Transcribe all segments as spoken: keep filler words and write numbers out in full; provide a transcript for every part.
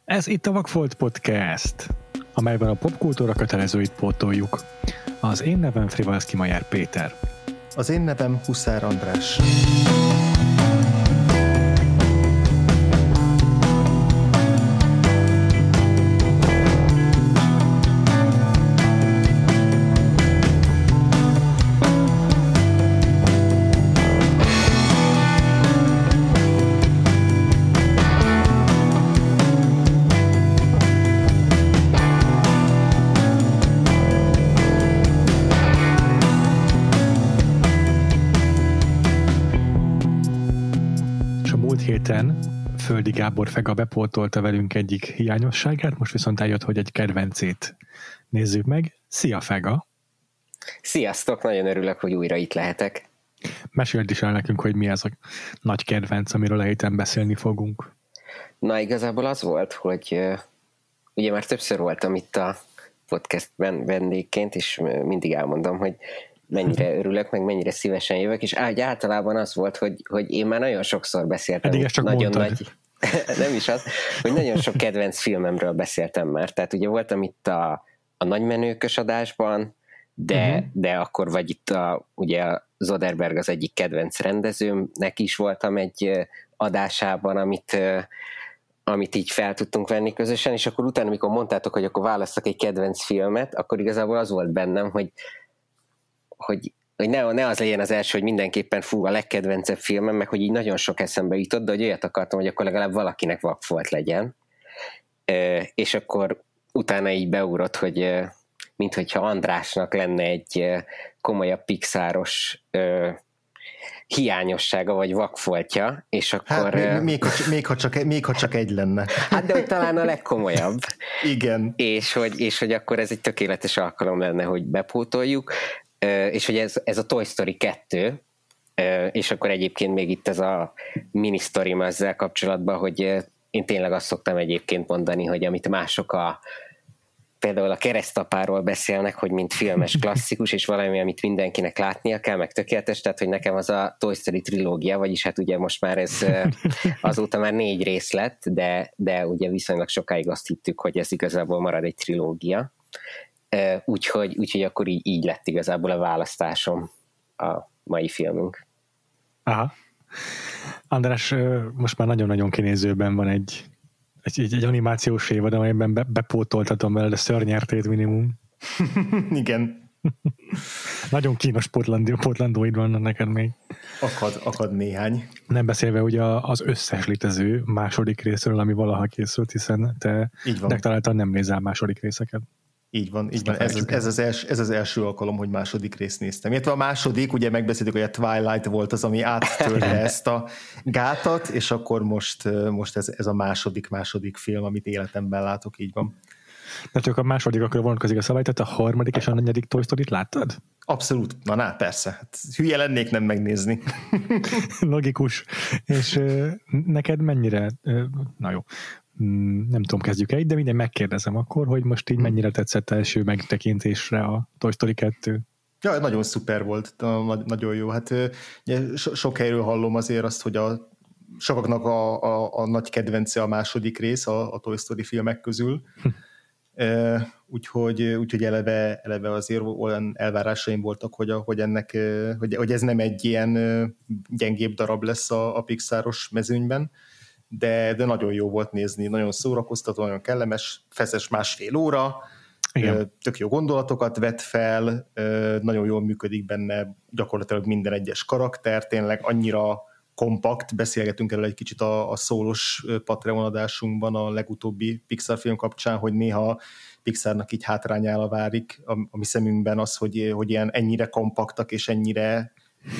Ez itt a Vakfolt Podcast, amelyben a popkultúra kötelezőit pótoljuk. Az én nevem Frivalszki Majár Péter. Az én nevem Huszár András. Földi Gábor Fega bepótolta velünk egyik hiányosságát, most viszont eljött, hogy egy kedvencét nézzük meg. Szia, Fega! Sziasztok, nagyon örülök, hogy újra itt lehetek. Meséld is el nekünk, hogy mi az a nagy kedvenc, amiről a héten beszélni fogunk. Na, igazából az volt, hogy uh, ugye már többször voltam itt a podcastben vendégként, és mindig elmondom, hogy mennyire örülök, meg mennyire szívesen jövök, és általában az volt, hogy, hogy én már nagyon sokszor beszéltem. Eddig ezt csak nagyon mondtad. Nagy, nem is az, hogy nagyon sok kedvenc filmemről beszéltem már. Tehát ugye voltam itt a, a Nagymenőkös adásban, de, uh-huh. de akkor vagy itt a, ugye a Zoderberg az egyik kedvenc rendezőmnek is voltam egy adásában, amit, amit így fel tudtunk venni közösen, és akkor utána, amikor mondtátok, hogy akkor válasszak egy kedvenc filmet, akkor igazából az volt bennem, hogy hogy, hogy ne, ne az legyen az első, hogy mindenképpen fú, a legkedvencebb filmem, meg hogy így nagyon sok eszembe jutott, de hogy olyat akartam, hogy akkor legalább valakinek Vakfolt legyen. E, és akkor utána így beugrott, hogy minthogyha Andrásnak lenne egy komolyabb Pixáros e, hiányossága, vagy Vakfoltja, és akkor... Hát, még, még, ha, még, ha csak, még ha csak egy lenne. Hát, de hogy talán a legkomolyabb. Igen. És hogy, és hogy akkor ez egy tökéletes alkalom lenne, hogy bepótoljuk. Uh, és hogy ez, ez a Toy Story kettő, uh, és akkor egyébként még itt ez a mini sztorim ezzel kapcsolatban, hogy uh, én tényleg azt szoktam egyébként mondani, hogy amit mások a például a Keresztapáról beszélnek, hogy mint filmes klasszikus, és valami, amit mindenkinek látnia kell, meg tökéletes, tehát hogy nekem az a Toy Story trilógia, vagyis hát ugye most már ez uh, azóta már négy rész lett, de, de ugye viszonylag sokáig azt hittük, hogy ez igazából marad egy trilógia. Uh, úgyhogy, úgyhogy akkor így, így lett igazából a választásom a mai filmünk. Aha. András, most már nagyon-nagyon kinézőben van egy, egy, egy, egy animációs évad, amelyben be, bepótoltatom veled a szörnyertét minimum. Igen. Nagyon kínos pótlandóid vannak neked még. Akad, akad néhány. Nem beszélve ugye az összes létező második részről, ami valaha készült, hiszen te deklaráltan nem nézel második részeket. Így van, így van. Ez, az, ez, az els, ez az első alkalom, hogy második részt néztem. Illetve a második, ugye megbeszéltük, hogy a Twilight volt az, ami áttörte ezt a gátat, és akkor most, most ez, ez a második, második film, amit életemben látok, így van. De csak a második akkor vonatkozik a szabály, tehát a harmadik és a negyedik Toy Story-t láttad? Abszolút. Na, na persze. Hát, hülye lennék nem megnézni. Logikus. És neked mennyire, na jó, nem tudom, kezdjük el, de minden megkérdezem akkor, hogy most így mennyire tetszett első megtekintésre a Toy Story kettő? Ja, nagyon szuper volt, nagyon jó. Hát ugye, so, sok helyről hallom azért azt, hogy a sokaknak a, a, a nagy kedvence a második rész a, a Toy Story filmek közül. Uh, úgyhogy, úgyhogy eleve, eleve azért olyan elvárásaim voltak, hogy, hogy, ennek, hogy, hogy ez nem egy ilyen gyengébb darab lesz a, a Pixaros mezőnyben, de, de nagyon jó volt nézni, nagyon szórakoztató, nagyon kellemes, feszes másfél óra, igen. Tök jó gondolatokat vet fel, nagyon jól működik benne gyakorlatilag minden egyes karakter, tényleg annyira kompakt, beszélgetünk erről egy kicsit a, a szólos Patreon adásunkban a legutóbbi Pixar film kapcsán, hogy néha Pixarnak így hátrányára várik a, a mi szemünkben az, hogy, hogy ilyen ennyire kompaktak és ennyire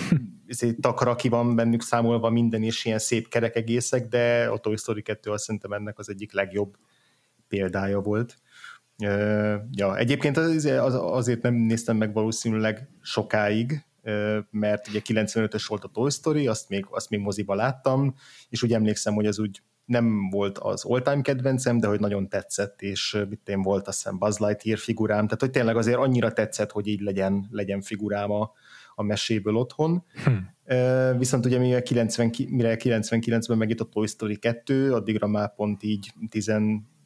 takra ki van bennük számolva minden, és ilyen szép kerek egészek, de a Toy Story kettő azt szerintem ennek az egyik legjobb példája volt. Uh, ja, egyébként az, az, azért nem néztem meg valószínűleg sokáig, uh, mert ugye kilencvenötös volt a Toy Story, azt még, azt még moziba láttam, és úgy emlékszem, hogy az úgy nem volt az all-time kedvencem, de hogy nagyon tetszett, és mit én volt, azt hiszem Buzz Lightyear figurám, tehát hogy tényleg azért annyira tetszett, hogy így legyen, legyen figurám a, a meséből otthon. Hm. Uh, viszont ugye mire, kilencven, mire kilencvenkilencben megjött a Toy Story kettő, addigra már pont így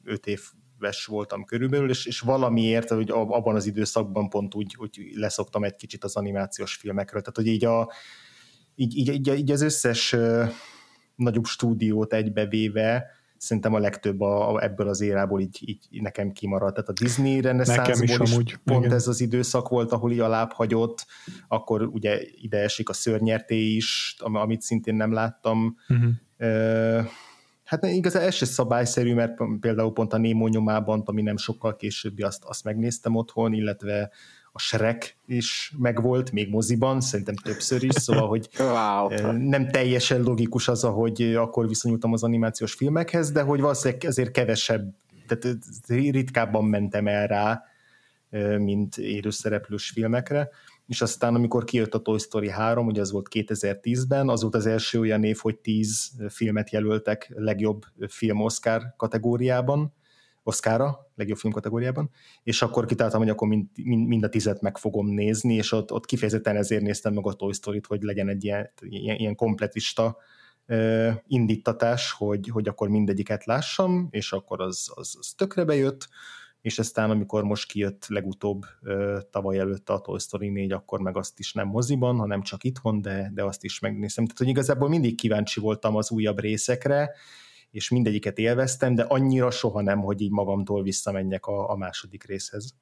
öt éves voltam körülbelül, és, és valamiért, hogy abban az időszakban pont úgy, úgy leszoktam egy kicsit az animációs filmekről. Tehát, hogy így, a, így, így, így, így az összes uh, nagyobb stúdiót egybevéve szerintem a legtöbb a, a, ebből az érából így, így nekem kimaradt. Tehát a Disney reneszánszból is, is amúgy, pont igen. ez az időszak volt, ahol így alább hagyott, akkor ugye ide esik a Szörnyerté is, amit szintén nem láttam. Uh-huh. Uh, hát igazán ez se szabályszerű, mert például pont a Nemo nyomában, ami nem sokkal későbbi, azt, azt megnéztem otthon, illetve a Shrek is megvolt, még moziban, szerintem többször is, szóval, hogy wow. nem teljesen logikus az, ahogy akkor viszonyultam az animációs filmekhez, de hogy valószínűleg ezért kevesebb, tehát ritkábban mentem el rá, mint élőszereplős filmekre, és aztán amikor kijött a Toy Story három, ugye az volt kétezer-tízben, az volt az első olyan év, hogy tíz filmet jelöltek legjobb film Oscar kategóriában, Oscarra, legjobb film kategóriában, és akkor kitáltam, hogy akkor mind, mind, mind a tizet meg fogom nézni, és ott, ott kifejezetten ezért néztem meg a Toy Story-t, hogy legyen egy ilyen, ilyen, ilyen kompletista uh, indítatás, hogy, hogy akkor mindegyiket lássam, és akkor az, az, az tökre bejött, és aztán amikor most kijött legutóbb uh, tavaly előtt a Toy Story négy, akkor meg azt is nem moziban, hanem csak itthon, de, de azt is megnéztem. Tehát, hogy igazából mindig kíváncsi voltam az újabb részekre, és mindegyiket élveztem, de annyira soha nem, hogy így magamtól visszamenjek a, a második részhez.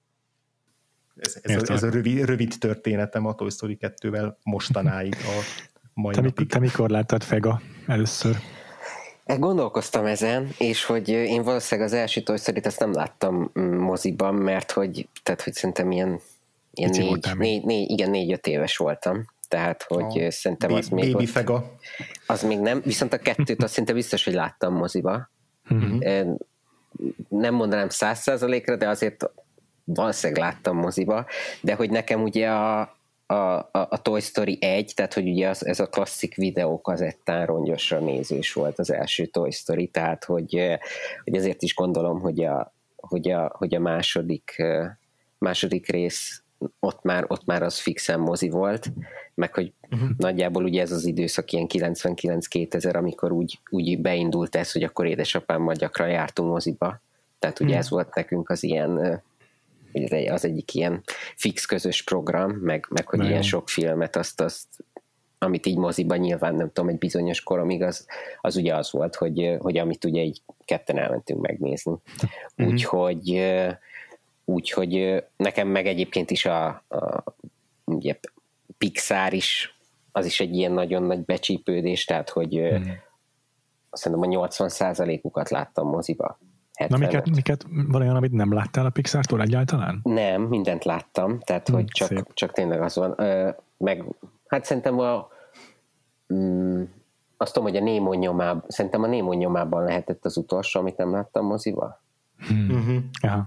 Ez, ez, a, ez a rövid, rövid történetem a Toy Story kettővel mostanáig a mai te, napig. Te mikor láttad Fega először? Gondolkoztam ezen, és hogy én valószínűleg az első Toy Story-t ezt nem láttam moziban, mert hogy, tehát, hogy szerintem ilyen, ilyen négy, négy, négy, igen, négy-öt éves voltam. Tehát, hogy a szerintem az még Baby ott, Fega. Az még nem, viszont a kettőt azt szinte biztos, hogy láttam moziba. Uh-huh. Nem mondanám száz százalékra, de azért valószínűleg láttam moziba, de hogy nekem ugye a, a, a, a Toy Story egy, tehát hogy ugye az, ez a klasszik videókazettán rongyosra nézős volt az első Toy Story, tehát hogy, hogy ezért is gondolom, hogy a, hogy a, hogy a második, második rész ott már, ott már az fixen mozi volt, meg hogy uh-huh. nagyjából ugye ez az időszak ilyen kilencvenkilenc-kétezer, amikor úgy, úgy beindult ez, hogy akkor édesapámmal gyakran jártunk moziba, tehát ugye uh-huh. ez volt nekünk az ilyen, az egyik ilyen fix közös program, meg, meg hogy Na ilyen jó. sok filmet, azt, azt amit így moziban nyilván nem tudom, egy bizonyos koromig az, az ugye az volt, hogy, hogy amit ugye így ketten elmentünk megnézni. Uh-huh. Úgyhogy Úgyhogy nekem meg egyébként is a, a ugye Pixar is, az is egy ilyen nagyon nagy becsípődés, tehát hogy hmm. szerintem a nyolcvan százalékukat láttam moziba. Na miket, miket van olyan, amit nem láttál a Pixartól egyáltalán? Nem, mindent láttam, tehát hogy hmm, csak, csak tényleg az van. Meg hát szerintem a mm, azt tudom, hogy a Nemo nyomában, szerintem a Nemo nyomában lehetett az utolsó, amit nem láttam moziba. Hmm. Uh-huh. Aha.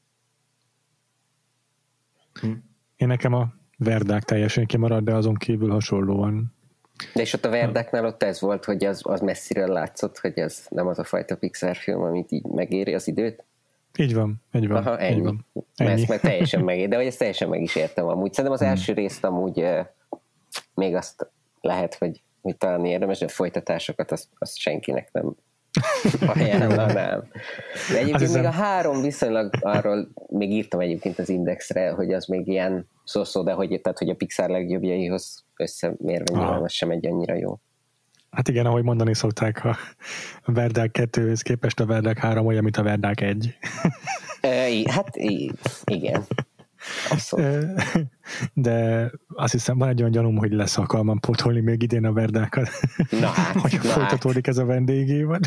Hm. Én nekem a Verdák teljesen kimarad, de azon kívül hasonlóan. De és ott a Verdáknál ott ez volt, hogy az, az messziről látszott, hogy ez nem az a fajta Pixar film, amit így megéri az időt? Így van, így van. Aha, ennyi. Így van. Ennyi. Mert ezt meg teljesen megéri, de hogy ezt teljesen meg is értem amúgy. Szerintem az hmm. első részt amúgy eh, még azt lehet, hogy, hogy talán érdemes, de folytatásokat azt, azt senkinek nem ajánlanám. De egyébként hiszem... még a három viszonylag, arról még írtam egyébként az Indexre, hogy az még ilyen szó-szó, de hogy, tehát, hogy a Pixar legjobbjaihoz összemérve ah. nyilván az sem egy annyira jó. Hát igen, ahogy mondani szokták, a Verdák kettőhöz képest a Verdák három olyan, mint a Verdák egy. E, hát igen. Abszolút. De azt hiszem, van egy olyan gyanúm, hogy lesz alkalmam pótolni még idén a Verdákat. Na hát, hogy na folytatódik hát. ez a vendégévad.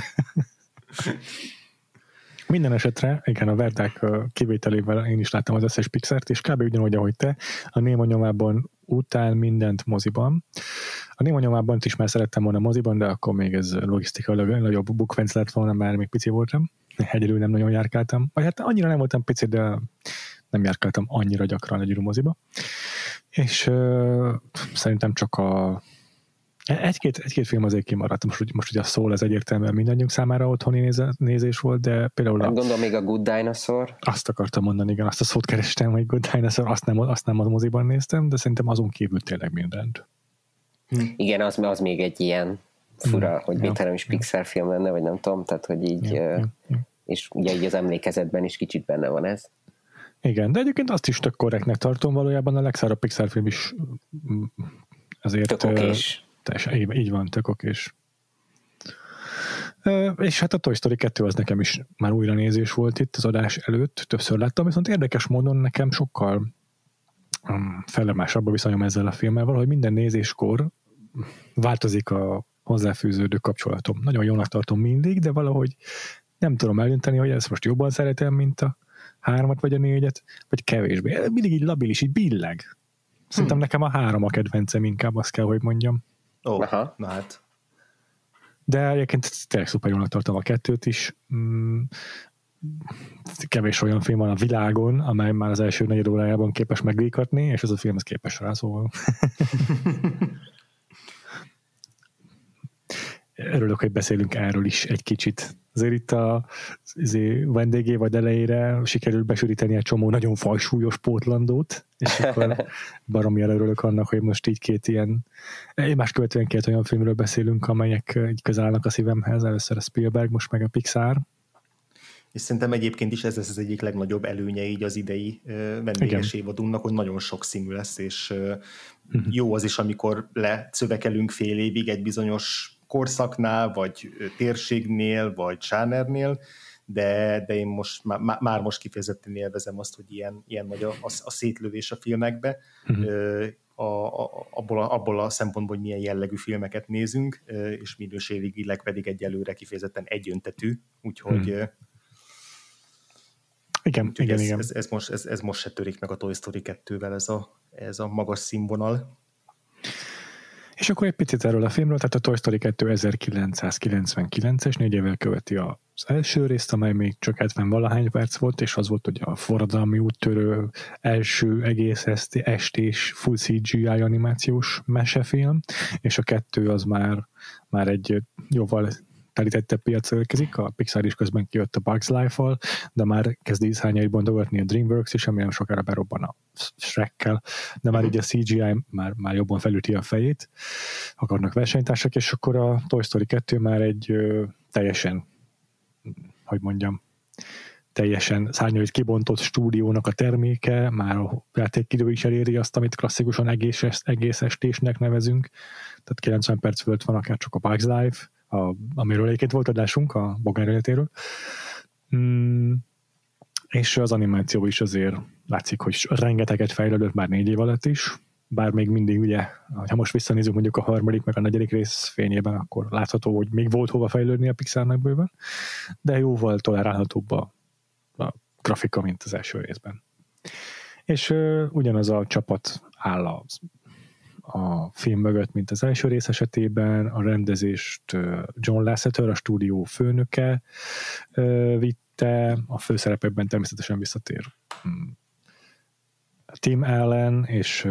Minden esetre, igen, a Verdák kivételével én is láttam az összes Pixart, és kb. Ugyanúgy, ahogy te, a Nemo nyomában utál mindent moziban. A Nemo nyomában is már szerettem volna moziban, de akkor még ez logisztikailag nagyobb bukfenc lett volna, már még pici voltam. Egyedül nem nagyon járkáltam. Vagy hát annyira nem voltam pici, de nem járkáltam annyira gyakran egyedül moziba. És uh, szerintem csak a Egy-két, egy-két film azért kimaradt. Most, most ugye a Soul az egyértelműen mindannyiunk számára otthoni néze, nézés volt, de például nem a, gondolom még a Good Dinosaur. Azt akartam mondani, igen, azt a szót kerestem, hogy Good Dinosaur, azt nem, azt nem a moziban néztem, de szerintem azon kívül tényleg mindent. Hm. Igen, az, az még egy ilyen fura, hm. hogy ja, mit nem is Pixar ja. film lenne, vagy nem tudom, tehát hogy így ja, ja, ja. és ugye így az emlékezetben is kicsit benne van ez. Igen, de egyébként azt is tök korrektnek tartom, valójában a legszárabb Pixar film is azért... Tök okés. Teljesen, így, így van, tök okés. És hát a Toy Story kettő az nekem is már újra nézés volt itt az adás előtt, többször láttam, viszont érdekes módon nekem sokkal um, fellemásabb a viszonyom ezzel a filmmel, valahogy minden nézéskor változik a hozzáfűződő kapcsolatom. Nagyon jónak tartom mindig, de valahogy nem tudom eldönteni, hogy ezt most jobban szeretem, mint a hármat vagy a négyet, vagy kevésbé. Mindig így labilis, így billeg. Szerintem hmm. nekem a három a kedvencem inkább, azt kell, hogy mondjam. Ó, oh, na hát. De egyébként tényleg szuper jónak tartom a kettőt is. Mm, kevés olyan film van a világon, amely már az első negyed órájában képes meglékatni, és ez a film ez képes rá, szóval. Örülök, hogy beszélünk erről is egy kicsit. Azért itt a vendégévad elejére sikerült besűríteni egy csomó nagyon fajsúlyos Portlandot, és akkor baromi örülök annak, hogy most így két ilyen, más követően két olyan filmről beszélünk, amelyek így közel állnak a szívemhez, először a Spielberg, most meg a Pixar. És szerintem egyébként is ez lesz az egyik legnagyobb előnye így az idei vendéges évadunknak, hogy nagyon sokszínű lesz, és jó az is, amikor lecövekelünk fél évig egy bizonyos korszaknál, vagy térségnél, vagy zsánernél, de, de én most már, már most kifejezetten élvezem azt, hogy ilyen, ilyen nagy a, a, a szétlövés a filmekbe, uh-huh. a, a, abból, a, abból a szempontból, hogy milyen jellegű filmeket nézünk, és minőségileg pedig egyelőre kifejezetten egyöntetű, úgyhogy uh-huh. igen, úgyhogy igen, ez, igen. Ez, ez, most, ez, ez most se törik meg a Toy Story kettővel ez a, ez a magas színvonal. És akkor egy picit erről a filmről, tehát a Toy Story kettő ezerkilencszázkilencvenkilences, négy évvel követi az első részt, amely még csak hetven-valahány perc volt, és az volt ugye a forradalmi úttörő első egész estés full cé gé í animációs mesefilm, és a kettő az már, már egy jóval telítettebb piacra érkezik, a Pixar is közben kijött a Bugs Life-val, de már kezd ízhányait bontogatni a DreamWorks is, ami nem sokára berobban a Shrek-kel, de már így a cé gé í már, már jobban felüti a fejét, akarnak versenytársak, és akkor a Toy Story kettő már egy ö, teljesen, hogy mondjam, teljesen szárnyait kibontott stúdiónak a terméke, már a játékidő is eléri azt, amit klasszikusan egész, egész estésnek nevezünk, tehát kilencven perc fölött van akár csak a Bugs Life, A, amiről egyébként volt adásunk, a Bogár életéről. Mm, és az animáció is azért látszik, hogy rengeteget fejlődött már négy év alatt is, bár még mindig ugye, ha most visszanézünk mondjuk a harmadik meg a negyedik rész fényében, akkor látható, hogy még volt hova fejlődni a Pixarnak bőven, de jóval tolerálhatóbb a, a grafika, mint az első részben. És uh, ugyanaz a csapat áll az a film mögött, mint az első rész esetében, a rendezést John Lasseter, a stúdió főnöke vitte, a főszerepekben természetesen visszatér Tim Allen és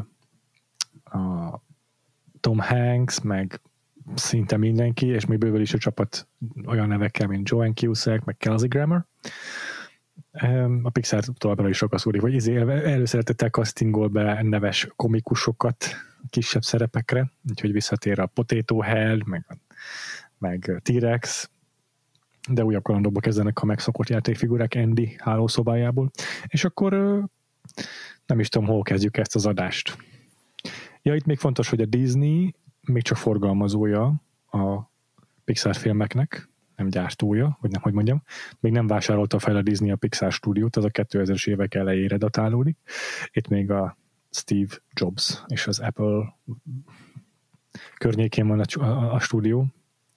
a Tom Hanks, meg szinte mindenki, és még bőven is a csapat olyan nevekkel, mint Joanne Cusack, meg Kelsey Grammer. A Pixar továbbra is ragaszkodik, vagy izé előszeretettel castingol be neves komikusokat kisebb szerepekre, úgyhogy visszatér a Potato Head, meg, meg T-Rex, de újabb kalandokba kezdenek a megszokott játékfigurák Andy hálószobájából, és akkor nem is tudom, hol kezdjük ezt az adást. Ja, itt még fontos, hogy a Disney még csak forgalmazója a Pixar filmeknek, nem gyártója, vagy nem, hogy mondjam, még nem vásárolta fel a Disney a Pixar stúdiót, az a kétezres évek elejére datálódik. Itt még a Steve Jobs és az Apple környékén van a, a, a stúdió.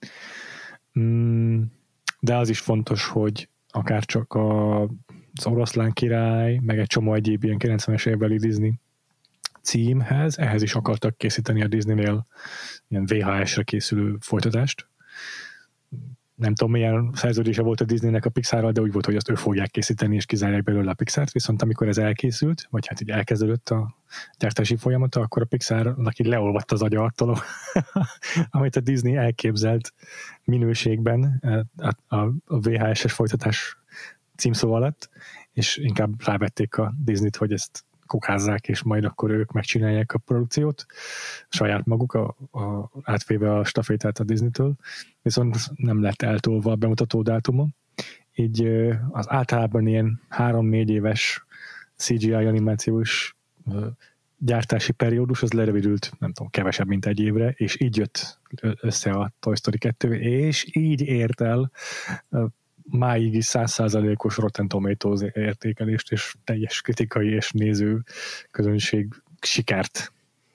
De az is fontos, hogy akár csak a, az Oroszlán király, meg egy csomó egyéb ilyen kilencvenes évbeli Disney címhez, ehhez is akartak készíteni a Disneynél ilyen vé há esre készülő folytatást. Nem tudom, milyen szerződése volt a Disneynek a Pixarral, de úgy volt, hogy azt ő fogják készíteni, és kizárják belőle a Pixart, viszont amikor ez elkészült, vagy hát így elkezdődött a gyártási folyamata, akkor a Pixarnak így leolvadt az agya attól, amit a Disney elképzelt minőségben a, a, a vé há es-es folytatás címszó alatt, és inkább rávették a Disneyt, hogy ezt kokázzák, és majd akkor ők megcsinálják a produkciót, saját maguk, a, a, átvéve a stafétát a Disneytől, viszont nem lett eltolva a bemutató dátuma, így az általában ilyen három-négy éves cé gé i animációs gyártási periódus, az lerövidült, nem tudom, kevesebb, mint egy évre, és így jött össze a Toy Story kettő, és így ért el máig is száz százalékos Rotten Tomatoes értékelést, és teljes kritikai és néző közönség sikert.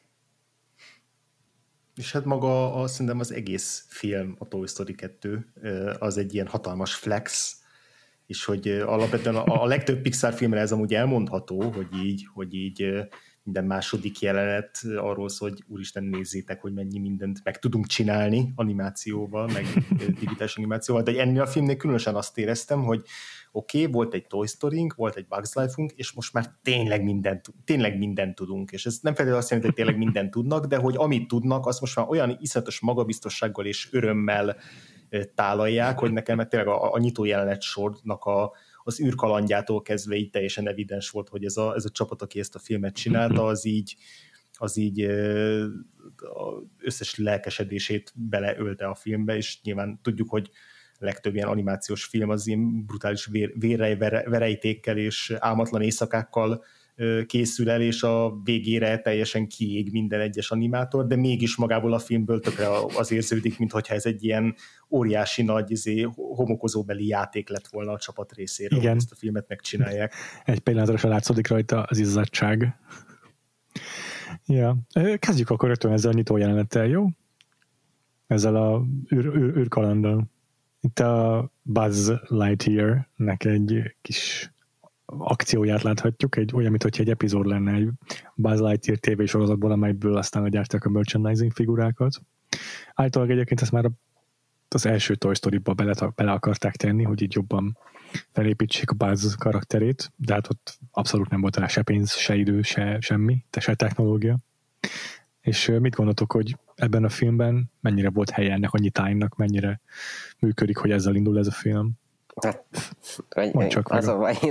És hát maga a, szerintem az egész film, a Toy Story kettő, az egy ilyen hatalmas flex, és hogy alapvetően a, a legtöbb Pixar filmre ez amúgy elmondható, hogy így, hogy így minden második jelenet arról szól, hogy úristen, nézzétek, hogy mennyi mindent meg tudunk csinálni animációval, meg digitális animációval, de ennél a filmnél különösen azt éreztem, hogy oké, okay, volt egy Toy Story-nk, volt egy Bugs Life-unk, és most már tényleg mindent, tényleg mindent tudunk, és ez nem feltétlenül azt jelenti, hogy tényleg mindent tudnak, de hogy amit tudnak, azt most már olyan iszonyatos magabiztossággal és örömmel tálalják, hogy nekem mert tényleg a, a nyitó jelenet sornak a az űrkalandjától kezdve így teljesen evidens volt, hogy ez a, ez a csapat, aki ezt a filmet csinálta, az így, az így az összes lelkesedését beleölte a filmbe, és nyilván tudjuk, hogy legtöbb ilyen animációs film az ilyen brutális vér, vérrej, verejtékkel és álmatlan éjszakákkal készül el, és a végére teljesen kiég minden egyes animátor, de mégis magából a filmből tökre az érződik, mintha ez egy ilyen óriási nagy izé, homokozóbeli játék lett volna a csapat részéről, hogy ezt a filmet megcsinálják. Egy pillanatra se látszódik rajta az izzadság. Ja. Kezdjük akkor rögtön ezzel a nyitó jelenettel, jó? Ezzel a űr, űr, űrkalanddal. Itt a Buzz Lightyear-nek egy kis akcióját láthatjuk, egy olyan, mintha egy epizód lenne egy Buzz Lightyear tévésorozatból, amelyből aztán gyárták a merchandising figurákat. Általában egyébként ezt már az első Toy Story-ba bele, bele akarták tenni, hogy így jobban felépítsék a Buzz karakterét, de hát ott abszolút nem volt rá se pénz, se idő, se semmi, de se technológia. És mit gondoltok, hogy ebben a filmben mennyire volt helye ennek a nyitáinak, mennyire működik, hogy ezzel indul ez a film? Hát, az a baj,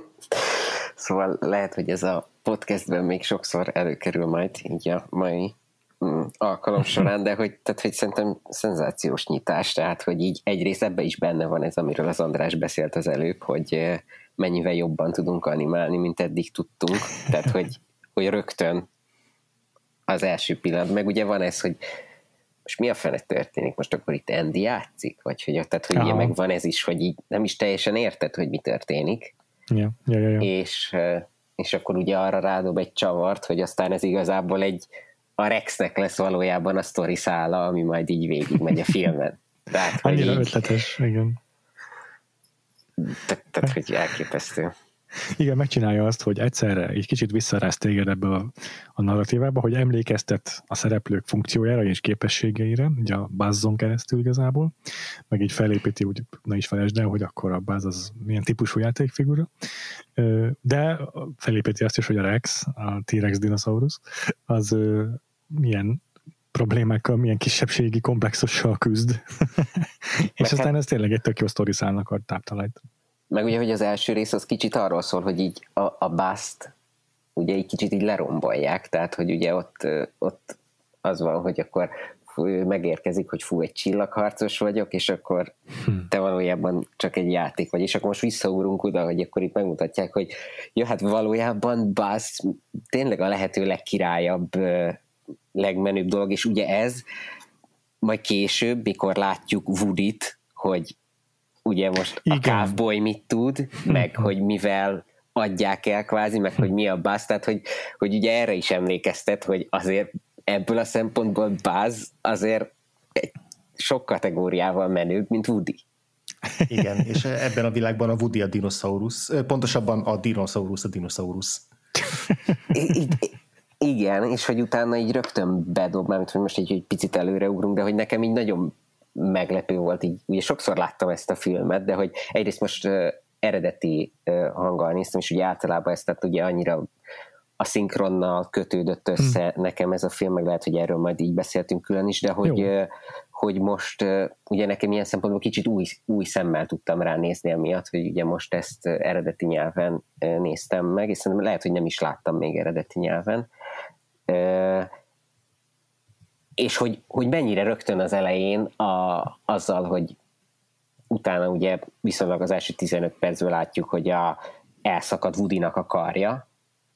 szóval lehet, hogy ez a podcastben még sokszor előkerül majd így a mai mm, alkalom során, de hogy, tehát, hogy szerintem szenzációs nyitás, tehát hogy így egyrészt ebben is benne van ez, amiről az András beszélt az előbb, hogy mennyivel jobban tudunk animálni, mint eddig tudtunk, tehát hogy, hogy rögtön az első pillanat, meg ugye van ez, hogy most mi a fene történik? Most akkor itt Andy játszik? Vagy hogy, tehát, hogy ugye meg van ez is, hogy így nem is teljesen érted, hogy mi történik. Ja, ja, ja, ja. És, és akkor ugye arra rádob egy csavart, hogy aztán ez igazából egy a Rexnek lesz valójában a sztori szála, ami majd így végig megy a filmen. Tehát, annyira így, ötletes, igen. Tehát, tehát, hogy elképesztő. Igen, megcsinálja azt, hogy egyszerre egy kicsit visszaráz téged ebbe a, a narratívába, hogy emlékeztet a szereplők funkciójára és képességeire, ugye a Buzzon keresztül igazából, meg így felépíti, úgy ne is felejtsd el, hogy akkor a Buzz az milyen típusú játékfigura, de felépíti azt is, hogy a Rex, a T-Rex dinoszaurusz, az milyen problémákkal, milyen kisebbségi komplexussal küzd. És aztán ez tényleg egy tök jó sztoriszálnak a táptalajt. Meg ugye, hogy az első rész az kicsit arról szól, hogy így a, a Buzzt ugye egy kicsit így lerombolják, tehát hogy ugye ott, ott az van, hogy akkor megérkezik, hogy fú, egy csillagharcos vagyok, és akkor te valójában csak egy játék vagy, és akkor most visszaugrunk oda, hogy akkor itt megmutatják, hogy jó, hát valójában Buzz tényleg a lehető legkirályabb, legmenőbb dolog, és ugye ez majd később, mikor látjuk Woody-t, hogy ugye most igen, a cowboy mit tud, meg hogy mivel adják el kvázi, meg hogy mi a Buzz, tehát hogy, hogy ugye erre is emlékeztet, hogy azért ebből a szempontból Buzz azért egy sok kategóriával menőbb, mint Woody. Igen, és ebben a világban a Woody a dinoszaurusz, pontosabban a dinoszaurusz a dinoszaurusz. I- igen, és hogy utána így rögtön bedob, mármint, hogy most egy, egy picit előreugrunk, de hogy nekem így nagyon meglepő volt, így ugye sokszor láttam ezt a filmet, de hogy egyrészt most uh, eredeti uh, hanggal néztem, és ugye általában ezt, tehát ugye annyira a szinkronnal kötődött össze hmm. nekem ez a film, meg lehet, hogy erről majd így beszéltünk külön is, de hogy, uh, hogy most uh, ugye nekem ilyen szempontból kicsit új, új szemmel tudtam ránézni emiatt, hogy ugye most ezt uh, eredeti nyelven uh, néztem meg, és szerintem lehet, hogy nem is láttam még eredeti nyelven. Uh, és hogy, hogy mennyire rögtön az elején a, azzal, hogy utána ugye viszonylag az első tizenöt percből látjuk, hogy a, elszakad Woodynak a karja,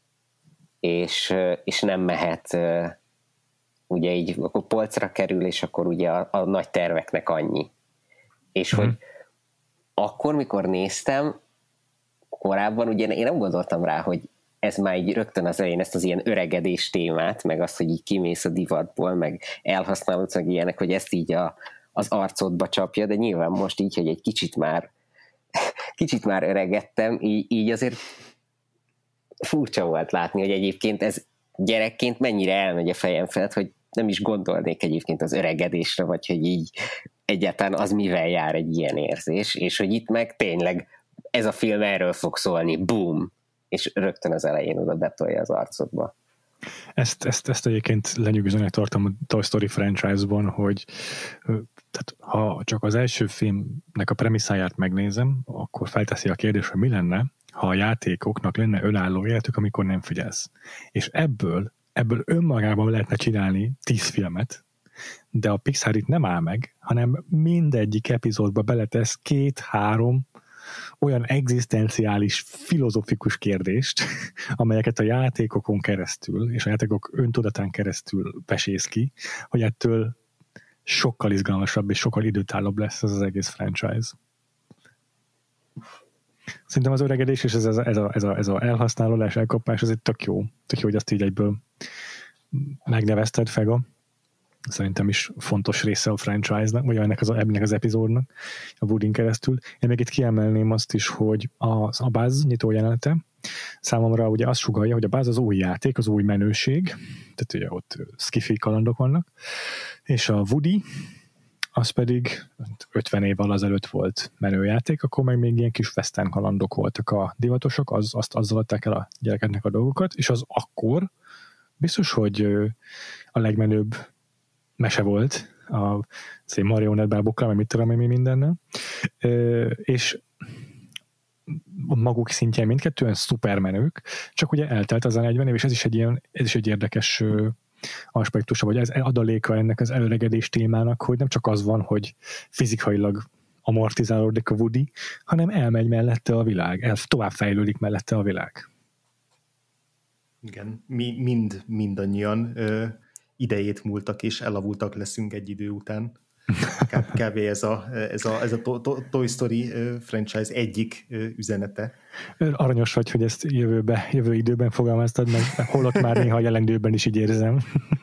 és, és nem mehet, ugye így akkor polcra kerül, és akkor ugye a, a nagy terveknek annyi. És mm. hogy akkor, mikor néztem, korábban ugye én nem gondoltam rá, hogy ez már így rögtön az elején ezt az ilyen öregedés témát, meg azt, hogy így kimész a divatból, meg elhasználod, meg ilyenek, hogy ezt így a, az arcodba csapja, de nyilván most így, hogy egy kicsit már kicsit már öregedtem, így, így azért furcsa volt látni, hogy egyébként ez gyerekként mennyire elmegy a fejem felett, hogy nem is gondolnék egyébként az öregedésre, vagy hogy így egyáltalán az mivel jár egy ilyen érzés, és hogy itt meg tényleg ez a film erről fog szólni, boom, és rögtön az elején oda betolja az arcodba. Ezt, ezt, ezt egyébként lenyűgözőnek tartom a Toy Story franchise-ban, hogy tehát, ha csak az első filmnek a premisszáját megnézem, akkor felteszi a kérdés, hogy mi lenne, ha a játékoknak lenne önálló életük, amikor nem figyelsz. És ebből, ebből önmagában lehetne csinálni tíz filmet, de a Pixar itt nem áll meg, hanem mindegyik epizódba beletesz két-három olyan egzisztenciális, filozofikus kérdést, amelyeket a játékokon keresztül, és a játékok öntudatán keresztül vesész ki, hogy ettől sokkal izgalmasabb és sokkal időtállóbb lesz ez az egész franchise. Szerintem az öregedés és ez, ez, a, ez, a, ez, a, ez a elhasználódás, elkapás, ez egy tök jó. Tök jó, hogy azt így egyből megnevezted, Fega. Szerintem is fontos része a franchise-nak, vagy ennek az, ennek az epizódnak, a Woodyn keresztül. Én még itt kiemelném azt is, hogy az, a Buzz nyitó jelenete számomra ugye azt sugallja, hogy a Buzz az új játék, az új menőség, tehát ugye ott skifi kalandok vannak, és a Woody az pedig ötven évvel azelőtt volt menőjáték, akkor meg még ilyen kis western kalandok voltak a divatosok, az, azt azzal adták el a gyerekeknek a dolgokat, és az akkor biztos, hogy a legmenőbb mese volt a marionettbábukkal, meg mit tudom én mi mindennel, és maguk szintjén mindkettően szupermenők, csak ugye eltelt az a negyven év, és ez is egy ilyen, ez is egy érdekes aspektusa, vagy ez adaléka ennek az előregedés témának, hogy nem csak az van, hogy fizikailag amortizálódik a Woody, hanem elmegy mellette a világ, el, tovább fejlődik mellette a világ. Igen, mi mind, mindannyian ö, idejét múltak és elavultak leszünk egy idő után. Kb. ez a, ez a, ez a to, to, Toy Story franchise egyik üzenete. Aranyos vagy, hogy ezt jövőbe, jövő időben fogalmaztad meg, holott már néha a jelen időben is így érzem.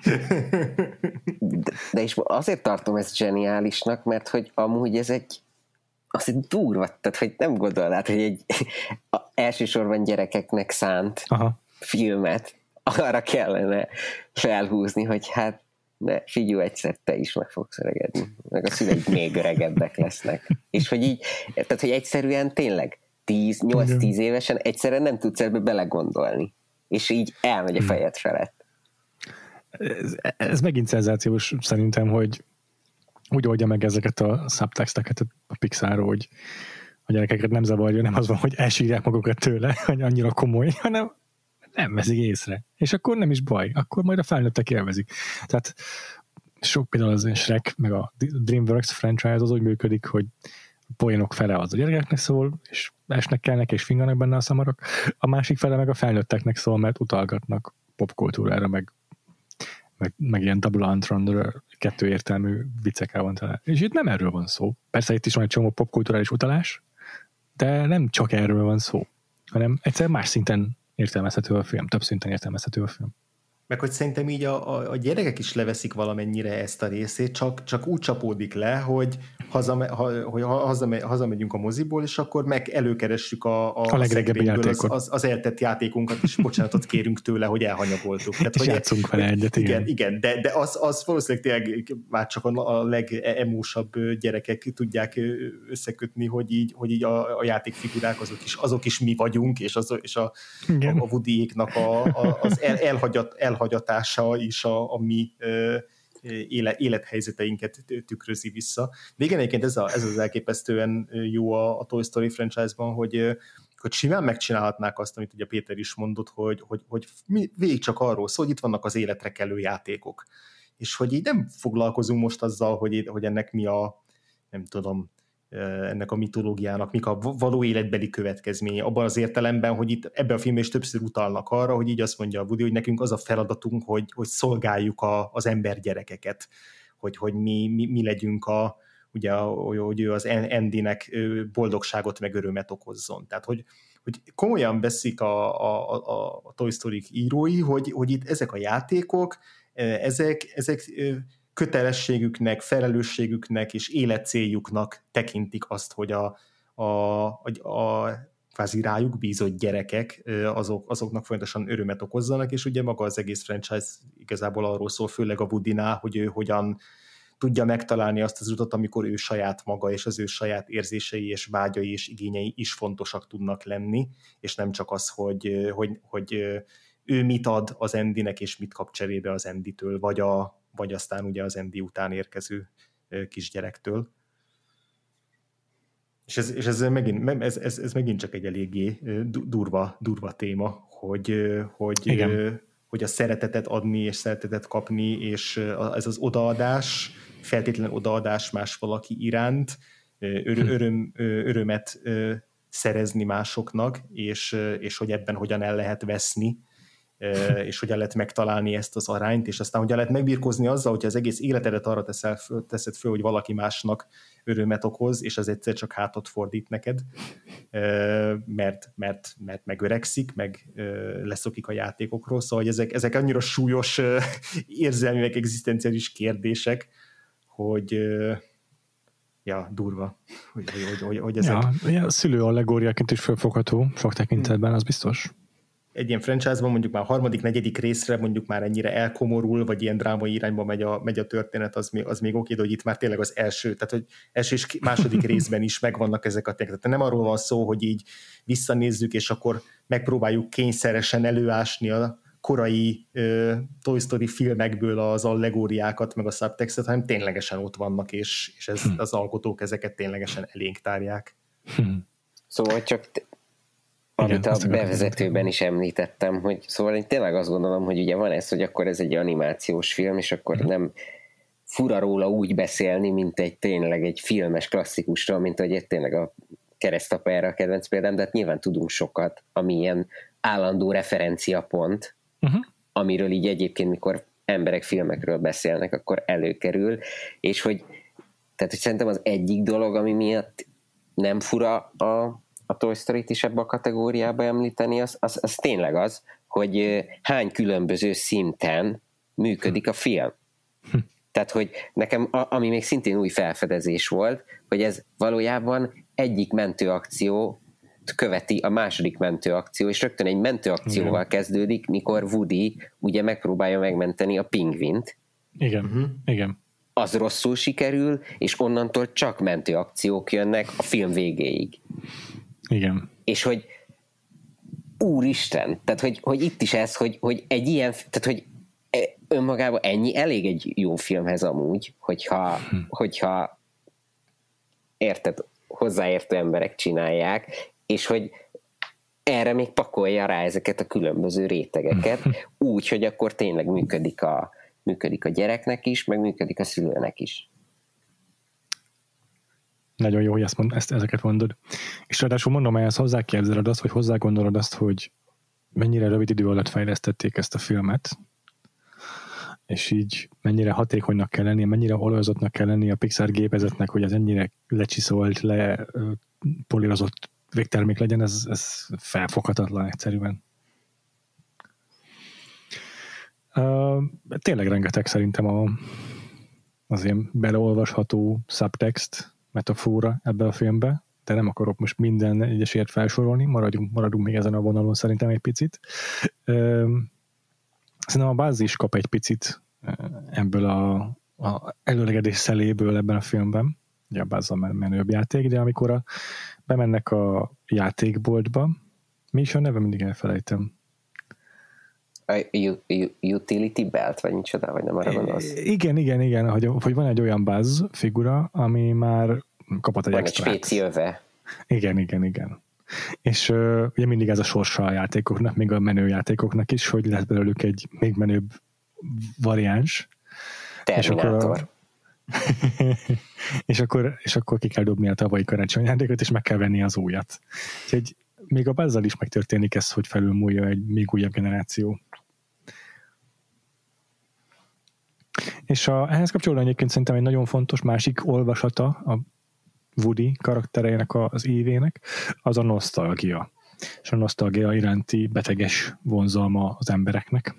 De, de is azért tartom ezt zseniálisnak, mert hogy amúgy ez egy az egy durva, tehát hogy nem gondolnád, hogy egy a, elsősorban gyerekeknek szánt Aha. filmet arra kellene felhúzni, hogy hát de figyelj, egyszer te is meg fogsz öregedni, meg a szüleid még öregebbek lesznek. És hogy így, tehát hogy egyszerűen tényleg tíz, nyolc-tíz évesen egyszerűen nem tudsz ebbe belegondolni. És így elmegy a fejed felett. Ez, ez megint szenzációs szerintem, hogy úgy oldja meg ezeket a subtexteket a Pixar, hogy a gyerekeket nem zavarja, nem az van, hogy elsírják magukat tőle, hogy annyira komoly, hanem nem veszik észre. És akkor nem is baj, akkor majd a felnőttek élvezik. Tehát sok például az Shrek, meg a DreamWorks franchise az úgy működik, hogy a poénok fele az a gyerekeknek szól, és esnek kelnek, és finganak benne a szamarak, a másik fele meg a felnőtteknek szól, mert utalgatnak popkultúrára, meg, meg, meg ilyen double entendre, kettő értelmű viccek el van talán. És itt nem erről van szó. Persze itt is van egy csomó popkulturális utalás, de nem csak erről van szó, hanem egyszer más szinten értelmezhető a film, több szinten értelmezhető a film. Meg hogy szerintem így a, a, a gyerekek is leveszik valamennyire ezt a részét, csak, csak úgy csapódik le, hogy, hazame, ha, hogy hazame, hazamegyünk a moziból, és akkor meg előkeressük a, a, a legrégebbi játékot. Az, az, az eltett játékunkat, és bocsánatot kérünk tőle, hogy elhanyagoltuk. Tehát, és hogy játszunk vele egyet, igen. Igen, igen de, de az, az valószínűleg tényleg már csak a, a legemósabb gyerekek tudják összekötni, hogy így, hogy így a, a játékfigurák azok is, azok is mi vagyunk, és, az, és a, a, a Woody-éknak a, a, az el, elhagyat, elhagyatása is a, a mi élet, élethelyzeteinket tükrözi vissza. De igen, egyébként ez, a, ez az elképesztően jó a, a Toy Story franchise-ban, hogy, hogy simán megcsinálhatnák azt, amit ugye Péter is mondott, hogy, hogy, hogy végig csak arról szól, hogy itt vannak az életre kelő játékok. És hogy így nem foglalkozunk most azzal, hogy, hogy ennek mi a, nem tudom, ennek a mitológiának, mik a való életbeli következménye, abban az értelemben, hogy itt ebben a filmben is többször utalnak arra, hogy így azt mondja a Woody, hogy nekünk az a feladatunk, hogy, hogy szolgáljuk a, az ember gyerekeket, hogy, hogy mi, mi, mi legyünk a, ugye, hogy ő az Andynek boldogságot meg örömet okozzon. Tehát, hogy, hogy komolyan veszik a, a, a, a Toy Story írói, hogy, hogy itt ezek a játékok, ezek, ezek kötelességüknek, felelősségüknek és életcéljuknak tekintik azt, hogy a, a, a, a kvázi rájuk bízott gyerekek azok, azoknak folyamatosan örömet okozzanak, és ugye maga az egész franchise igazából arról szól, főleg a Woodynál, hogy ő hogyan tudja megtalálni azt az utat, amikor ő saját maga és az ő saját érzései és vágyai és igényei is fontosak tudnak lenni, és nem csak az, hogy, hogy, hogy ő mit ad az Andynek, és mit kap cserébe az Andytől, vagy, a, vagy aztán ugye az Andy után érkező kisgyerektől. És ez, és ez, megint, ez, ez, ez megint csak egy eléggé durva, durva téma, hogy, hogy, hogy a szeretetet adni, és szeretetet kapni, és ez az odaadás, feltétlen odaadás más valaki iránt, öröm, öröm, örömet szerezni másoknak, és, és hogy ebben hogyan el lehet veszni, és hogyan lehet megtalálni ezt az arányt, és aztán hogyan lehet megbirkózni azzal, hogyha az egész életedet arra teszel föl, teszed föl, hogy valaki másnak örömet okoz, és az egyszer csak hátat fordít neked, mert, mert, mert megöregszik, meg leszokik a játékokról, szóval ezek, ezek annyira súlyos érzelmi, meg egzisztenciális kérdések, hogy ja, durva, hogy, hogy, hogy, hogy ezek... Ja, a szülő allegóriaként is felfogható sok tekintetben, az biztos. Egy ilyen franchise-ban mondjuk már a harmadik, negyedik részre mondjuk már ennyire elkomorul, vagy ilyen drámai irányba megy a, megy a történet, az még, az még oké, de hogy itt már tényleg az első, tehát hogy első és második részben is megvannak ezek a technikák. Tehát nem arról van szó, hogy így visszanézzük, és akkor megpróbáljuk kényszeresen előásni a korai uh, Toy Story filmekből az allegóriákat, meg a subtextet, hanem ténylegesen ott vannak, és, és ez, az alkotók ezeket ténylegesen elénk tárják. Szóval csak t- amit igen, a bevezetőben is említettem, hogy szóval én tényleg azt gondolom, hogy ugye van ez, hogy akkor ez egy animációs film, és akkor mm. nem fura róla úgy beszélni, mint egy tényleg egy filmes klasszikusról, mint hogy tényleg a Keresztapa erre a kedvenc példám, de hát nyilván tudunk sokat, ami ilyen állandó referenciapont, uh-huh. amiről így egyébként, mikor emberek filmekről beszélnek, akkor előkerül, és hogy, tehát, hogy szerintem az egyik dolog, ami miatt nem fura a a Toy Story-t is ebbe a kategóriába említeni, az, az, az tényleg az, hogy hány különböző szinten működik a film. Tehát, hogy nekem, a, ami még szintén új felfedezés volt, hogy ez valójában egyik mentőakció követi a második mentőakció, és rögtön egy mentőakcióval igen. kezdődik, mikor Woody ugye megpróbálja megmenteni a pingvint. Igen, uh-huh. igen. Az rosszul sikerül, és onnantól csak mentőakciók jönnek a film végéig. Igen. És hogy úristen, tehát hogy, hogy itt is ez, hogy, hogy egy ilyen, tehát hogy önmagában ennyi elég egy jó filmhez amúgy, hogyha, hm. hogyha érted, hozzáértő emberek csinálják, és hogy erre még pakolja rá ezeket a különböző rétegeket, úgy, hogy akkor tényleg működik a, működik a gyereknek is, meg működik a szülőnek is. Nagyon jó, hogy ezt, mond, ezt ezeket mondod. És ráadásul mondom, ehhez hozzáképzeled azt, hogy hozzá azt, hogy mennyire rövid idő alatt fejlesztették ezt a filmet, és így mennyire hatékonynak kell lennie, mennyire olajozottnak kell lennie a Pixar gépezetnek, hogy ez ennyire lecsiszolt, lepolírozott végtermék legyen, ez, ez felfoghatatlan egyszerűen. Uh, tényleg rengeteg szerintem a, az ilyen beleolvasható subtext, metafora ebbe a filmbe, de nem akarok most minden egyesért felsorolni, maradjunk, maradunk még ezen a vonalon szerintem egy picit. Uh, szerintem a bázis kap egy picit ebből a, a előlegedés szeléből ebben a filmben, ugye a bázal menőbb játék, de amikor a, bemennek a játékboltba, mi is a neve, mindig elfelejtem. A utility belt, vagy micsoda, vagy nem arra gondolsz? Igen, igen, igen, hogy, hogy van egy olyan buzz figura, ami már kapott egy extrát. Van egy spéci öve. Igen, igen, igen. És uh, ugye mindig ez a sorsa a játékoknak, még a menő játékoknak is, hogy lesz belőlük egy még menőbb variáns. Terminátor. És akkor a, és, akkor, és akkor ki kell dobni a tavalyi karácsonyajándékot, és meg kell venni az újat. Úgyhogy még a Buzz-zal is megtörténik ez, hogy felülmúlja egy még újabb generáció. És a, ehhez kapcsolatban egyébként szerintem egy nagyon fontos másik olvasata a Woody karaktereinek az évének, az a nosztalgia. És a nosztalgia iránti beteges vonzalma az embereknek.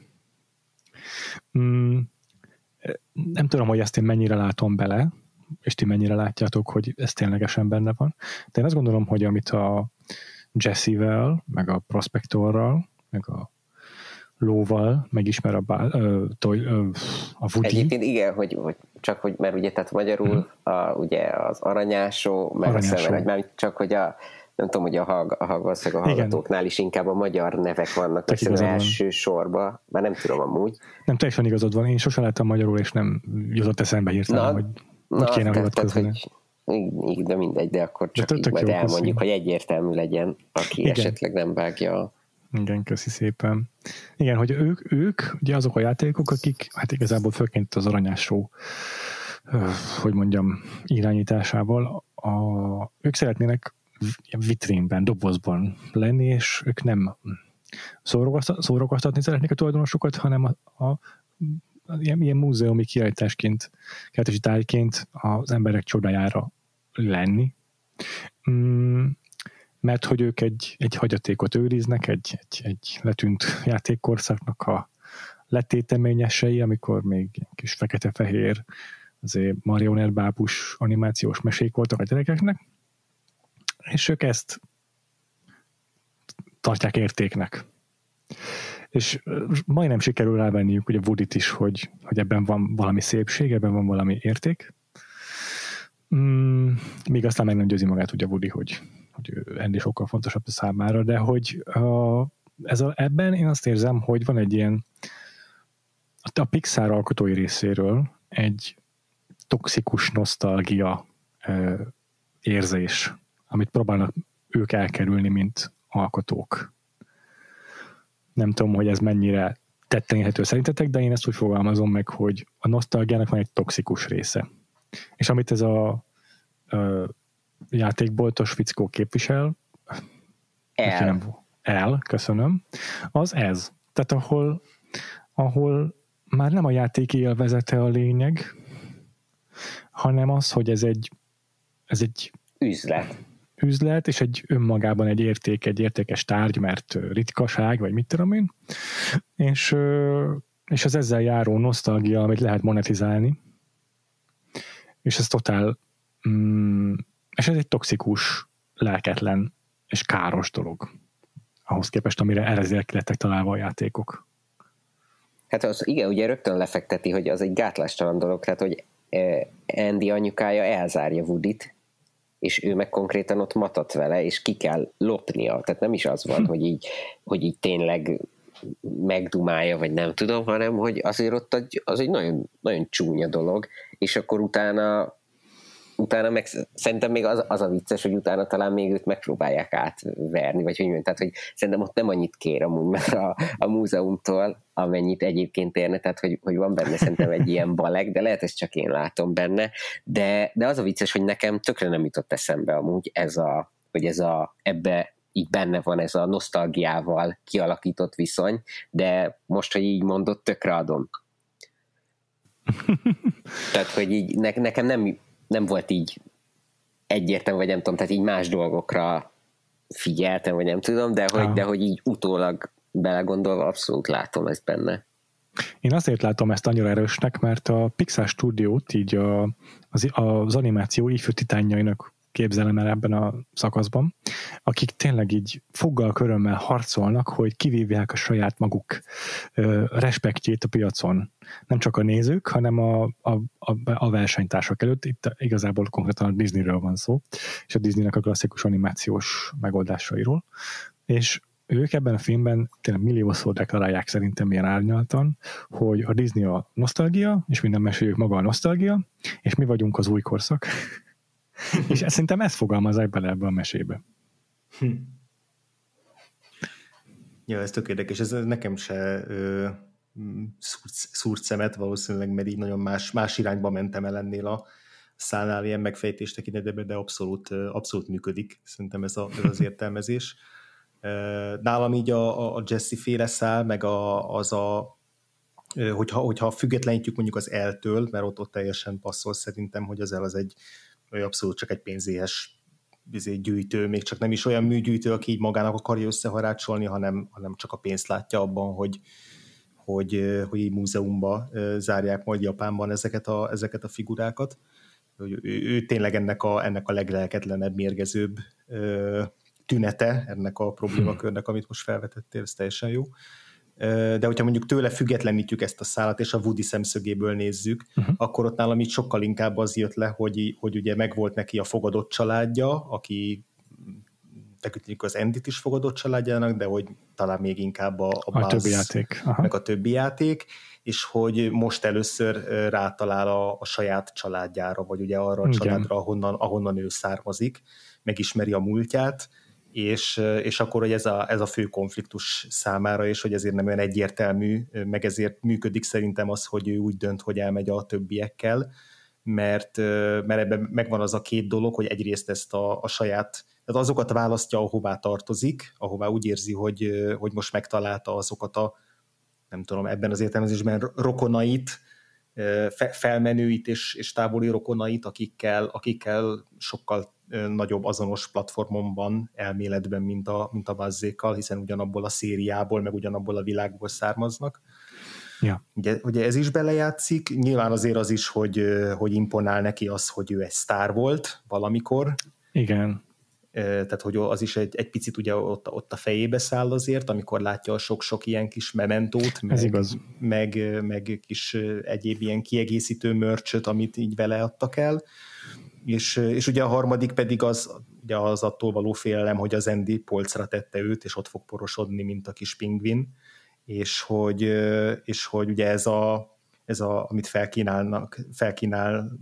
Mm, nem tudom, hogy ezt én mennyire látom bele, és ti mennyire látjátok, hogy ez ténylegesen benne van. De én azt gondolom, hogy amit a Jesse-vel, meg a Prospectorral, meg a lóval megismer a, bál, ö, toj, ö, a Woody. Egyébként igen, hogy, hogy csak hogy, mert ugye tehát magyarul mm. a, ugye az aranyásó, meg aranyásó. a szemben, már csak hogy a nem tudom, hogy a, hag, a, hag, a hallgatóknál is inkább a magyar nevek vannak az első van. Sorba, már nem tudom amúgy. Nem, teljesen igazad van, én sosem láttam magyarul, és nem jutott eszembe hirtelen, hogy na, hogy kéne hivatkozni. De mindegy, de akkor csak de így majd elmondjuk, hogy egyértelmű legyen, aki igen. esetleg nem vágja. Igen, köszi szépen. Igen, hogy ők, ők ugye azok a játékok, akik hát igazából főként az aranyásó, hogy mondjam, irányításával a, ők szeretnének vitrínben, dobozban lenni, és ők nem szórakoztatni szeretnék a tulajdonosokat, hanem a, a, a, ilyen, ilyen múzeumi kiállításként, kiállítási tárgyként az emberek csodájára lenni. Mm, mert hogy ők egy, egy hagyatékot őriznek, egy, egy, egy letűnt játékkorszaknak a letéteményesei, amikor még kis fekete-fehér azért marionettbábus animációs mesék voltak a gyerekeknek, és ők ezt tartják értéknek. És majdnem sikerül rávenniük ugye Woody-t is, hogy, hogy ebben van valami szépség, ebben van valami érték. Mm, míg aztán meg nem győzi magát ugye Woody, hogy, hogy ennél sokkal fontosabb a számára, de hogy a, ez a, ebben én azt érzem, hogy van egy ilyen a Pixar alkotói részéről egy toxikus nosztalgia ö, érzés, amit próbálnak ők elkerülni, mint alkotók. Nem tudom, hogy ez mennyire tetten érhető szerintetek, de én ezt úgy fogalmazom meg, hogy a nosztalgiának van egy toxikus része. És amit ez a, a játékboltos fickó képvisel, el. Nem, el, köszönöm, az ez. Tehát ahol, ahol már nem a játék élvezete a lényeg, hanem az, hogy ez egy ez egy üzlet. üzlet, és egy önmagában egy érték, egy értékes tárgy, mert ritkaság, vagy mit tudom én, és, és az ezzel járó nosztalgia, amit lehet monetizálni, és ez totál mm, és ez egy toxikus, lelketlen és káros dolog ahhoz képest, amire ezért lettek találva a játékok. Hát az igen, ugye rögtön lefekteti, hogy az egy gátlástalan dolog, tehát hogy Andy anyukája elzárja Woody-t, és ő meg konkrétan ott matat vele, és ki kell lopnia. Tehát nem is az van, hogy így, hogy így tényleg megdumálja, vagy nem tudom, hanem hogy azért ott az egy nagyon, nagyon csúnya dolog, és akkor utána utána meg szerintem még az, az a vicces, hogy utána talán még őt megpróbálják átverni, vagy hogy mondjam, tehát hogy szerintem ott nem annyit kér amúgy meg a, a múzeumtól, amennyit egyébként érne, tehát hogy, hogy van benne szerintem egy ilyen baleg, de lehet, ezt csak én látom benne, de, de az a vicces, hogy nekem tökre nem jutott eszembe amúgy ez a, hogy ez a, ebbe így benne van ez a nosztalgiával kialakított viszony, de most, hogy így mondott, tökre adom. Tehát, hogy így ne, nekem nem nem volt így egyértelmű, vagy nem tudom, tehát így más dolgokra figyeltem, vagy nem tudom, de hogy, de hogy így utólag belegondolva abszolút látom ezt benne. Én azért látom ezt annyira erősnek, mert a Pixar stúdiót így a, az, az animáció ifjú titánjainak képzelem el ebben a szakaszban, akik tényleg így foggal körömmel harcolnak, hogy kivívják a saját maguk ö, respektjét a piacon. Nem csak a nézők, hanem a, a, a, a versenytársak előtt. Itt igazából konkrétan a Disneyről van szó, és a Disneynek a klasszikus animációs megoldásairól. És ők ebben a filmben tényleg milliószor deklarálják szerintem ilyen árnyaltan, hogy a Disney a nosztalgia, és minden meséljük maga a nosztalgia, és mi vagyunk az új korszak. És szerintem ezt fogalmazzák bele ebbe a mesébe. Hm. Ja, ez tök érdekes, ez nekem se ö, szúrt, szúrt szemet, valószínűleg, mert így nagyon más, más irányba mentem el ennél a szálnál ilyen megfejtés tekintetében, de abszolút, abszolút működik, szerintem ez, a, ez az értelmezés. Nálam így a, a Jesse féle szál, meg a, az a, hogyha, hogyha függetlenítjük mondjuk az eltől, mert ott, ott teljesen passzol szerintem, hogy az el az egy abszolút csak egy pénzéhes gyűjtő, még csak nem is olyan műgyűjtő, aki így magának akarja összeharácsolni, hanem, hanem csak a pénzt látja abban, hogy, hogy, hogy így múzeumba zárják majd Japánban ezeket a, ezeket a figurákat. Ő, ő, ő tényleg ennek a, ennek a leglelketlenebb, mérgezőbb tünete ennek a problémakörnek, amit most felvetettél, ez teljesen jó. De hogyha mondjuk tőle függetlenítjük ezt a szálat, és a Woody szemszögéből nézzük, uh-huh. akkor ott nálam így sokkal inkább az jött le, hogy, hogy ugye megvolt neki a fogadott családja, aki tekintjük az Andyt is fogadott családjának, de hogy talán még inkább a, a, a Buzz, többi játék. Aha. meg a többi játék, és hogy most először rátalál a, a saját családjára, vagy ugye arra a Igen. családra, ahonnan, ahonnan ő származik, megismeri a múltját, és, és akkor, hogy ez a, ez a fő konfliktus számára, és hogy ezért nem olyan egyértelmű, meg ezért működik szerintem az, hogy ő úgy dönt, hogy elmegy a többiekkel, mert, mert ebben megvan az a két dolog, hogy egyrészt ezt a, a saját, tehát azokat választja, ahová tartozik, ahová úgy érzi, hogy, hogy most megtalálta azokat a, nem tudom, ebben az értelmezésben rokonait, felmenőit és, és távoli rokonait, akikkel, akikkel sokkal nagyobb azonos platformon van elméletben, mint a, mint a Buzzékkal, hiszen ugyanabból a szériából, meg ugyanabból a világból származnak. Ja. Ugye, ugye ez is belejátszik, nyilván azért az is, hogy, hogy imponál neki az, hogy ő egy sztár volt valamikor. Igen. Tehát, hogy az is egy, egy picit ugye ott, ott a fejébe száll azért, amikor látja a sok-sok ilyen kis mementót, meg, meg, meg kis egyéb ilyen kiegészítő mörcsöt, amit így vele adtak el. És, és ugye a harmadik pedig az, ugye az attól való félelem, hogy az Andy polcra tette őt, és ott fog porosodni, mint a kis pingvin, és hogy, és hogy ugye ez, a, ez a, amit felkínálnak, felkínál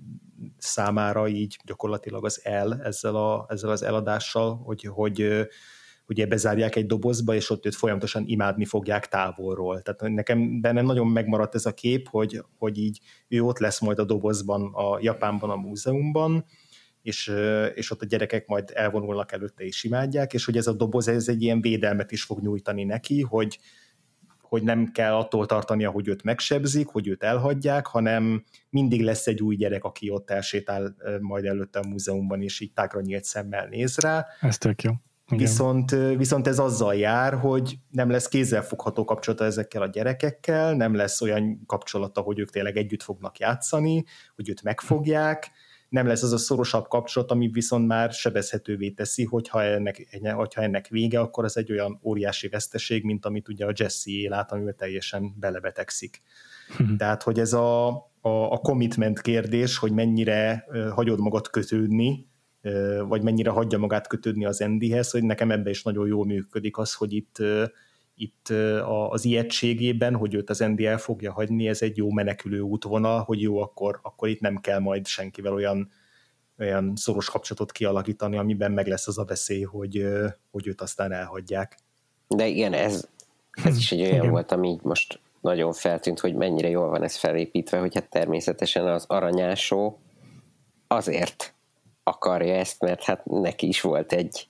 számára így gyakorlatilag az el ezzel, a, ezzel az eladással, hogy, hogy ugye bezárják egy dobozba, és ott őt folyamatosan imádni fogják távolról. Tehát nekem bennem nagyon megmaradt ez a kép, hogy, hogy így ő ott lesz majd a dobozban, a Japánban, a múzeumban, és, és ott a gyerekek majd elvonulnak előtte és imádják, és hogy ez a doboz ez egy ilyen védelmet is fog nyújtani neki, hogy, hogy nem kell attól tartania, hogy őt megsebzik, hogy őt elhagyják, hanem mindig lesz egy új gyerek, aki ott elsétál majd előtte a múzeumban, és így tágra nyílt szemmel néz rá. Ez tök jó. Viszont, viszont ez azzal jár, hogy nem lesz kézzelfogható kapcsolata ezekkel a gyerekekkel, nem lesz olyan kapcsolata, hogy ők tényleg együtt fognak játszani, hogy őt megfogják, nem lesz az a szorosabb kapcsolat, ami viszont már sebezhetővé teszi, hogyha ennek, hogyha ennek vége, akkor ez egy olyan óriási veszteség, mint amit ugye a Jesse lát, amivel teljesen belebetegszik. Hmm. Tehát, hogy ez a, a, a commitment kérdés, hogy mennyire uh, hagyod magad kötődni, uh, vagy mennyire hagyja magát kötődni az Andyhez, hogy nekem ebben is nagyon jól működik az, hogy itt, uh, itt uh, az ijegységében, hogy őt az Andy el fogja hagyni, ez egy jó menekülő útvonal, hogy jó, akkor, akkor itt nem kell majd senkivel olyan, olyan szoros kapcsolatot kialakítani, amiben meg lesz az a veszély, hogy, uh, hogy őt aztán elhagyják. De igen, ez, ez is egy olyan igen. volt, ami így most nagyon feltűnt, hogy mennyire jól van ez felépítve, hogy hát természetesen az aranyásó azért akarja ezt, mert hát neki is volt egy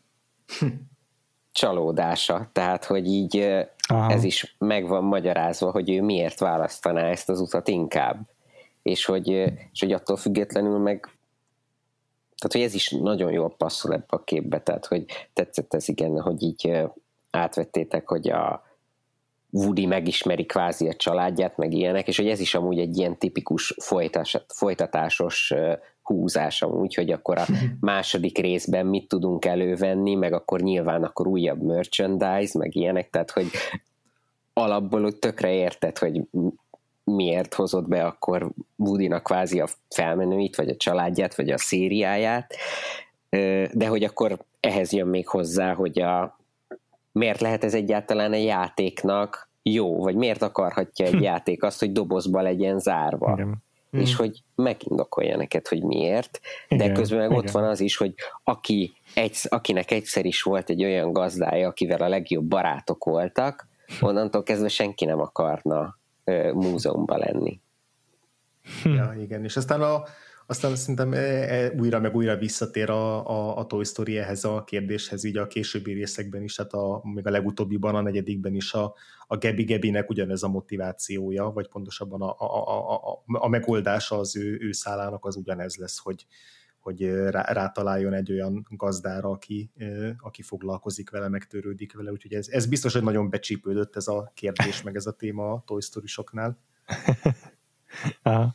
csalódása, tehát hogy így Aha. ez is meg van magyarázva, hogy ő miért választaná ezt az utat inkább, és hogy, és hogy attól függetlenül meg tehát, hogy ez is nagyon jól passzol ebbe a képbe, tehát, hogy tetszett ez igen, hogy így átvettétek, hogy a Woody megismeri kvázi a családját, meg ilyenek, és hogy ez is amúgy egy ilyen tipikus folytás, folytatásos húzás amúgy, hogy akkor a második részben mit tudunk elővenni, meg akkor nyilván akkor újabb merchandise, meg ilyenek, tehát hogy alapból úgy tökre érted, hogy miért hozott be akkor Woodynak kvázi a felmenőit, vagy a családját, vagy a szériáját, de hogy akkor ehhez jön még hozzá, hogy a miért lehet ez egyáltalán egy játéknak jó, vagy miért akarhatja egy játék azt, hogy dobozba legyen zárva. Igen. És hmm. hogy megindokolja neked, hogy miért, de igen, közben meg igen. ott van az is, hogy aki egy, akinek egyszer is volt egy olyan gazdája, akivel a legjobb barátok voltak, onnantól kezdve senki nem akarna uh, múzeumban lenni. Ja, igen, és aztán a Aztán szerintem újra meg újra visszatér a, a, a Toy Story ehhez a kérdéshez, így a későbbi részekben is, hát a, még a legutóbbiban, a negyedikben is a, a Gabi Gabinek ugyanez a motivációja, vagy pontosabban a, a, a, a, a megoldása az ő, ő szálának az ugyanez lesz, hogy, hogy rá, rátaláljon egy olyan gazdára, aki, aki foglalkozik vele, megtörődik vele, úgyhogy ez, ez biztos, hogy nagyon becsípődött ez a kérdés, meg ez a téma a Toy Story-soknál. Aha.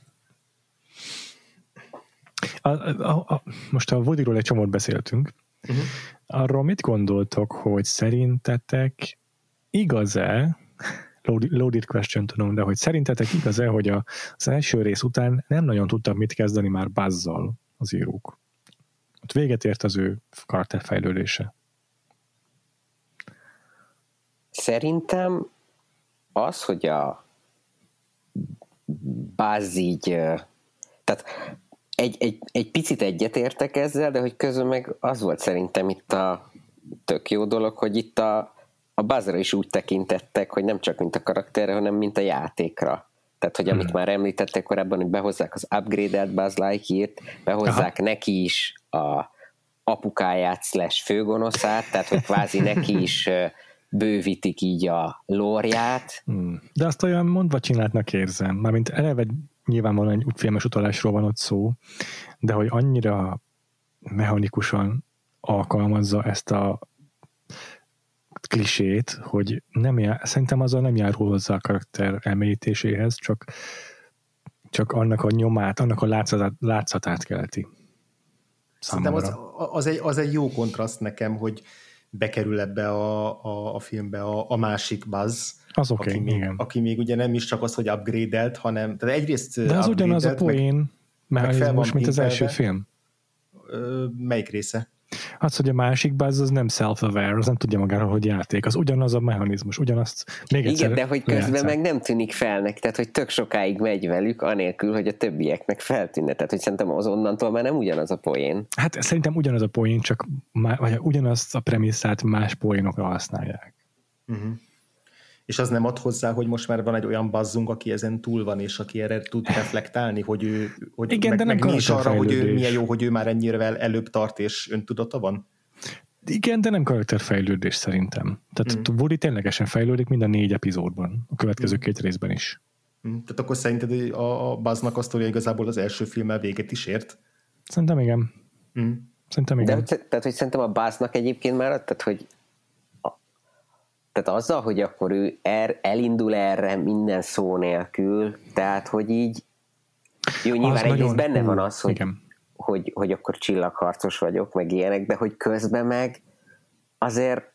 A, a, a, most a Woodyról egy csomót beszéltünk. Uh-huh. Arról mit gondoltok, hogy szerintetek igaz-e, loaded question tudom, de hogy szerintetek igaz-e, hogy a, az első rész után nem nagyon tudtak mit kezdeni már Buzz-zal az írók? Ott véget ért az ő karakterfejlődése. Szerintem az, hogy a Buzz így, tehát Egy, egy, egy picit egyetértek ezzel, de hogy közben meg az volt szerintem itt a tök jó dolog, hogy itt a, a Buzzra is úgy tekintettek, hogy nem csak mint a karakterre, hanem mint a játékra. Tehát, hogy amit hmm. már említettek korábban, hogy behozzák az upgrade-et Buzz Lightyear-t, behozzák Aha. neki is a apukáját slash főgonoszát, tehát, hogy kvázi neki is bővítik így a lore-ját. Hmm. De azt olyan mondva csináltnak érzem. Mármint eleve nyilvánvalóan egy filmes utalásról van ott szó, de hogy annyira mechanikusan alkalmazza ezt a klisét, hogy nem jár, szerintem azzal nem járul hozzá a karakter elmélyítéséhez, csak, csak annak a nyomát, annak a látszatát, látszatát kelti. Szerintem az, az, egy, az egy jó kontraszt nekem, hogy bekerül ebbe a, a, a filmbe a, a másik Buzz, az okay, aki, még, igen. aki még ugye nem is csak az, hogy upgrade-elt, hanem tehát egyrészt de az ugyanaz a poén mechanizmus, mint az első film. Ö, melyik része? Az, hogy a másik Buzz az nem self-aware, az nem tudja magáról, hogy játék. Az ugyanaz a mechanizmus, ugyanazt még egyszer igen, de hogy közben lejátszál. Meg nem tűnik felnek, tehát hogy tök sokáig megy velük, anélkül, hogy a többieknek feltűnne. Tehát hogy szerintem az onnantól már nem ugyanaz a poén. Hát szerintem ugyanaz a poén, csak má, vagy ugyanazt a premisszát más poénokra használják. Uh-huh. És az nem ad hozzá, hogy most már van egy olyan Buzzunk, aki ezen túl van, és aki erre tud reflektálni, hogy ő, hogy igen, meg, de nem meg nincs arra, hogy ő milyen jó, hogy ő már ennyire előbb tart, és öntudata van? Igen, de nem karakterfejlődés szerintem. Tehát mm. Woody ténylegesen fejlődik minden négy epizódban, a következő mm. két részben is. Mm. Tehát akkor szerinted a, a Buzznak a sztoria igazából az első filmmel véget is ért? Szerintem igen. Mm. Szerintem igen. De tehát, hogy szerintem a Buzznak egyébként már, tehát, hogy tehát azzal, hogy akkor ő er, elindul erre minden szó nélkül, tehát, hogy így jó, nyilván egyrészt benne van az, hogy, hogy, hogy akkor csillagharcos vagyok, meg ilyenek, de hogy közben meg azért...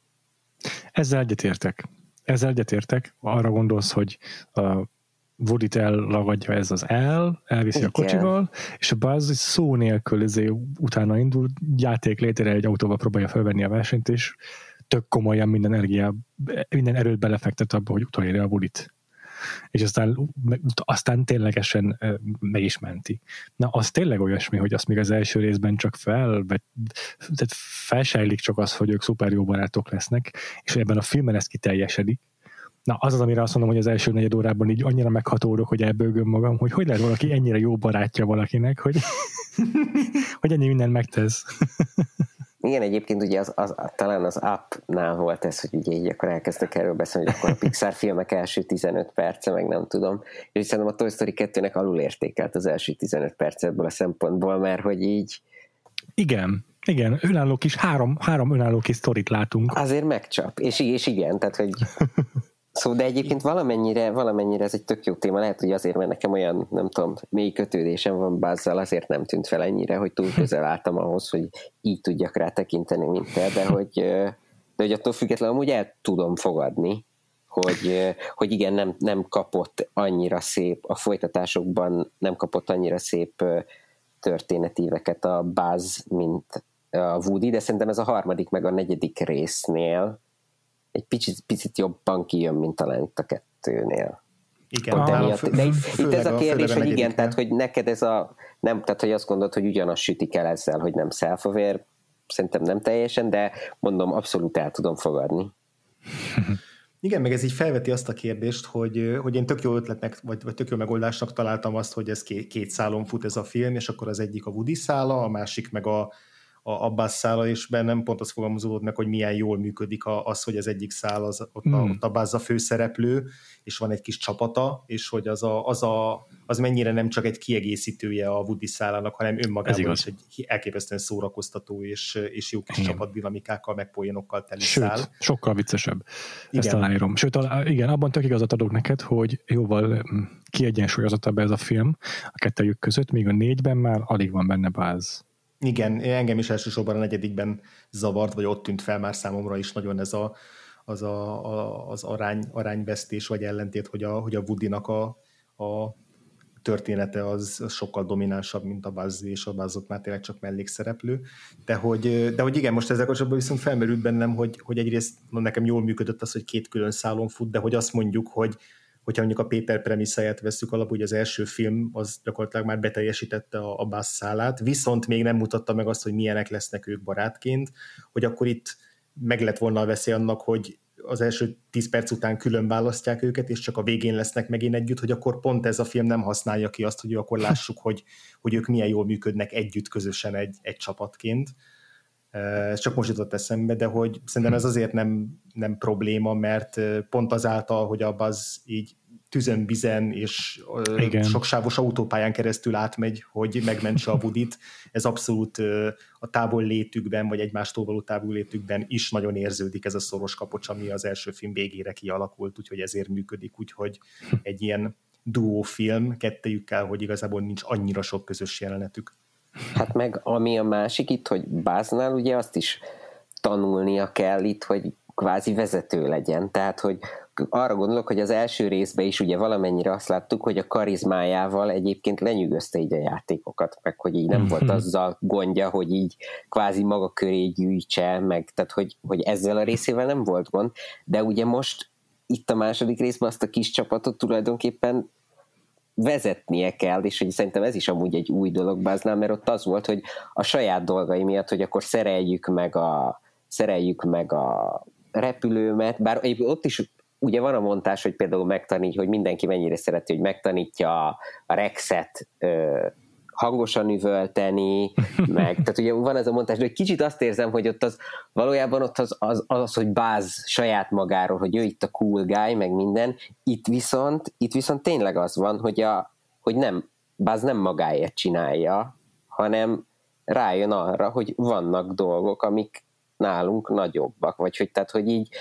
Ezzel egyetértek. Ezzel egyetértek. Arra gondolsz, hogy a Woody-t elragadja ez az el, elviszi igen. a kocsival, és a Buzz szó nélkül ezért utána indul, játék létére egy autóval próbálja felvenni a versenyt, és tök komolyan minden energiát, minden erőt belefektet abba, hogy utolérje a Woody-t. És aztán, aztán ténylegesen meg is menti. Na, az tényleg olyasmi, hogy azt még az első részben csak fel, tehát felsejlik csak az, hogy ők szuper jó barátok lesznek, és ebben a filmben ez kiteljesedik. Na, az az, amire azt mondom, hogy az első negyed órában így annyira meghatódok, hogy elbőgöm magam, hogy hogy lehet valaki ennyire jó barátja valakinek, hogy, hogy ennyi mindent megtesz. Igen, egyébként ugye az, az, talán az Up-nál volt ez, hogy ugye így akkor elkezdtek erről beszélni, hogy akkor a Pixar filmek első tizenöt perce, meg nem tudom. És szerintem a Toy Story kettőnek alulértékelt az első tizenöt perc ebből a szempontból, mert hogy így... Igen, igen, önálló kis, három, három önálló kis sztorit látunk. Azért megcsap, és, és igen, tehát hogy... Szóval, de egyébként valamennyire, valamennyire ez egy tök jó téma, lehet, hogy azért, mert nekem olyan, nem tudom, mély kötődésem van Buzzal, azért nem tűnt fel ennyire, hogy túl közel álltam ahhoz, hogy így tudjak rá tekinteni, mint te, de hogy, de hogy attól függetlenül amúgy el tudom fogadni, hogy, hogy igen, nem, nem kapott annyira szép, a folytatásokban nem kapott annyira szép történetíveket a Buzz, mint a Woody, de szerintem ez a harmadik meg a negyedik résznél egy picit, picit jobban kijön, mint talán itt a kettőnél. Igen. De, miatt, de itt, itt ez a kérdés, a, hogy igen, tehát hogy neked ez a, nem, tehát hogy azt gondolod, hogy ugyanazt sütik el ezzel, hogy nem self-aware, szerintem nem teljesen, de mondom, abszolút el tudom fogadni. Igen, meg ez így felveti azt a kérdést, hogy, hogy én tök jó ötletnek, vagy, vagy tök jó megoldásnak találtam azt, hogy ez két, két szálon fut ez a film, és akkor az egyik a Woody szála, a másik meg a, a Abbas szála, és bennem pont az fogalmazódott meg, hogy milyen jól működik az, hogy az egyik szál, az, ott, a, hmm. ott Abbas a főszereplő, és van egy kis csapata, és hogy az, a, az, a, az mennyire nem csak egy kiegészítője a Woody szálának, hanem önmagában is egy elképesztően szórakoztató és, és jó kis igen. csapatdinamikákkal, meg poénokkal teli Sőt, szál. sokkal viccesebb. Igen. Ezt aláírom. Sőt, igen, abban tök igazat adok neked, hogy jóval kiegyensúlyozottabb ez a film a kettőjük között, míg a négyben már alig van benne Buzz. Igen, engem is elsősorban a negyedikben zavart, vagy ott tűnt fel már számomra is nagyon ez a, az, a, a, az arány, arányvesztés, vagy ellentét, hogy a, hogy a Woody-nak a, a története az, az sokkal dominánsabb, mint a Buzz, és a Buzz ott már tényleg csak mellékszereplő. De hogy, de hogy igen, most ezzel kapcsolatban viszont felmerült bennem, hogy, hogy egyrészt nekem jól működött az, hogy két külön szálon fut, de hogy azt mondjuk, hogy hogyha mondjuk a Péter premisszáját vesszük alapul, hogy az első film az gyakorlatilag már beteljesítette a, a Buzz szálát, viszont még nem mutatta meg azt, hogy milyenek lesznek ők barátként, hogy akkor itt meg lett volna a veszély annak, hogy az első tíz perc után külön választják őket, és csak a végén lesznek megint együtt, hogy akkor pont ez a film nem használja ki azt, hogy akkor lássuk, hogy, hogy ők milyen jól működnek együtt, közösen egy, egy csapatként. Ez csak most jutott eszembe, de hogy szerintem ez azért nem, nem probléma, mert pont azáltal, hogy a Buzz így tüzön, bizen és igen. soksávos autópályán keresztül átmegy, hogy megmentse a Woody-t, ez abszolút a távol létükben, vagy egymástól való távol létükben is nagyon érződik ez a szoros kapocs, ami az első film végére kialakult, úgyhogy ezért működik, úgyhogy egy ilyen duófilm kettejükkel, hogy igazából nincs annyira sok közös jelenetük. Hát meg ami a másik itt, hogy Buzznál ugye azt is tanulnia kell itt, hogy kvázi vezető legyen, tehát hogy arra gondolok, hogy az első részben is ugye valamennyire azt láttuk, hogy a karizmájával egyébként lenyűgözte így a játékokat, meg hogy így nem volt azzal gondja, hogy így kvázi maga köré gyűjtse, meg tehát hogy, hogy ezzel a részével nem volt gond, de ugye most itt a második részben azt a kis csapatot tulajdonképpen vezetnie kell, és hogy szerintem ez is amúgy egy új dolog Buzznál, mert ott az volt, hogy a saját dolgai miatt, hogy akkor szereljük meg a, szereljük meg a repülőmet, bár ott is ugye van a mondás, hogy például megtanít, hogy mindenki mennyire szereti, hogy megtanítja a Rexet ö, hangosan üvölteni, meg, tehát ugye van ez a mondás, de egy kicsit azt érzem, hogy ott az valójában ott az, az, az hogy Buzz saját magáról, hogy ő itt a cool guy, meg minden, itt viszont, itt viszont tényleg az van, hogy, a, hogy nem, Buzz nem magáért csinálja, hanem rájön arra, hogy vannak dolgok, amik nálunk nagyobbak, vagy hogy tehát, hogy így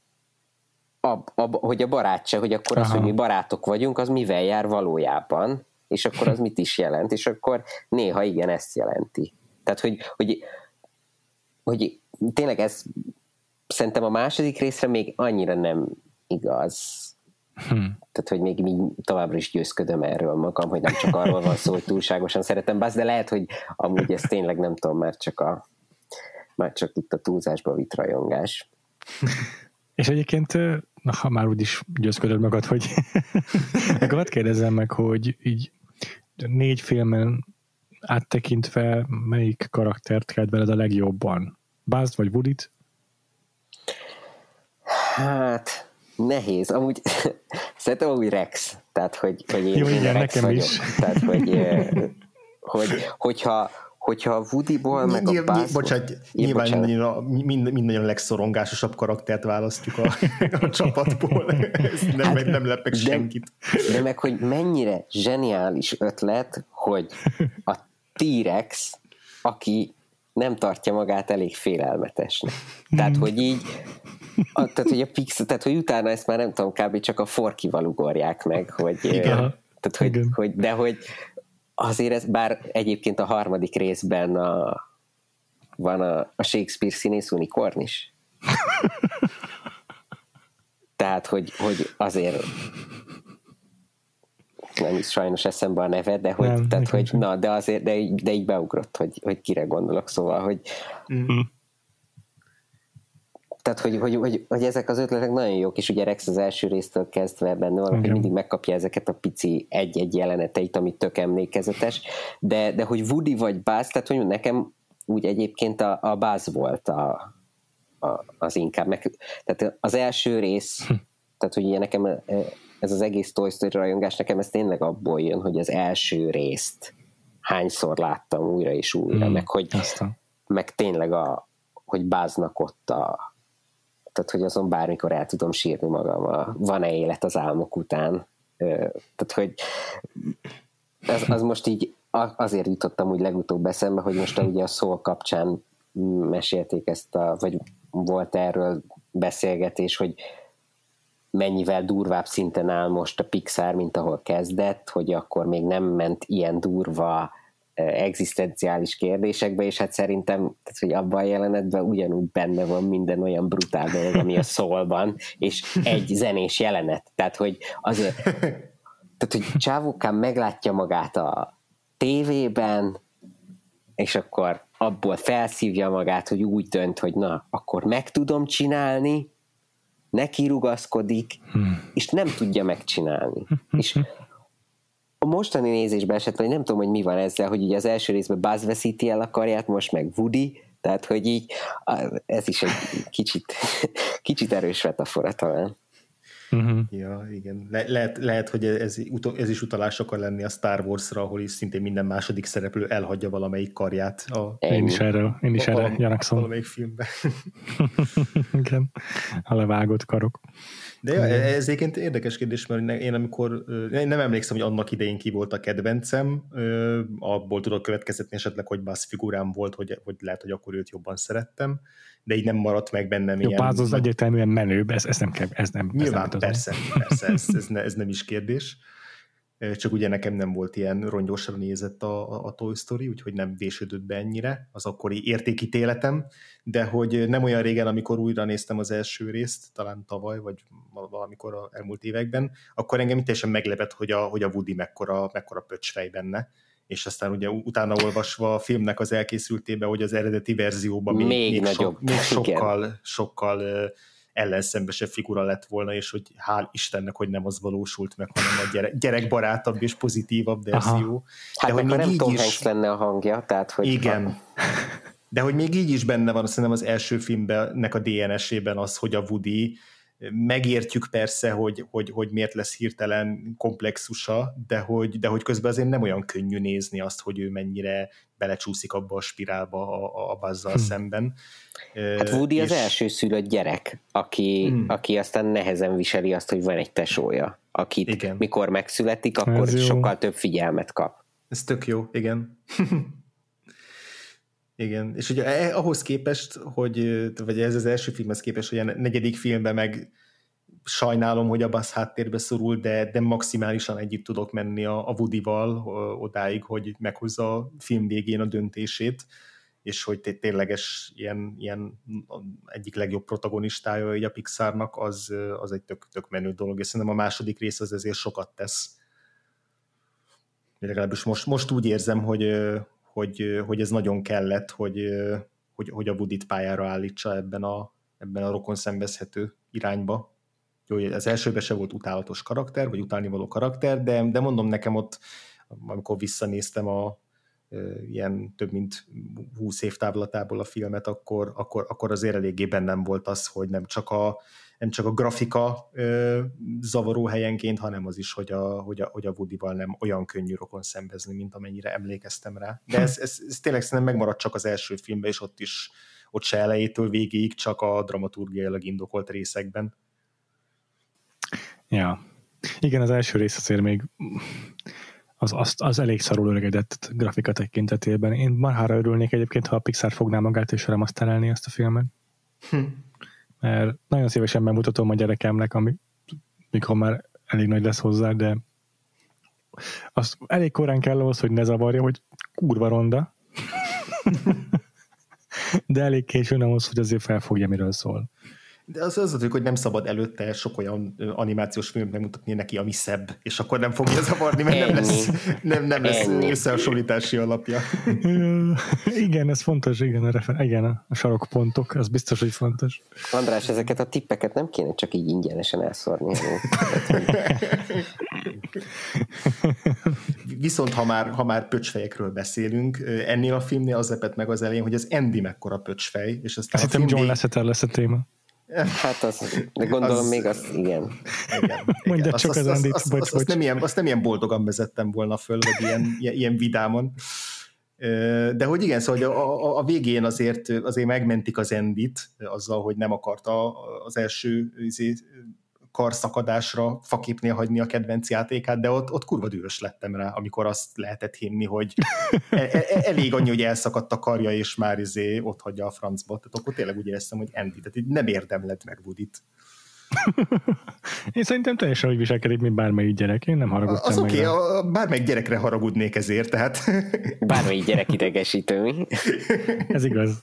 ab, ab, hogy a barátság, hogy akkor az, hogy mi barátok vagyunk, az mivel jár valójában, és akkor az mit is jelent, és akkor néha igen, ezt jelenti. Tehát, hogy, hogy, hogy tényleg ez szerintem a második részre még annyira nem igaz. Hmm. Tehát, hogy még, még továbbra is győzködöm erről magam, hogy nem csak arról van szó, hogy túlságosan szeretem Buzz, de lehet, hogy amúgy ez tényleg nem tudom, már csak a már csak itt a túlzásba vitt rajongás. És egyébként, na, ha már úgyis győzködöd magad, hogy akkor hadd kérdezzem meg, hogy így négy filmen áttekintve melyik karaktert kedveled a legjobban? Buzz vagy Woody-t? Hát, nehéz. Amúgy szerintem úgy Rex. Tehát, hogy, hogy én, Jó, én igen, Rex nekem vagyok. is. Tehát, hogy, hogy hogyha hogyha a Woody-ból meg Nyilv, a Buzz... Bocsánat, nyilván mind, minden a legszorongásosabb karaktert választjuk a, a csapatból. Ez nem, hát, nem lep meg de, senkit. De meg, hogy mennyire zseniális ötlet, hogy a T-Rex, aki nem tartja magát elég félelmetesnek. Tehát, hogy így a, tehát, hogy a Pixar, tehát, hogy utána ezt már nem tudom, kb. Csak a Forkival ugorják meg, hogy, igen, tehát, hogy, hogy, de hogy azért ez, bár egyébként a harmadik részben a, van a, a Shakespeare színész unikorn is. Tehát, hogy, hogy azért nem is sajnos eszembe a neve, de hogy, nem, tehát, hogy na, de azért, de, de így beugrott, hogy, hogy kire gondolok, szóval, hogy mm. tehát, hogy, hogy, hogy, hogy ezek az ötletek nagyon jók, és ugye Rex az első résztől kezdve benne van, hogy mindig megkapja ezeket a pici egy-egy jeleneteit, ami tök emlékezetes, de, de hogy Woody vagy Buzz, tehát hogy nekem úgy egyébként a, a Buzz volt a, a, az inkább. Meg, tehát az első rész tehát hogy ugye nekem ez az egész Toy Story rajongás, nekem ez tényleg abból jön, hogy az első részt hányszor láttam újra és újra, hmm, meg hogy aztán. meg tényleg a, hogy Buzznak ott a, tehát hogy azon bármikor el tudom sírni magam, a van-e élet az álmok után, tehát hogy az, az most így azért jutottam úgy legutóbb eszembe, hogy most ugye a Soul kapcsán mesélték ezt a, vagy volt erről beszélgetés, hogy mennyivel durvább szinten áll most a Pixar, mint ahol kezdett, hogy akkor még nem ment ilyen durva egzisztenciális kérdésekbe, és hát szerintem, tehát, hogy abban a jelenetben ugyanúgy benne van minden olyan brutál dolog, ami a Soulban, és egy zenés jelenet. Tehát, hogy azért, tehát, hogy csávókán meglátja magát a tévében, és akkor abból felszívja magát, hogy úgy dönt, hogy na, akkor meg tudom csinálni, neki rugaszkodik, hmm. és nem tudja megcsinálni. És a mostani nézésben esetleg nem tudom, hogy mi van ezzel, hogy ugye az első részben Buzz veszíti el a karját, most meg Woody, tehát hogy így ez is egy kicsit, kicsit erős metafora talán. Uh-huh. Ja, igen. Le- lehet, lehet, hogy ez, ez is utalás akar lenni a Star Wars-ra, ahol is szintén minden második szereplő elhagyja valamelyik karját. A, én is erre, én is erre gyanakszom. Valamelyik filmben. Igen, a levágott karok. De ja, ez egyébként érdekes kérdés, mert én amikor, én nem emlékszem, hogy annak idején ki volt a kedvencem, abból tudok következtetni esetleg, hogy Buzz figurám volt, hogy, hogy lehet, hogy akkor őt jobban szerettem, de így nem maradt meg bennem jó, ilyen... Jó, Buzz az egyértelműen menőbb, ez, ez nem kell, ez nem... Nyilván, ez nem persze, persze, ez, ez, ne, ez nem is kérdés. Csak ugye nekem nem volt ilyen rongyosra nézett a, a, a Toy Story, úgyhogy nem vésődött be ennyire az akkori értékítéletem, de hogy nem olyan régen, amikor újra néztem az első részt, talán tavaly, vagy valamikor az elmúlt években, akkor engem teljesen meglepett, hogy a, hogy a Woody mekkora, mekkora pöcsfej benne, és aztán ugye utána olvasva a filmnek az elkészültébe, hogy az eredeti verzióban még, még, még, so, még sokkal, sokkal ellenszembesebb figura lett volna, és hogy hál' Istennek, hogy nem az valósult meg, hanem a gyerek, gyerekbarátabb és pozitívabb verzió. Hát de akkor nem Tom Hanks lenne a hangja, tehát hogy... Igen. Ha... De hogy még így is benne van, szerintem az első filmben a dé en es-ében az, hogy a Woody, megértjük persze, hogy, hogy, hogy miért lesz hirtelen komplexusa, de hogy, de hogy közben azért nem olyan könnyű nézni azt, hogy ő mennyire belecsúszik abba a spirálba a, a Buzzal hmm. szemben. Hát Woody és... az első szülött gyerek, aki, hmm. aki aztán nehezen viseli azt, hogy van egy tesója, akit igen. mikor megszületik, akkor sokkal több figyelmet kap. Ez tök jó, igen. Igen, és ugye ahhoz képest, hogy, vagy ez az első filmhez képest, hogy a negyedik filmben meg sajnálom, hogy a Buzz háttérbe szorul, de, de maximálisan együtt tudok menni a, a Woody-val odáig, hogy meghozza a film végén a döntését, és hogy tényleges ilyen, ilyen egyik legjobb protagonistája így a Pixarnak, az, az egy tök, tök menő dolog, és szerintem a második rész az ezért sokat tesz. Legalábbis most, most úgy érzem, hogy Hogy, hogy ez nagyon kellett, hogy, hogy, hogy a Woody-t pályára állítsa ebben a, ebben a rokon szembezhető irányba. Jó, az elsőben se volt utálatos karakter, vagy utálnivaló karakter, de, de mondom nekem ott, amikor visszanéztem a ilyen több mint húsz év távlatából a filmet, akkor, akkor, akkor azért eléggé bennem volt az, hogy nem csak a, nem csak a grafika ö, zavaró helyenként, hanem az is, hogy a, hogy a, hogy a Woody-val nem olyan könnyű rokon szembezni, mint amennyire emlékeztem rá. De ez, ez, ez tényleg szerintem megmaradt csak az első filmben, és ott is, ott se elejétől végéig, csak a dramaturgiailag indokolt részekben. Ja. Igen, az első rész azért még az, az, az elég szarul öregedett grafika tekintetében. Én marhára örülnék egyébként, ha a Pixar fogná magát és remasterelni ezt a filmet. Hm. Mert nagyon szívesen bemutatom a gyerekemnek, ami, mikor már elég nagy lesz hozzá, de azt elég korán kell ahhoz, hogy ne zavarja, hogy kurva ronda. De elég későn ahhoz, hogy azért felfogja, miről szól. De az az, hogy nem szabad előtte sok olyan animációs filmet megmutatni neki, ami szebb, és akkor nem fogja zavarni, mert nem lesz, nem, nem lesz összehasonlítási alapja. Igen, ez fontos, igen a, refer- igen, a sarokpontok, ez biztos, hogy fontos. András, ezeket a tippeket nem kéne csak így ingyenesen elszórni. Viszont ha már, ha már pöcsfejekről beszélünk, ennél a filmnél az lepett meg az elején, hogy az Andy mekkora pöcsfej, és aztán Azt hittem John Lasseter lesz a téma. Hát az, de gondolom az, még az, igen. igen Mondja csak az, az Andit, azt, bocs, azt, bocs. Azt, nem ilyen, azt nem ilyen boldogan vezettem volna föl, vagy ilyen, ilyen, ilyen vidámon. De hogy igen, szóval a, a, a végén azért, azért megmentik az Andit azzal, hogy nem akarta az első karszakadásra faképnél hagyni a kedvenc játékát, de ott, ott kurva dühös lettem rá, amikor azt lehetett hinni, hogy e, e, elég annyi, hogy elszakadt a karja, és már izé ott hagyja a francba. Tehát akkor tényleg úgy éreztem, hogy Andy, tehát nem érdemled meg Woody-t. Én szerintem teljesen úgy viselkedik, mint bármelyik gyerek. Én nem haragudtam az meg. Az oké, okay, bármelyik gyerekre haragudnék ezért, tehát... Bármelyik gyerek idegesítő, mi? Ez igaz.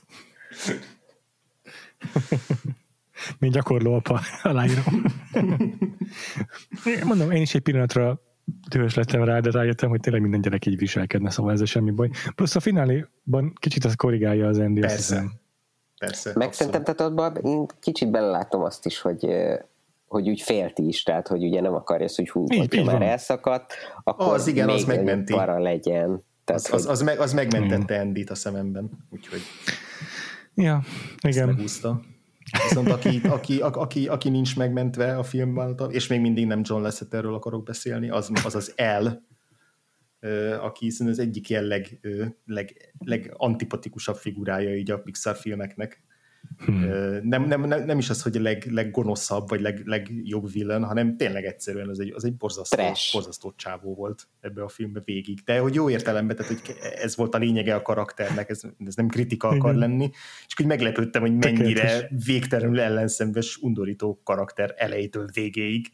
Mint gyakorló apa, aláírom. Mondom, én is egy pillanatra dühös lettem rá, de rájöttem, hogy tényleg minden gyerek így viselkedne, szóval ez semmi baj. Plusz a fináléban kicsit azt korrigálja az Andy. Persze. Persze. Meg szerintem, tehát abban én kicsit belelátom azt is, hogy, hogy úgy félt is, tehát hogy ugye nem akarja azt, hogy hú, így, így már van. Elszakadt, akkor az igen, még az megmenti. Para legyen. Tehát, az, az, az, meg, az megmentette Andyt a szememben, úgyhogy ja, igen. Megúszta. Viszont aki, aki, aki, aki nincs megmentve a filmben, és még mindig nem John Lasseterről akarok beszélni, az az, az El, aki az egyik ilyen leg, leg, legantipatikusabb figurája így a Pixar filmeknek. Hmm. Nem, nem, nem, nem is az, hogy a leg, leggonoszabb, vagy leg, legjobb villain, hanem tényleg egyszerűen az egy, az egy borzasztó, borzasztó csávó volt ebbe a filmbe végig. De hogy jó értelemben, tehát hogy ez volt a lényege a karakternek, ez, ez nem kritika akar igen. lenni, csak hogy meglepődtem, hogy mennyire Tökéletes. Végtelenül ellenszenves, undorító karakter elejétől végéig.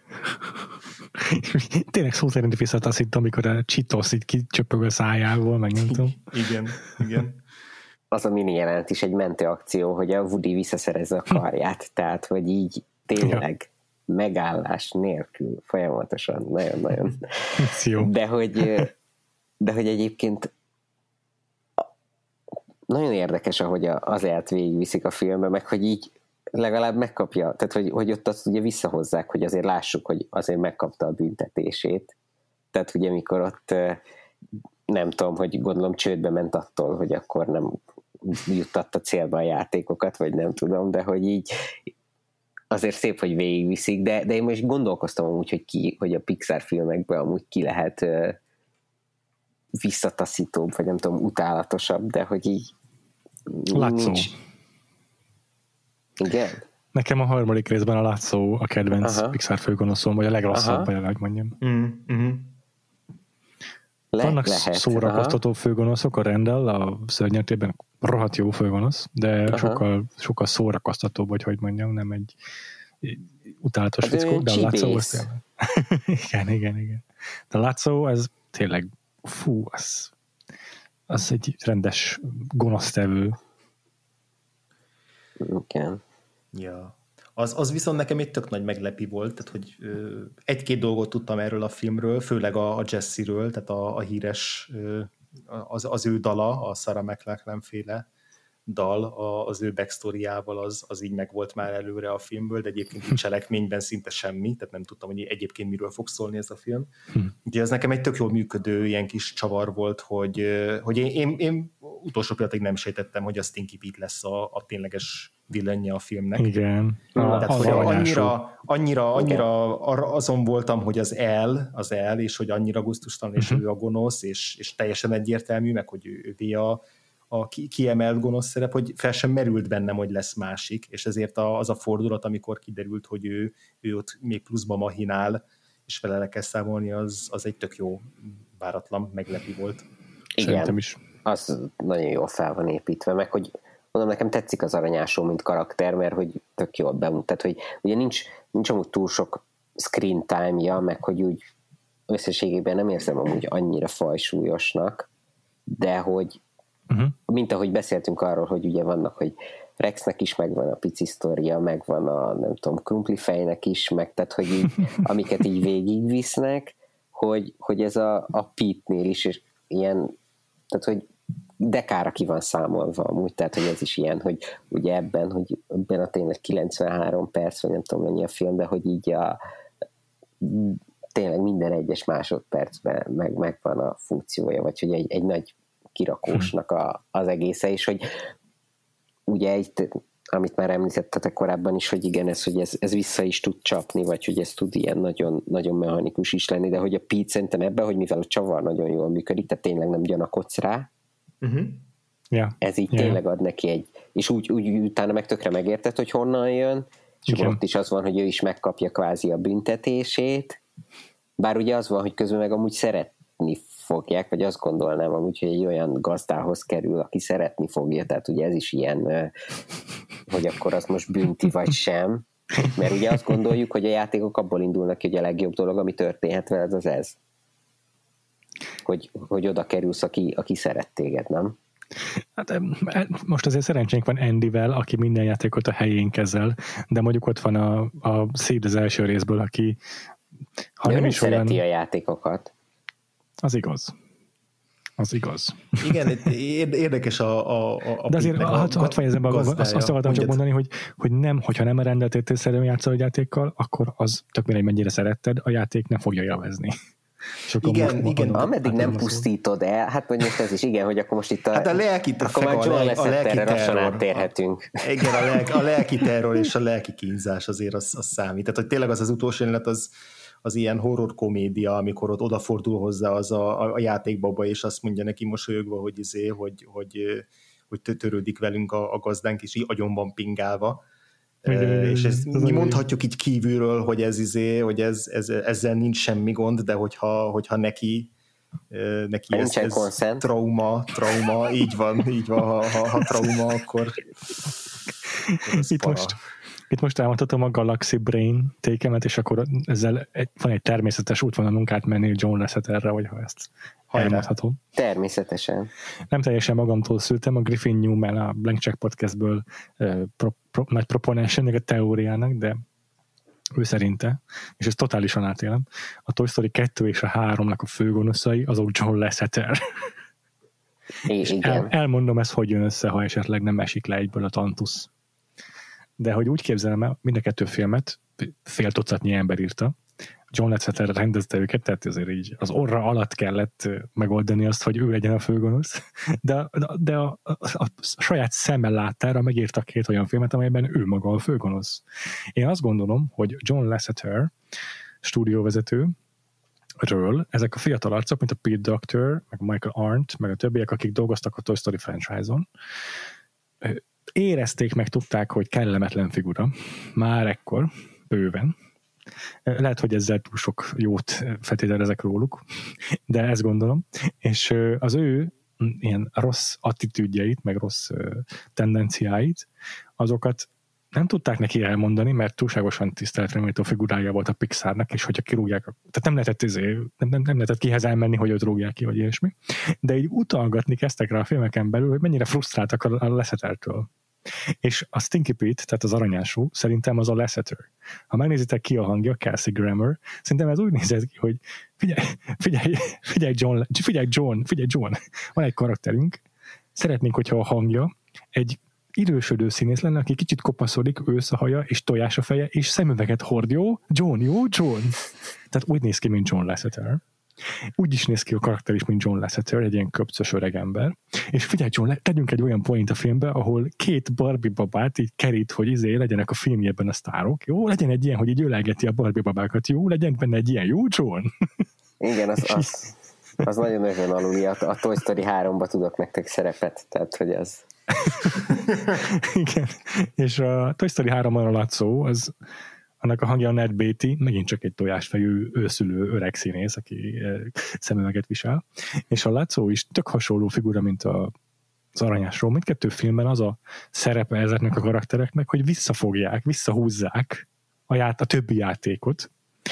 Tényleg szó szerint visszataszít, amikor a Cheetos itt kicsöpög a szájából, meg nem tudom. Igen, igen. Az a mini jelent is egy mentő akció, hogy a Woody visszaszerezze a karját, tehát, hogy így tényleg ja. megállás nélkül folyamatosan, nagyon-nagyon. De hogy, de hogy egyébként nagyon érdekes, ahogy az élt végigviszik a filmbe, meg hogy így legalább megkapja, tehát hogy, hogy ott azt ugye visszahozzák, hogy azért lássuk, hogy azért megkapta a büntetését. Tehát ugye amikor ott nem tudom, hogy gondolom csődbe ment attól, hogy akkor nem juttatta célba a játékokat, vagy nem tudom, de hogy így azért szép, hogy végigviszik, de, de én most gondolkoztam amúgy, hogy, ki, hogy a Pixar filmekben amúgy ki lehet uh, visszataszítóbb, vagy nem tudom, utálatosabb, de hogy így Látszó. Nincs. Igen? Nekem a harmadik részben a Látszó a kedvenc Aha. Pixar főgonoszom, vagy a legrosszabb, vagy a mondjam. Mm-hmm. Le, Vannak lehet. Szórakoztató főgonoszok, a Rendel a Szörnyetében rohadt jó főgonosz, de Aha. sokkal, sokkal szórakoztatóbb, vagy hogy mondjam, nem egy utálatos hát fickó, de a Látszó az tényleg. igen, igen, igen. De a Látszó, ez tényleg fú, az, az egy rendes gonosztevő. Igen. Ja. Az, az viszont nekem egy tök nagy meglepi volt, tehát hogy ö, egy-két dolgot tudtam erről a filmről, főleg a, a Jessie-ről, tehát a, a híres, ö, az, az ő dala, a Sarah McLachlan féle dal, a, az ő backstoryjával az, az így meg volt már előre a filmből, de egyébként így cselekményben szinte semmi, tehát nem tudtam, hogy egyébként miről fog szólni ez a film. Úgyhogy ez nekem egy tök jól működő ilyen kis csavar volt, hogy, hogy én, én, én utolsó pillanatig nem sejtettem, hogy a Stinky Pete lesz a, a tényleges villanje a filmnek. Igen. Tehát, hogy annyira, annyira, annyira azon voltam, hogy az El, az El, és hogy annyira gusztustalan, és uh-huh. ő a gonosz, és, és teljesen egyértelmű, meg hogy ő, ővé a, a kiemelt gonosz szerep, hogy fel sem merült bennem, hogy lesz másik, és ezért az a fordulat, amikor kiderült, hogy ő, ő ott még pluszba mahinál, és vele le kell számolni, az, az egy tök jó, váratlan, meglepi volt. Igen, szerintem is. Az nagyon jól fel van építve, meg hogy mondom, nekem tetszik az Aranyásó, mint karakter, mert hogy tök jól bemutat, hogy ugye nincs, nincs amúgy túl sok screen time-ja, meg hogy úgy összességében nem érzem amúgy annyira fajsúlyosnak, de hogy uh-huh. mint ahogy beszéltünk arról, hogy ugye vannak, hogy Rexnek is megvan a pici sztoria, megvan a, nem tudom, krumplifejnek is, meg tehát, hogy így, amiket így végigvisznek, hogy, hogy ez a, a Pete-nél is és ilyen, tehát, hogy dekára ki van számolva amúgy, tehát, hogy ez is ilyen, hogy ugye ebben, hogy ebben a tényleg kilencvenhárom perc, vagy nem tudom mennyi a film, de hogy így a tényleg minden egyes másodpercben meg, megvan a funkciója, vagy hogy egy, egy nagy kirakósnak a, az egésze, és hogy ugye egy, amit már említettetek korábban is, hogy igen, ez, hogy ez, ez vissza is tud csapni, vagy hogy ez tud ilyen nagyon, nagyon mechanikus is lenni, de hogy a Pete szerintem ebben, hogy mivel a csavar nagyon jól működik, tehát tényleg nem gyanakodsz rá, uh-huh. yeah. ez így yeah. tényleg ad neki egy, és úgy, úgy utána meg tökre megérted, hogy honnan jön, és igen. ott is az van, hogy ő is megkapja kvázi a büntetését, bár ugye az van, hogy közben meg amúgy szeretni fogják, vagy azt gondolnám amúgy, hogy egy olyan gazdához kerül, aki szeretni fogja, tehát ugye ez is ilyen, hogy akkor az most bünti vagy sem, mert ugye azt gondoljuk, hogy a játékok abból indulnak ki, hogy a legjobb dolog, ami történhet veled, az ez. Hogy, hogy oda kerülsz, aki, aki szeret téged, nem? Hát most azért szerencsénk van Andyvel, aki minden játékot a helyén kezel, de mondjuk ott van a, a Sid az első részből, aki ha nem, nem is szereti olyan... a játékokat. Az igaz. Az igaz. Igen, érdekes a, a, a de azért hadd fejezem be, azt, azt akartam csak mondani, hogy, hogy nem, hogyha nem a rendeltételszerűen játszol a játékkal, akkor az tök mindegy, mennyire szeretted, a játék nem fogja élvezni. Igen, most, igen. Ameddig nem pusztítod el, hát mondjuk ez is igen, hogy akkor most itt a... Hát a lelki, akkor már John Lasseterre lassan áttérhetünk. A, igen, a, lelki, a lelki terror és a lelki kínzás azért az, az számít. Tehát, hogy tényleg az az utolsó jelenet az, az ilyen horror komédia, amikor ott odafordul hozzá az a, a játékbaba, és azt mondja neki mosolyogva, hogy izé, hogy, hogy, hogy törődik velünk a, a gazdánk, és így agyon van pingálva. Igen, és ezt mi mondhatjuk így kívülről, hogy ez izé, hogy ez, ez, ezzel nincs semmi gond, de hogyha, hogyha neki neki ez, ez trauma, trauma, így van, így van, ha, ha, ha trauma, akkor, akkor itt para. most Itt most elmondhatom a Galaxy Brain tékemet, és akkor ezzel egy, van egy természetes útvonalunk átmenni John Lasseterre, vagy ha ezt Hajrá. elmondhatom. Természetesen. Nem teljesen magamtól szültem, a Griffin Newman a Blank Check podcastből uh, pro, pro, nagy proponensennek a teóriának, de ő szerinte, és ezt totálisan átélem, a Toy Story kettő és a háromnak a főgonoszai azok John Lasseter. És el, elmondom ezt, hogy jön össze, ha esetleg nem esik le egyből a tantusz. De hogy úgy képzelem el, mind a kettő filmet fél tucatnyi ember írta, John Lasseter rendezte őket, tehát azért így az orra alatt kellett megoldani azt, hogy ő legyen a főgonosz, de, de a, a, a, a saját szemmel láttára megírtak két olyan filmet, amelyben ő maga a főgonosz. Én azt gondolom, hogy John Lasseter stúdióvezető ről, ezek a fiatal arcok, mint a Pete Docter, meg Michael Arndt, meg a többiek, akik dolgoztak a Toy Story franchise-on, érezték meg, tudták, hogy kellemetlen figura, már ekkor, bőven. Lehet, hogy ezzel túl sok jót feltételezek róluk, de ezt gondolom. És az ő ilyen rossz attitűdjeit, meg rossz tendenciáit, azokat nem tudták neki elmondani, mert túlságosan tiszteletre méltó figurája volt a Pixarnak, és hogyha kirúgják, tehát nem lehetett, izé, nem, nem, nem lehetett kihez elmenni, hogy őt rúgják ki, vagy ilyesmi. De így utalgatni kezdtek rá a filmeken belül, hogy mennyire frusztráltak a, a Lassetertől. És a Stinky Pete, tehát az aranyású, szerintem az a Lasseter. Ha megnézitek ki a hangja, Kelsey Grammer, szerintem ez úgy nézett ki, hogy figyelj, figyelj, figyelj John, figyelj John, figyelj John, van egy karakterünk, szeretnénk, hogyha a hangja egy idősödő színész lenne, aki kicsit kopaszodik, ősz a haja, és tojás a feje, és szemüveget hord, jó? John, jó? John? Tehát úgy néz ki, mint John Lasseter. Úgy is néz ki a karakter is, mint John Lasseter, egy ilyen köpcös öreg ember. És figyelj John, tegyünk egy olyan point a filmbe, ahol két Barbie babát így kerít, hogy izé legyenek a filmjében a sztárok. Jó? Legyen egy ilyen, hogy így ölelgeti a Barbie babákat. Jó? Legyen benne egy ilyen, jó John? Igen, az, az, az nagyon örön aluli. A, a Toy Story háromba tudok nektek szerepet, tehát hogy az... Igen. És a Toy Story háromban a Látszó, az annak a hangja a Ned Beatty, megint csak egy tojásfejű őszülő öreg színész, aki szemüveget visel. És a Látszó is tök hasonló figura, mint a, az Aranyásról. Mindkettő filmben az a szerepe ezeknek a karaktereknek, hogy visszafogják, visszahúzzák a, ját, a többi játékot.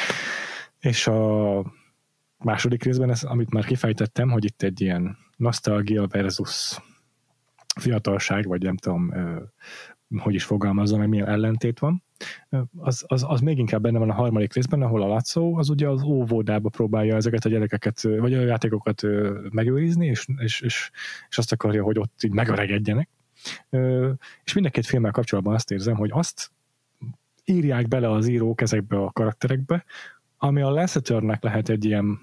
És a második részben, ez, amit már kifejtettem, hogy itt egy ilyen nosztalgia versus fiatalság, vagy nem tudom, hogy is fogalmazzam, hogy milyen ellentét van, az, az, az még inkább benne van a harmadik részben, ahol a Látszó az ugye az óvodába próbálja ezeket a gyerekeket, vagy a játékokat megőrizni, és, és, és, és azt akarja, hogy ott így megöregedjenek. És mind a két filmmel kapcsolatban azt érzem, hogy azt írják bele az írók ezekbe a karakterekbe, ami a Lasseternek lehet egy ilyen,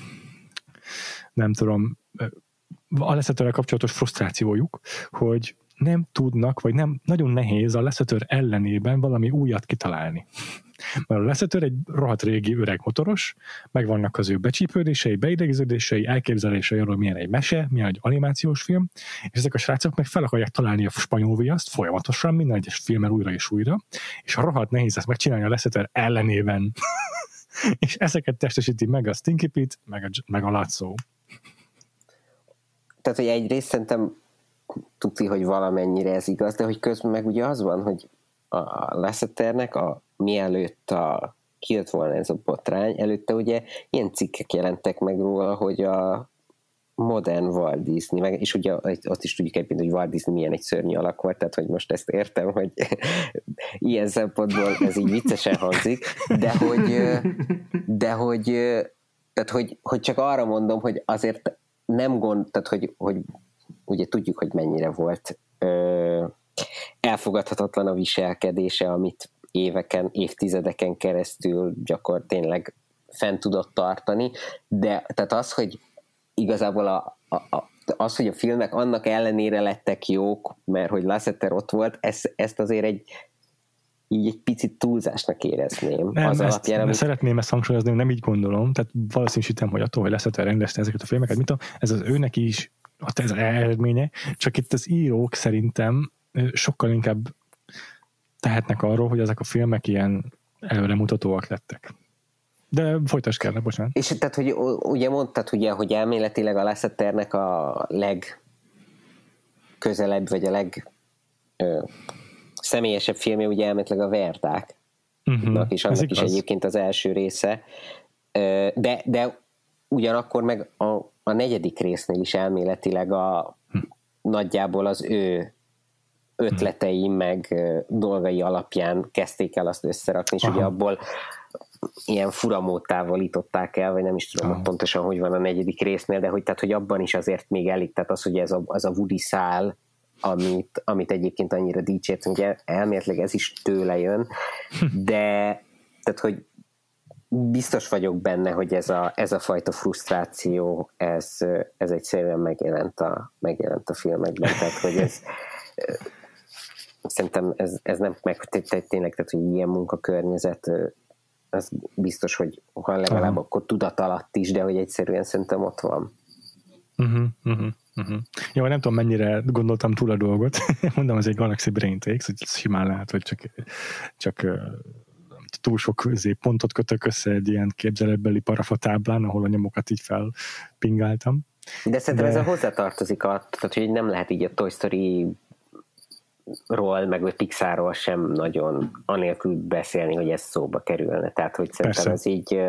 nem tudom, a Lasseterrel kapcsolatos frusztrációjuk, hogy nem tudnak, vagy nem nagyon nehéz a Lasseter ellenében valami újat kitalálni. Mert a Lasseter egy rohadt régi öreg motoros, megvannak az ő becsípődései, beidegződései, elképzelései arról, milyen egy mese, milyen egy animációs film, és ezek a srácok meg fel akarják találni a spanyol viaszt folyamatosan, minden egyes filmmel újra és újra, és a rohadt nehéz ezt megcsinálni a Lasseter ellenében. És ezeket testesíti meg a Stinky Pete, meg a, meg a Lotso. Tehát, hogy egyrészt szerintem tudni, hogy valamennyire ez igaz, de hogy közben meg ugye az van, hogy a Lasseternek a mielőtt a, kijött volna ez a botrány, előtte ugye ilyen cikkek jelentek meg róla, hogy a modern Walt Disney, meg, és ugye azt is tudjuk egyébként, hogy Walt Disney milyen egy szörnyű alak volt, tehát hogy most ezt értem, hogy ilyen szempontból ez így viccesen hangzik, de hogy de hogy, tehát hogy, hogy csak arra mondom, hogy azért nem gond, tehát hogy, hogy ugye tudjuk, hogy mennyire volt ö, elfogadhatatlan a viselkedése, amit éveken, évtizedeken keresztül gyakor tényleg fent tudott tartani, de tehát az, hogy igazából a, a, a, az, hogy a filmek annak ellenére lettek jók, mert hogy Lasseter ott volt, ezt, ezt azért egy így egy picit túlzásnak érezném. Nem, az ezt, alapján, amit... szeretném ezt hangsúlyozni, nem így gondolom, tehát valószínűsítem, hogy attól, hogy Lasseter rendezte ezeket a filmeket, mit tudom, ez az őnek is ez az eredménye, csak itt az írók szerintem sokkal inkább tehetnek arról, hogy ezek a filmek ilyen előremutatóak lettek. De folytasd kellene, bocsánat. És tehát, hogy ugye mondtad, ugye, hogy elméletileg a Lasseternek a legközelebb, vagy a leg ö, személyesebb filmje ugye elméletileg a Verdák. Uh-huh. És annak is egyébként az első része. De, de ugyanakkor meg a, a negyedik résznél is elméletileg a hm. nagyjából az ő ötletei hm. meg dolgai alapján kezdték el azt összerakni, és Aha. ugye abból ilyen furamód távolították el, vagy nem is tudom Aha. pontosan, hogy van a negyedik résznél, de hogy, tehát, hogy abban is azért még elég, tehát az, hogy ez a, az a Woody szál, amit, amit egyébként annyira dicsértünk, ugye elméletileg ez is tőle jön, de tehát, hogy biztos vagyok benne, hogy ez a, ez a fajta frusztráció, ez, ez egyszerűen megjelent a, megjelent a filmekben, tehát, hogy ez szerintem ez, ez nem meg tényleg, tehát, hogy ilyen munkakörnyezet, az biztos, hogy ha legalább Aha. akkor tudat alatt is, de hogy egyszerűen szerintem ott van. Uh-huh, uh-huh, uh-huh. Jó, nem tudom, mennyire gondoltam túl a dolgot. Mondom, ez egy Galaxy Brain Takes, hogy simán lehet, hogy csak, csak túl sok pontot kötök össze egy ilyen képzeletbeli parafatáblán, ahol a nyomokat így felpingáltam. De szerintem De... ez a hozzátartozik, a, tehát hogy nem lehet így a Toy Story ról, meg a Pixarról sem nagyon anélkül beszélni, hogy ez szóba kerülne. Tehát, hogy szerintem Persze. ez így,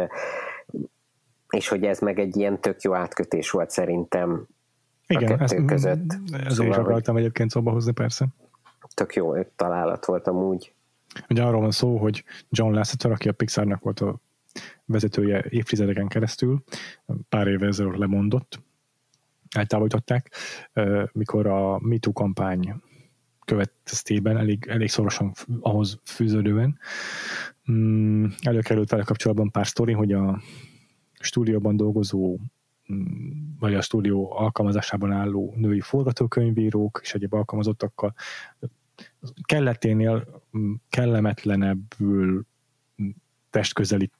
és hogy ez meg egy ilyen tök jó átkötés volt szerintem Igen, a kettő ezt, között. Ezzel szóval, is akartam egyébként szóba hozni, persze. Tök jó találat volt amúgy. Ugye arról van szó, hogy John Lasseter, aki a Pixarnak volt a vezetője évtizedeken keresztül, pár évvel ezelőtt lemondott, eltávolították, mikor a MeToo kampány következtében elég, elég szorosan ahhoz fűződően. Előkerült vele kapcsolatban pár sztori, hogy a stúdióban dolgozó vagy a stúdió alkalmazásában álló női forgatókönyvírók és egyéb alkalmazottakkal kelleténél kellemetlenebbül testközeli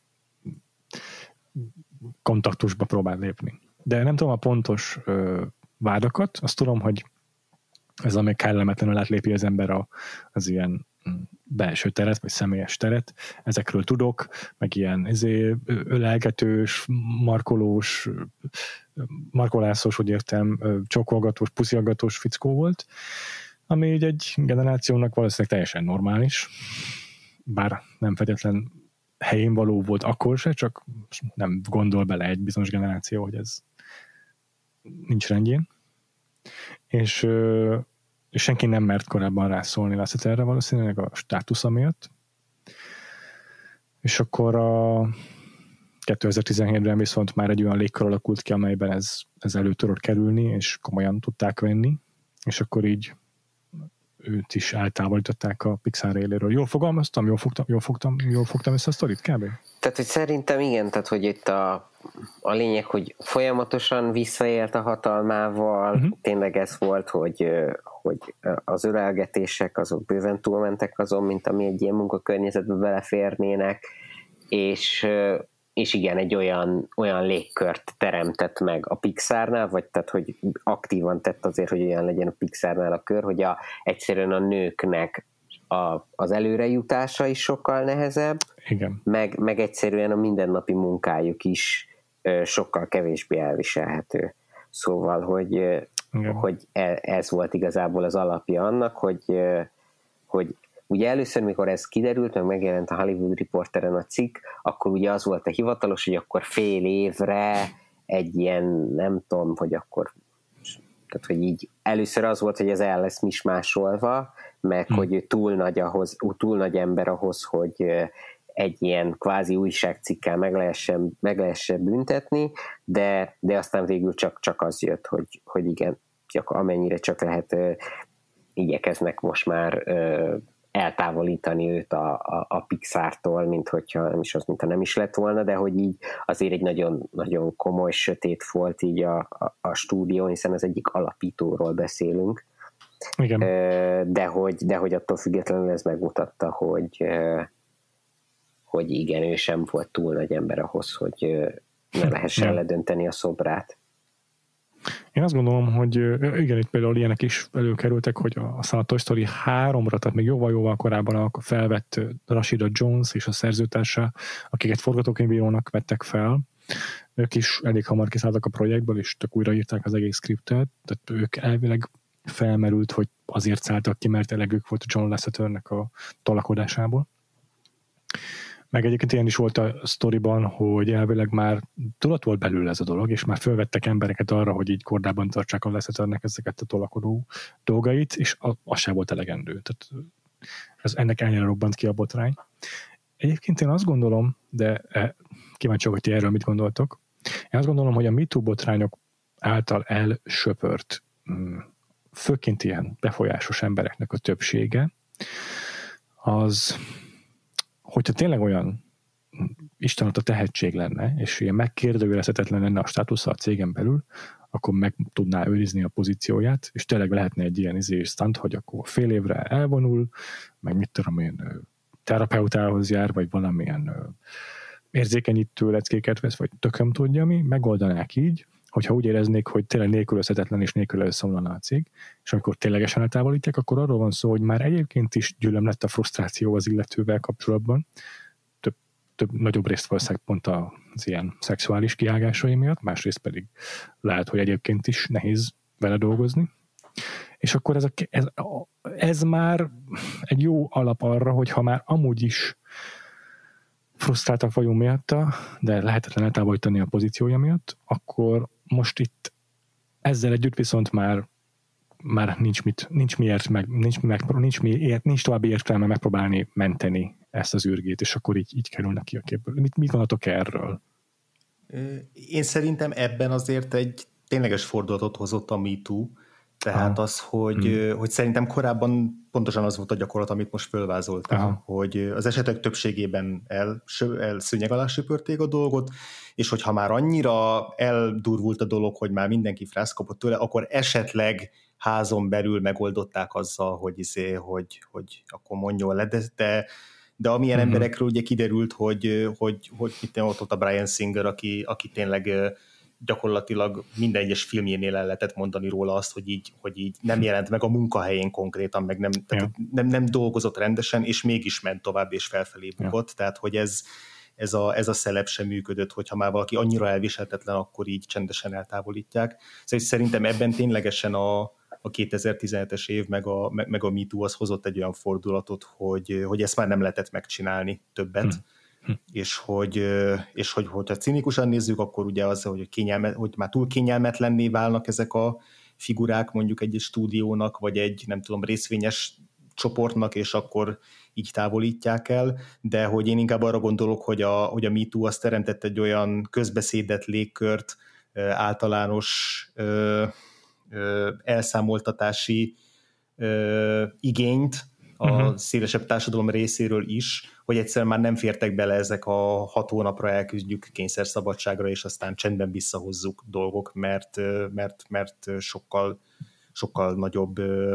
kontaktusba próbál lépni. De nem tudom a pontos ö, vádakat, azt tudom, hogy ez amely kellemetlenül átlépi az ember a, az ilyen belső teret, vagy személyes teret. Ezekről tudok, meg ilyen ezé, ölelgetős, markolós, markolászós, úgy értem, csókolgatós, pusziagatós fickó volt, ami így egy generációnak valószínűleg teljesen normális, bár nem feltétlen helyén való volt akkor se, csak nem gondol bele egy bizonyos generáció, hogy ez nincs rendjén. És, és senki nem mert korábban rászólni Lasseterre valószínűleg a státusza miatt. És akkor a kétezer-tizenhétben viszont már egy olyan légkör alakult ki, amelyben ez, ez elő tudott kerülni, és komolyan tudták venni, és akkor így őt is eltávolították a Pixar éléről. Jól fogalmaztam? Jól fogtam, jól fogtam, jól fogtam össze a sztorit kb? Tehát, hogy szerintem igen, tehát, hogy itt a, a lényeg, hogy folyamatosan visszaélt a hatalmával, uh-huh. tényleg ez volt, hogy, hogy az ölelgetések azok bőven túlmentek azon, mint ami egy ilyen munkakörnyezetbe beleférnének, és és igen, egy olyan, olyan légkört teremtett meg a Pixarnál, vagy tehát, hogy aktívan tett azért, hogy olyan legyen a Pixarnál a kör, hogy a, egyszerűen a nőknek a, az előrejutása is sokkal nehezebb, igen. Meg, meg egyszerűen a mindennapi munkájuk is ö, sokkal kevésbé elviselhető. Szóval, hogy, ö, hogy ez volt igazából az alapja annak, hogy, ö, hogy ugye először, mikor ez kiderült, meg megjelent a Hollywood Reporteren a cikk, akkor ugye az volt a hivatalos, hogy akkor fél évre egy ilyen, nem tudom, hogy akkor, tehát hogy így először az volt, hogy ez el lesz mismásolva, meg hmm. hogy túl nagy, ahhoz, túl nagy ember ahhoz, hogy egy ilyen kvázi újságcikkel meg lehessen, meg lehessen büntetni, de, de aztán végül csak, csak az jött, hogy, hogy igen, csak amennyire csak lehet, igyekeznek most már eltávolítani őt a, a, a Pixartól, mint hogyha nem is az, mintha nem is lett volna, de hogy így azért egy nagyon, nagyon komoly sötét volt így a, a, a stúdió, hiszen az egyik alapítóról beszélünk. Igen. De hogy, de hogy attól függetlenül ez megmutatta, hogy, hogy igen, ő sem volt túl nagy ember ahhoz, hogy ne lehessen ja. ledönteni a szobrát. Én azt gondolom, hogy igen, itt például ilyenek is előkerültek, hogy a, a Toy Story háromra, tehát még jóval-jóval korábban felvett Rashida Jones és a szerzőtársa, akiket forgatókönyvírónak vettek fel, ők is elég hamar kiszálltak a projektből, és tök újraírták az egész skriptet, tehát ők elvileg felmerült, hogy azért szálltak ki, mert elegük volt John Lasseternek a tolakodásából. Meg egyébként ilyen is volt a sztoriban, hogy elvileg már tudat volt belőle ez a dolog, és már fölvettek embereket arra, hogy így kordában tartsák a Lasseternek ezeket a tolakodó dolgait, és az sem volt elegendő. Tehát ez, ennek ennyire robbant ki a botrány. Egyébként én azt gondolom, de kíváncsi vagyok, hogy ti erről mit gondoltok. Én azt gondolom, hogy a MeToo botrányok által elsöpört, főként ilyen befolyásos embereknek a többsége, az, hogyha tényleg olyan Isten adta tehetség lenne, és ilyen megkérdőjelezhetetlen lenne a státusza a cégen belül, akkor meg tudná őrizni a pozícióját, és tényleg lehetne egy ilyen izé stunt, hogy akkor fél évre elvonul, meg mit tudom én, terapeutához jár, vagy valamilyen érzékenyítő leckéket vesz, vagy tököm tudja mi, megoldanák így, hogyha úgy éreznék, hogy tényleg nélkülözhetetlen és nélkül összeomlana a cég, és amikor ténylegesen eltávolítják, akkor arról van szó, hogy már egyébként is gyűlöm lett a frusztráció az illetővel kapcsolatban, több, több nagyobb részt valószínűleg pont az ilyen szexuális kiágásai miatt, másrészt pedig lehet, hogy egyébként is nehéz vele dolgozni. És akkor ez, a, ez, ez már egy jó alap arra, hogy ha már amúgy is frusztráltak vagyunk miatta, de lehetetlen eltávolítani a pozíciója miatt, akkor most itt ezzel együtt viszont már, már nincs, mit, nincs miért, meg, nincs, meg, nincs, miért, nincs további értelme megpróbálni menteni ezt az űrgét, és akkor így, így kerülnek ki a képből. Mit, mit gondoltok erről? Én szerintem ebben azért egy tényleges fordulatot hozott a MeToo, tehát ah. az, hogy, hmm. hogy szerintem korábban pontosan az volt a gyakorlat, amit most fölvázoltál, Aha. hogy az esetek többségében el, el szőnyeg alá söpörték a dolgot, és hogyha már annyira eldurvult a dolog, hogy már mindenki frász kapott tőle, akkor esetleg házon belül megoldották azzal, hogy, izé, hogy, hogy akkor mondjon le, de, de, de amilyen uh-huh. emberekről ugye kiderült, hogy, hogy, hogy itt ott, ott a Bryan Singer, aki, aki tényleg gyakorlatilag minden egyes filmjénél el lehetett mondani róla azt, hogy így, hogy így nem jelent meg a munkahelyén konkrétan, meg nem, ja. nem, nem dolgozott rendesen, és mégis ment tovább, és felfelé bukott, ja. tehát hogy ez, ez, a, ez a szelep sem működött, hogyha már valaki annyira elviselhetetlen, akkor így csendesen eltávolítják. Szóval szerintem ebben ténylegesen a, a kétezer-tizenhetes év, meg a, meg, meg a MeToo az hozott egy olyan fordulatot, hogy, hogy ezt már nem lehetett megcsinálni többet, hmm. Hm. és hogy, és hogy hogyha cinikusan nézzük, akkor ugye az, hogy, kényelme, hogy már túl kényelmetlenné válnak ezek a figurák mondjuk egy stúdiónak, vagy egy nem tudom részvényes csoportnak, és akkor így távolítják el, de hogy én inkább arra gondolok, hogy a, hogy a MeToo az teremtett egy olyan közbeszédet, légkört, általános ö, ö, elszámoltatási ö, igényt a uh-huh. szélesebb társadalom részéről is, hogy egyszerűen már nem fértek bele ezek a hat hónapra elküzdjük kényszerszabadságra, és aztán csendben visszahozzuk dolgok, mert, mert, mert sokkal, sokkal nagyobb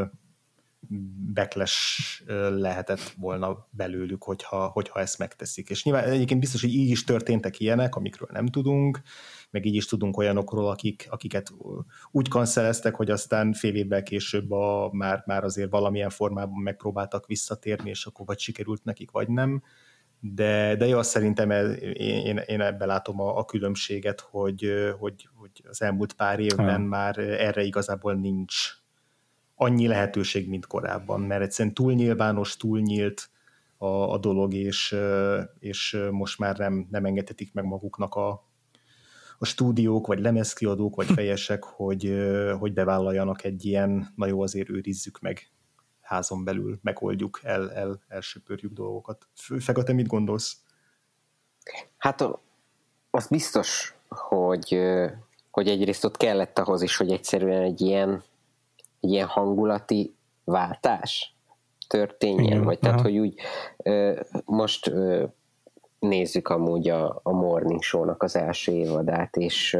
backlash lehetett volna belőlük, hogyha, hogyha ezt megteszik. És nyilván egyébként biztos, hogy így is történtek ilyenek, amikről nem tudunk, meg így is tudunk olyanokról, akik, akiket úgy kanceleztek, hogy aztán fél évvel később a, már, már azért valamilyen formában megpróbáltak visszatérni, és akkor vagy sikerült nekik, vagy nem. De, de jó, azt szerintem én, én ebben látom a, a különbséget, hogy, hogy, hogy az elmúlt pár évben ha. már erre igazából nincs annyi lehetőség, mint korábban, mert egyszerűen túl nyilvános, túl nyílt a, a dolog, és, és most már nem, nem engedhetik meg maguknak a, a stúdiók, vagy lemezkiadók, vagy fejesek, hogy, hogy bevállaljanak egy ilyen, na jó, azért őrizzük meg házon belül, megoldjuk, el, el, elsöpörjük dolgokat. Fega, te mit gondolsz? Hát az biztos, hogy, hogy egyrészt ott kellett ahhoz is, hogy egyszerűen egy ilyen egy ilyen hangulati váltás történjen, igen, vagy aha. Tehát, hogy úgy most nézzük amúgy a, a Morning Show-nak az első évadát, és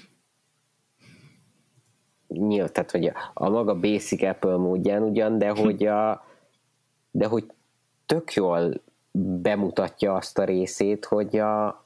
nyilván, tehát, hogy a, a maga Basic Apple módján ugyan, de hogy, a, de hogy tök jól bemutatja azt a részét, hogy a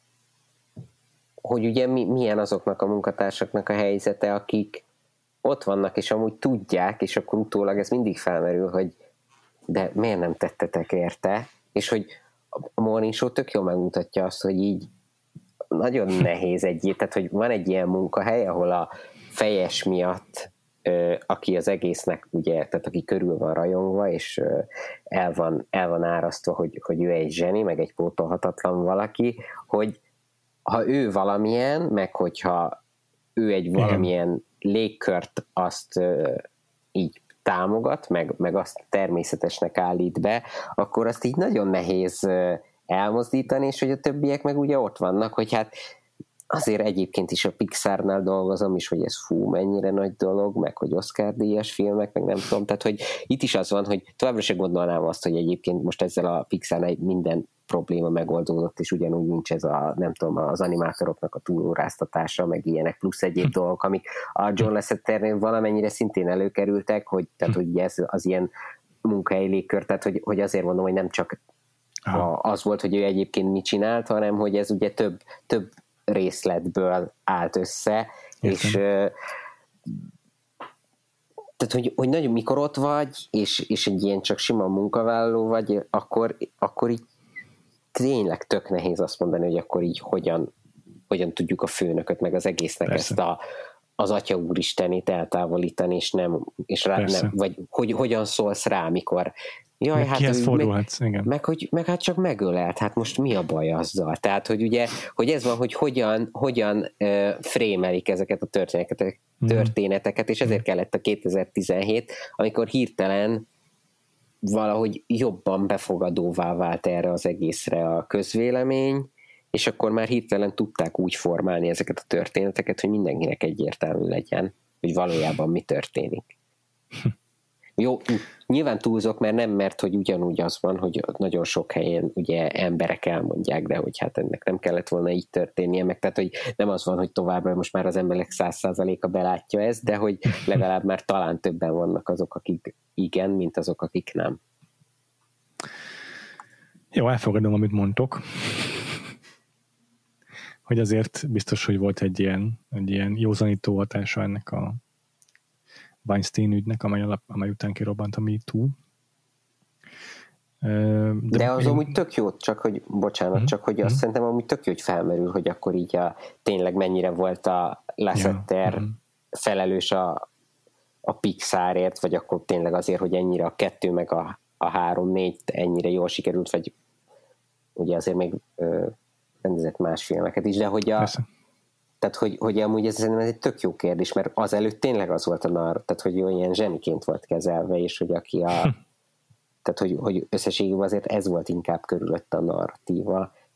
hogy ugye mi, milyen azoknak a munkatársaknak a helyzete, akik ott vannak, és amúgy tudják, és akkor utólag ez mindig felmerül, hogy de miért nem tettetek érte, és hogy a Morning Show tök jól megmutatja azt, hogy így nagyon nehéz egy, tehát hogy van egy ilyen munkahely, ahol a fejes miatt, aki az egésznek ugye, tehát aki körül van rajongva, és el van, el van árasztva, hogy, hogy ő egy zseni, meg egy pótolhatatlan valaki, hogy ha ő valamilyen, meg hogyha ő egy valamilyen légkört azt uh, így támogat, meg, meg azt természetesnek állít be, akkor azt így nagyon nehéz uh, elmozdítani, és hogy a többiek meg ugye ott vannak, hogy hát azért egyébként is a Pixarnál dolgozom, és hogy ez fú, mennyire nagy dolog, meg hogy Oscar-díjas filmek, meg nem tudom, tehát hogy itt is az van, hogy továbbra sem gondolnám azt, hogy egyébként most ezzel a Pixarnál minden probléma megoldódott, és ugyanúgy nincs ez a, nem tudom, az animátoroknak a túlóráztatása, meg ilyenek, plusz egyéb dolgok, amik a John Lasseternél valamennyire szintén előkerültek, hogy, tehát, hogy ez az ilyen munkahelyi légkör, tehát hogy, hogy azért mondom, hogy nem csak a, az volt, hogy ő egyébként mit csinált, hanem hogy ez ugye több, több részletből állt össze, értem. És tehát, hogy, hogy nagyon mikor ott vagy, és, és egy ilyen csak sima munkavállaló vagy, akkor, akkor így tényleg tök nehéz azt mondani, hogy akkor így hogyan, hogyan tudjuk a főnököt, meg az egésznek persze. Ezt a, az Atya Úristenét eltávolítani, és nem, és rá, nem vagy hogy, hogyan szólsz rá, mikor jaj, meg hát fordulhatsz, meg, igen. Meg, hogy, meg hát csak megölelt, hát most mi a baj azzal? Tehát, hogy ugye, hogy ez van, hogy hogyan, hogyan uh, frémelik ezeket a történeteket, történeteket, és ezért kellett a kétezer-tizenhét, amikor hirtelen valahogy jobban befogadóvá vált erre az egészre a közvélemény, és akkor már hirtelen tudták úgy formálni ezeket a történeteket, hogy mindenkinek egyértelmű legyen, hogy valójában mi történik. Jó, nyilván túlzok, mert nem, mert hogy ugyanúgy az van, hogy nagyon sok helyen ugye emberek elmondják, de hogy hát ennek nem kellett volna így történnie, meg tehát, hogy nem az van, hogy továbbra most már az emberek száz százaléka belátja ezt, de hogy legalább már talán többen vannak azok, akik igen, mint azok, akik nem. Jó, elfogadom, amit mondtok. Hogy azért biztos, hogy volt egy ilyen, egy ilyen józanító hatása ennek a Weinstein ügynek, amely, alap, amely után kirobbant a MeToo. De, De az én... amúgy tök jó, csak hogy, bocsánat, mm-hmm. csak hogy azt mm-hmm. szerintem amúgy tök jó, hogy felmerül, hogy akkor így a, tényleg mennyire volt a Lasseter ja. mm-hmm. felelős a, a Pixarért, vagy akkor tényleg azért, hogy ennyire a kettő, meg a, a három-négy ennyire jól sikerült, vagy ugye azért még ö, rendezett más filmeket is, de hogy a Persze. Tehát, hogy, hogy amúgy ez, ez egy tök jó kérdés, mert azelőtt tényleg az volt a nar, tehát, hogy jó ilyen zseniként volt kezelve, és hogy aki a... tehát, hogy, hogy összességében azért ez volt inkább körülött a narratíva,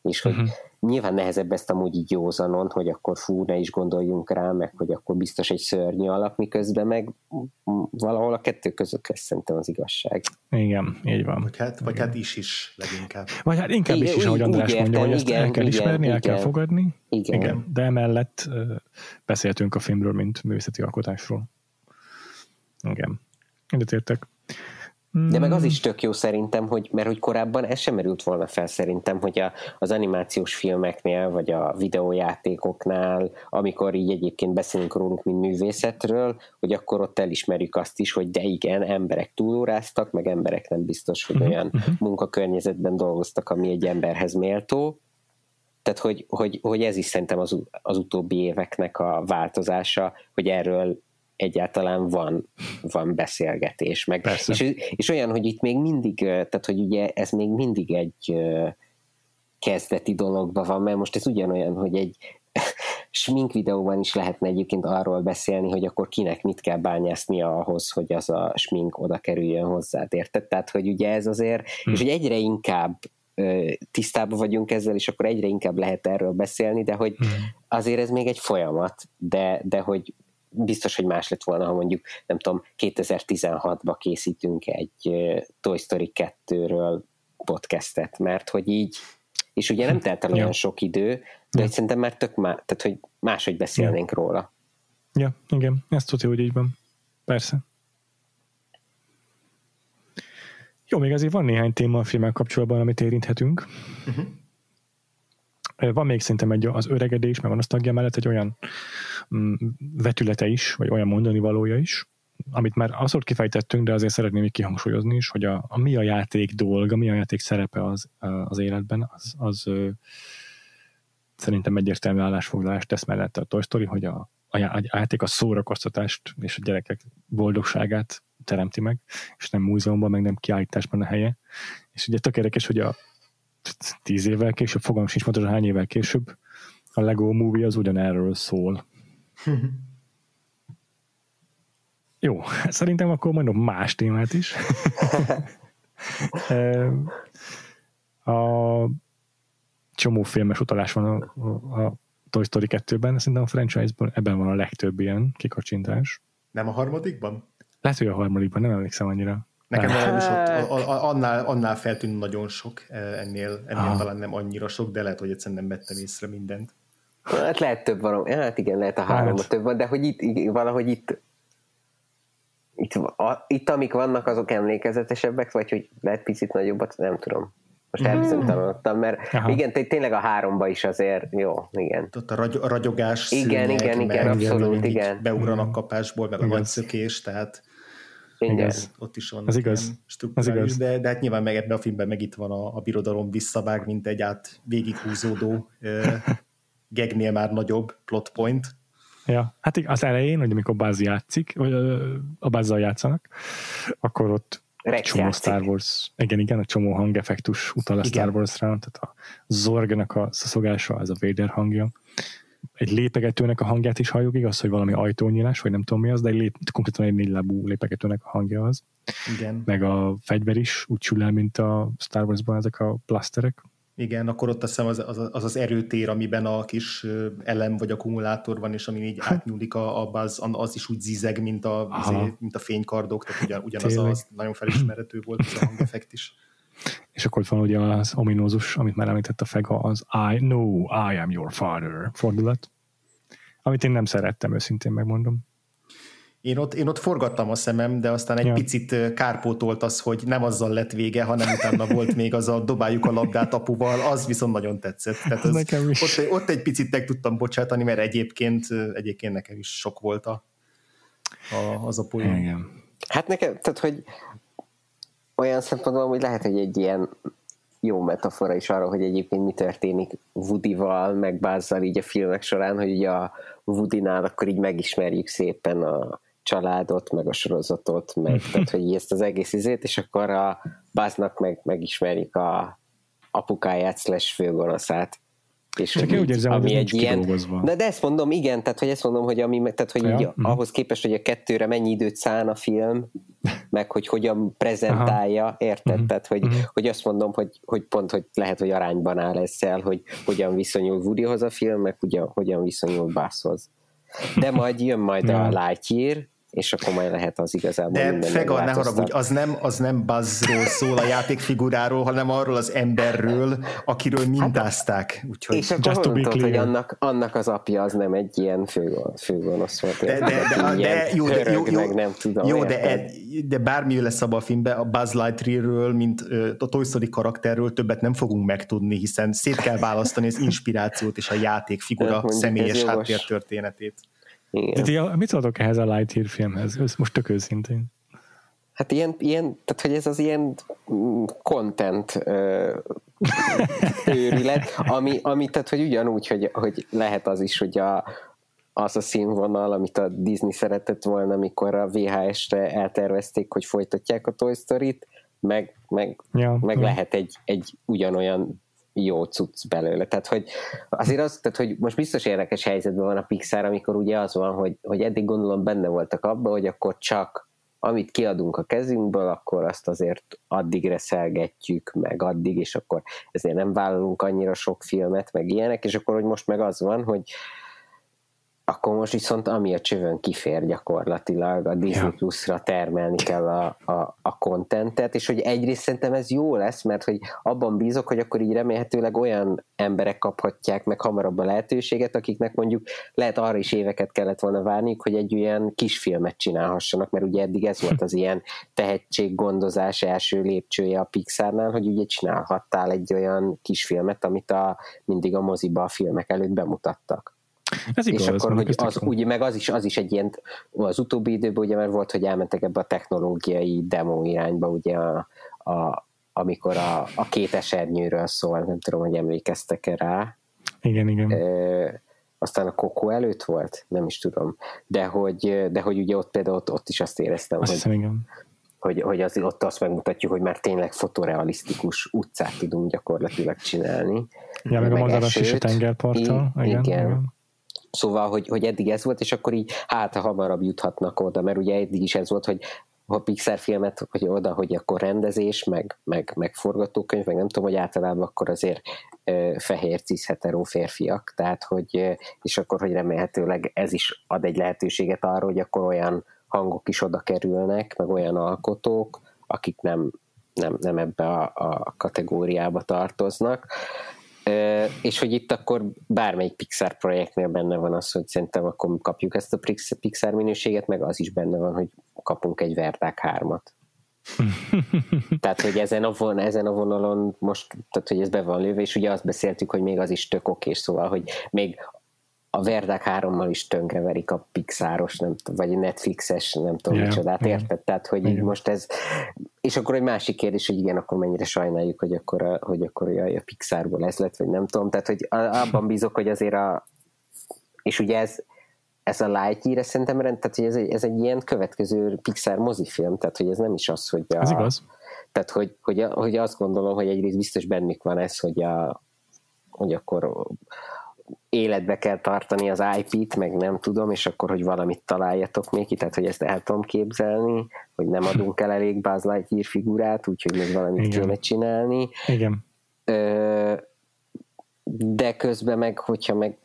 és hogy uh-huh. nyilván nehezebb ezt amúgy így józanon, hogy akkor fú, ne is gondoljunk rá, meg hogy akkor biztos egy szörnyű alak, miközben meg valahol a kettő között lesz szerintem az igazság. Igen, így van. Vagy hát, vagy hát is is leginkább. Vagy hát inkább is is, ahogy András mondja, hogy ezt el kell ismerni, el kell fogadni. Igen. Igen. De emellett beszéltünk a filmről, mint művészeti alkotásról. Igen. Egyetértek. De meg az is tök jó szerintem, hogy, mert hogy korábban ez sem merült volna fel szerintem, hogy a, az animációs filmeknél, vagy a videójátékoknál, amikor így egyébként beszélünk róluk, mint művészetről, hogy akkor ott elismerjük azt is, hogy de igen, emberek túlóráztak, meg emberek nem biztos, hogy olyan munkakörnyezetben dolgoztak, ami egy emberhez méltó. Tehát, hogy, hogy, hogy ez is szerintem az, az utóbbi éveknek a változása, hogy erről egyáltalán van, van beszélgetés. Meg, és, és olyan, hogy itt még mindig, tehát hogy ugye ez még mindig egy kezdeti dologban van, mert most ez ugyanolyan, hogy egy smink videóban is lehetne egyébként arról beszélni, hogy akkor kinek mit kell bányásznia ahhoz, hogy az a smink oda kerüljön hozzád, érted? Tehát, hogy ugye ez azért, hmm. és hogy egyre inkább tisztában vagyunk ezzel, és akkor egyre inkább lehet erről beszélni, de hogy hmm. azért ez még egy folyamat, de, de hogy biztos, hogy más lett volna, ha mondjuk, nem tudom, kétezer-tizenhatban készítünk egy Toy Story kettőről podcastet, mert hogy így, és ugye nem telt el olyan sok idő, de ja. szerintem már tök má, tehát hogy máshogy beszélnénk ja. róla. Ja, igen, ezt tudja, hogy így van. Persze. Jó, még azért van néhány téma a filmmel kapcsolatban, amit érinthetünk. Uh-huh. Van még szerintem egy, az öregedés, meg van a tagja mellett egy olyan mm, vetülete is, vagy olyan mondani valója is, amit már abszolút kifejtettünk, de azért szeretném még kihangsúlyozni is, hogy a, a mi a játék dolga, mi a játék szerepe az, az életben, az, az ö, szerintem egyértelmű állásfoglalást tesz mellett a Toy Story, hogy a, a játék a szórakoztatást és a gyerekek boldogságát teremti meg, és nem múzeumban, meg nem kiállításban a helye. És ugye tök érdekes, hogy a tíz évvel később, fogalmam sincs pontosan hány évvel később, a Lego Movie az ugyanerről szól. Jó, szerintem akkor mondom más témát is. A csomó filmes utalás van a, a Toy Story kettőben, szerintem a franchise-ban ebben van a legtöbb ilyen kikacsintás. Nem a harmadikban? Lehet, hogy a harmadikban, nem emlékszem annyira. Nekem is ott, annál, annál feltűnt nagyon sok, ennél, ennél ah. talán nem annyira sok, de lehet, hogy egyszerűen nem vettem észre mindent. Hát lehet több van, hát igen, lehet a háromban hát. több van, de hogy itt valahogy itt itt, a, itt amik vannak, azok emlékezetesebbek, vagy hogy lehet picit nagyobbat, nem tudom. Most elbizonytalanodtam, mert Aha. igen, tényleg a háromba is azért jó, igen. Ott a, ragy, a ragyogás igen, szűnyeg, igen, igen, abszolút, igen. Beugranak kapásból, meg a nagy szökés, tehát igen. ott is van ez igaz. struktúrális, de, de hát nyilván meg ebben a filmben meg itt van a, a birodalom visszavág, mint egy át végighúzódó uh, gagnél már nagyobb plot point. Ja, hát az elején, hogy amikor Buzz játszik, vagy a Buzzzal játszanak, akkor ott egy csomó játszik. Star Wars, igen, igen, a csomó hangeffektus utal a igen. Star Wars-ra, tehát a Zorgnak a szogása, ez a Vader hangja. Egy lépegetőnek a hangját is halljuk, igaz, hogy valami ajtónyílás, vagy nem tudom mi az, de egy lép, konkrétan egy négylábú lépegetőnek a hangja az. Igen. Meg a fegyver is úgy sül el, mint a Star Wars-ban ezek a blasterek. Igen, akkor ott azt hiszem az az, az az erőtér, amiben a kis elem vagy akkumulátor van, és ami így átnyúlik a, a Buzz, az is úgy zizeg, mint a, mint a fénykardok, tehát ugyan, ugyanaz az nagyon felismerhető volt az a hangeffekt is. És akkor van ugye az ominózus, amit már említett a Fega, az I know I am your father fordulat, amit én nem szerettem, őszintén megmondom. Én ott, én ott forgattam a szemem, de aztán egy ja. picit kárpótolt az, hogy nem azzal lett vége, hanem utána volt még az a dobáljuk a labdát apuval, az viszont nagyon tetszett. Tehát az, nekem is. Ott, ott egy picit meg tudtam bocsátani, mert egyébként, egyébként nekem is sok volt a, a, az a poén. Igen. Hát nekem, tehát hogy olyan szempontból, hogy lehet, hogy egy ilyen jó metafora is arra, hogy egyébként mi történik Woodyval, meg Buzzal így a filmek során, hogy ugye a Woodynál akkor így megismerjük szépen a családot, meg a sorozatot, meg tehát, hogy ezt az egész izét, és akkor a Buzznak meg megismerjük a apukáját slash főgonoszát. És csak én úgy érzem, ami hogy egy ilyen, kidolgozva. de, de ezt mondom, igen, tehát hogy ezt mondom, hogy, ami, tehát, hogy ja? így, uh-huh. ahhoz képest, hogy a kettőre mennyi időt szán a film, meg hogy hogyan prezentálja, érted? Uh-huh. Tehát, hogy, uh-huh. hogy azt mondom, hogy, hogy pont, hogy lehet, hogy arányban áll ezzel, hogy hogyan viszonyul Woodyhoz a film, meg ugyan, hogyan viszonyul Buzzhoz. De majd jön majd ja. a Lightyear, és akkor majd lehet az igazából de minden Fega, ne haragudj, az nem, az nem Buzzról szól a játékfiguráról, hanem arról az emberről, akiről mintázták. Úgyhogy és akkor mondtad, hogy annak, annak az apja az nem egy ilyen főgonosz volt. De, de, de, de, jó, de, jó, jó, meg nem tudom. Jó, de, de bármi lesz abban a filmben, a Buzz Lightyearről, mint a Toy Story karakterről többet nem fogunk megtudni, hiszen szét kell választani az inspirációt és a játékfigura ja, személyes háttértörténetét. De ti, mit szóltok ehhez a Lightyear filmhez? Ez most tök őszintén. Hát ilyen, ilyen, tehát hogy ez az ilyen content ö, őrület, ami, ami, tehát hogy ugyanúgy, hogy, hogy lehet az is, hogy a, az a színvonal, amit a Disney szeretett volna, amikor a vé há es-re eltervezték, hogy folytatják a Toy Story-t, meg, meg, ja, meg ja. lehet egy, egy ugyanolyan jó cucc belőle. Tehát, hogy azért az, tehát, hogy most biztos érdekes helyzetben van a Pixar, amikor ugye az van, hogy, hogy eddig gondolom benne voltak abban, hogy akkor csak amit kiadunk a kezünkből, akkor azt azért addig reszelgetjük, meg addig, és akkor ezért nem vállalunk annyira sok filmet, meg ilyenek, és akkor, hogy most meg az van, hogy akkor most viszont ami a csövön kifér gyakorlatilag, a Disney ja. Plus-ra termelni kell a, a, a contentet, és hogy egyrészt szerintem ez jó lesz, mert hogy abban bízok, hogy akkor így remélhetőleg olyan emberek kaphatják meg hamarabb a lehetőséget, akiknek mondjuk lehet arra is éveket kellett volna várniuk, hogy egy olyan kisfilmet csinálhassanak, mert ugye eddig ez volt az ilyen tehetséggondozás első lépcsője a Pixarnál, hogy ugye csinálhattál egy olyan kisfilmet, amit a, mindig a moziba a filmek előtt bemutattak. Ez igaz, és akkor, hogy az, ugye, meg az is, az is egy ilyen, az utóbbi időben ugye, mert volt, hogy elmentek ebbe a technológiai demo irányba, ugye, a, a, amikor a, a két esernyőről szól, nem tudom, hogy emlékeztek-e rá. Igen, igen. E, aztán a Coco előtt volt, nem is tudom, de hogy, de hogy ugye ott például ott, ott is azt éreztem, azt hogy, hiszem, igen. hogy, hogy az, ott azt megmutatjuk, hogy már tényleg fotorealisztikus utcát tudunk gyakorlatilag csinálni. Ja, meg, meg a madaras is a tengerparttal. Igen, igen. igen. Szóval, hogy, hogy eddig ez volt, és akkor így hát hamarabb juthatnak oda, mert ugye eddig is ez volt, hogy a Pixar filmet, hogy oda, hogy akkor rendezés, meg, meg, meg forgatókönyv, meg nem tudom, hogy általában akkor azért ö, fehér, cis-heteró férfiak, tehát, hogy, és akkor, hogy remélhetőleg ez is ad egy lehetőséget arra, hogy akkor olyan hangok is oda kerülnek, meg olyan alkotók, akik nem, nem, nem ebbe a, a kategóriába tartoznak. Uh, és hogy itt akkor bármelyik Pixar projektnél benne van az, hogy szerintem akkor kapjuk ezt a Pixar minőséget, meg az is benne van, hogy kapunk egy Verdák hármat. Tehát, hogy ezen a, von, ezen a vonalon most, tehát, hogy ez be van lőve, és ugye azt beszéltük, hogy még az is tök okés, szóval, hogy még a Verdák hárommal is tönkreverik a Pixaros, nem, vagy Netflixes, nem tudom yeah, micsodát, yeah. érted? Tehát, hogy így most ez, és akkor egy másik kérdés, hogy igen, akkor mennyire sajnáljuk, hogy akkor a, hogy akkor a Pixarból ez lett, vagy nem tudom, tehát, hogy abban bízok, hogy azért a, és ugye ez, ez a Lightyear, szerintem, tehát, hogy ez egy, ez egy ilyen következő Pixar mozifilm, tehát, hogy ez nem is az, hogy a, ez igaz. Tehát, hogy, hogy, hogy azt gondolom, hogy egyrészt biztos bennük van ez, hogy a, hogy akkor életbe kell tartani az i pét, meg nem tudom, és akkor, hogy valamit találjatok még ki, tehát, hogy ezt el tudom képzelni, hogy nem adunk el elég Buzz Lightyear figurát, úgyhogy még valamit Igen. kéne csinálni. Igen. Ö, de közben meg, hogyha meg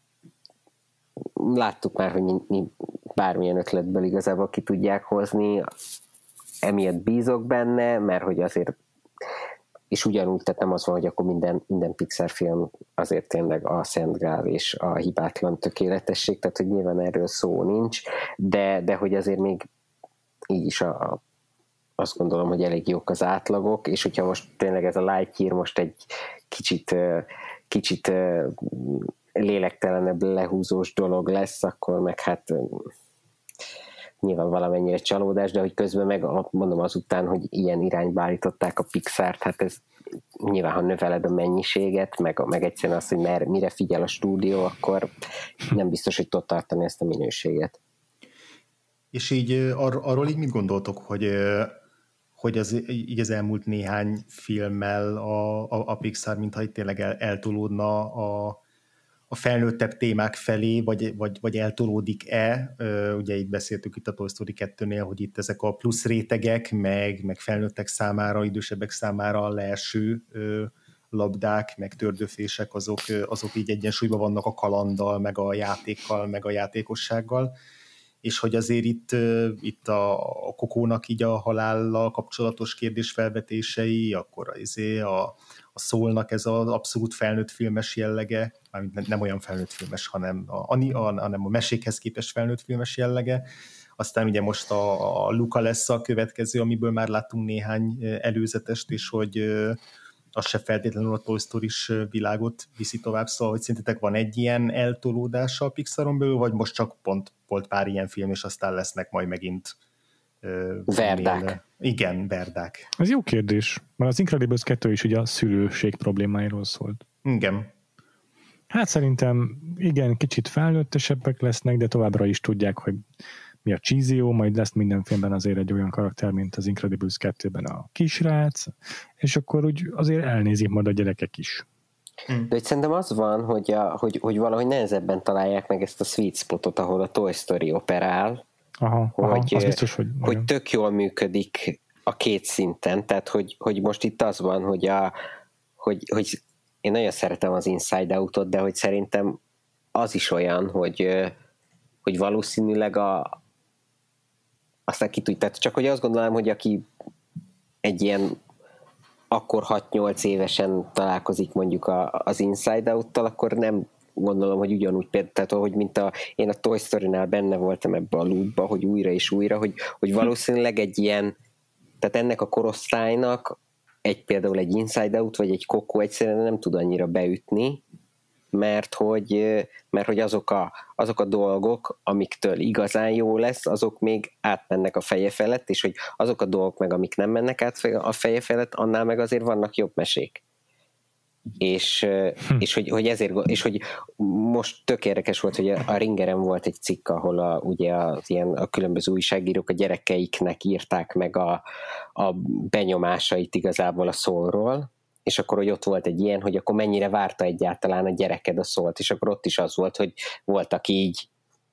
láttuk már, hogy bármilyen ötletből igazából ki tudják hozni, emiatt bízok benne, mert hogy azért és ugyanúgy, tehát nem az van, hogy akkor minden, minden Pixar film azért tényleg a Szent Grál és a hibátlan tökéletesség, tehát hogy nyilván erről szó nincs, de, de hogy azért még így is a, a, azt gondolom, hogy elég jók az átlagok, és hogyha most tényleg ez a Lightyear most egy kicsit, kicsit lélektelenebb, lehúzós dolog lesz, akkor meg hát nyilván valamennyire csalódás, de hogy közben meg mondom azután, hogy ilyen irányba állították a Pixart, hát ez nyilván, ha növeled a mennyiséget, meg, meg egyszerűen azt, hogy mer, mire figyel a stúdió, akkor nem biztos, hogy tud tartani ezt a minőséget. És így ar- arról így mit gondoltok, hogy, hogy az, így az elmúlt néhány filmmel a, a, a Pixar, mintha itt tényleg el, eltolódna a a felnőttebb témák felé, vagy, vagy, vagy eltolódik-e. Ugye itt beszéltük itt a Toy Story kettőnél, hogy itt ezek a plusz rétegek, meg, meg felnőttek számára, idősebbek számára leeső labdák, meg tördöfések, azok, azok így egyensúlyban vannak a kalanddal, meg a játékkal, meg a játékossággal, és hogy azért itt, itt a, a Kokónak így a halállal kapcsolatos kérdésfelvetései, akkor azért a, a Soulnak ez az abszolút felnőtt filmes jellege, nem olyan felnőtt filmes, hanem a, a, hanem a mesékhez képest felnőtt filmes jellege. Aztán ugye most a, a Luca lesz a következő, amiből már láttunk néhány előzetest, és hogy az se feltétlenül a Toy Story-s világot viszi tovább, szóval hogy szerintetek van egy ilyen eltolódása a Pixaron belül, vagy most csak pont volt pár ilyen film, és aztán lesznek majd megint uh, verdák. Minél, igen, verdák. Ez jó kérdés, mert az Incredibles kettő is ugye a szülőség problémáiról szólt. Igen. Hát szerintem igen, kicsit felnőttesebbek lesznek, de továbbra is tudják, hogy mi a cheesy-ó, majd lesz minden filmben azért egy olyan karakter, mint az Incredibles kettőben a kisrác, és akkor úgy azért elnézik majd a gyerekek is. De hogy szerintem az van, hogy, a, hogy, hogy valahogy nehezebben találják meg ezt a sweet spotot, ahol a Toy Story operál, aha, hogy, aha, az biztos, hogy, hogy tök jól működik a két szinten, tehát hogy, hogy most itt az van, hogy, a, hogy, hogy én nagyon szeretem az Inside Out-ot, de hogy szerintem az is olyan, hogy, hogy valószínűleg a aztán ki tudja, tehát csak hogy azt gondolom, hogy aki egy ilyen akkor hat-nyolc évesen találkozik mondjuk a, az Inside Out-tal, akkor nem gondolom, hogy ugyanúgy például, hogy mint a, én a Toy Story-nál benne voltam ebbe a loopba, hogy újra és újra, hogy, hogy valószínűleg egy ilyen, tehát ennek a korosztálynak egy például egy Inside Out, vagy egy Coco egyszerűen nem tud annyira beütni, mert hogy, mert hogy azok, a, azok a dolgok, amiktől igazán jó lesz, azok még átmennek a feje felett, és hogy azok a dolgok meg, amik nem mennek át a feje felett, annál meg azért vannak jobb mesék. És, hm. és, hogy, hogy ezért, és hogy most tök érdekes volt, hogy a Ringeren volt egy cikk, ahol a, ugye az ilyen, a különböző újságírók a gyerekeiknek írták meg a, a benyomásait igazából a Soulról, és akkor, hogy ott volt egy ilyen, hogy akkor mennyire várta egyáltalán a gyereked a Soult, és akkor ott is az volt, hogy voltak így,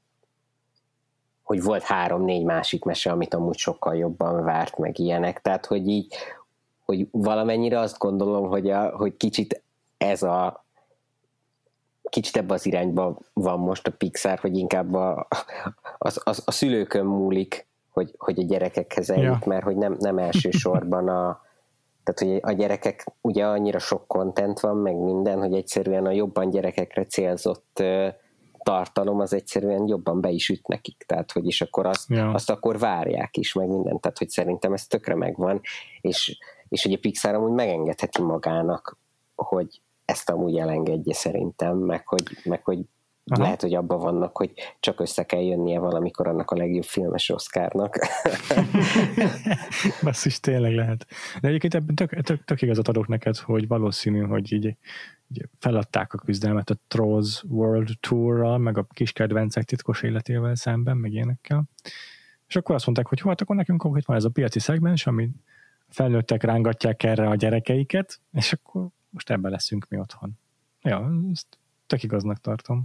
hogy volt három-négy másik mese, amit amúgy sokkal jobban várt, meg ilyenek, tehát, hogy így, hogy valamennyire azt gondolom, hogy, a, hogy kicsit ez a kicsit ebbe az irányba van most a Pixar, hogy inkább a, az, az, a szülőkön múlik, hogy, hogy a gyerekekhez eljut, ja. Mert hogy nem, nem elsősorban a tehát, hogy a gyerekek, ugye annyira sok content van, meg minden, hogy egyszerűen a jobban gyerekekre célzott uh, tartalom, az egyszerűen jobban be is üt nekik. Tehát, hogy is akkor azt, ja. azt akkor várják is, meg minden. Tehát, hogy szerintem ez tökre megvan, és, és hogy a Pixar amúgy megengedheti magának, hogy ezt amúgy elengedje szerintem, meg hogy, meg hogy aha. lehet, hogy abban vannak, hogy csak össze kell jönnie valamikor annak a legjobb filmes Oscarnak. Basszus, tényleg lehet. De egyébként ebben tök, tök, tök igazat adok neked, hogy valószínű, hogy így, így feladták a küzdelmet a Trolls World Tour-ral, meg a kis kedvencek titkos életével szemben, meg ilyenekkel. És akkor azt mondták, hogy hát akkor nekünk itt van ez a piaci szegmens, ami felnőttek rángatják erre a gyerekeiket, és akkor most ebben leszünk mi otthon. Ja, ezt tök igaznak tartom.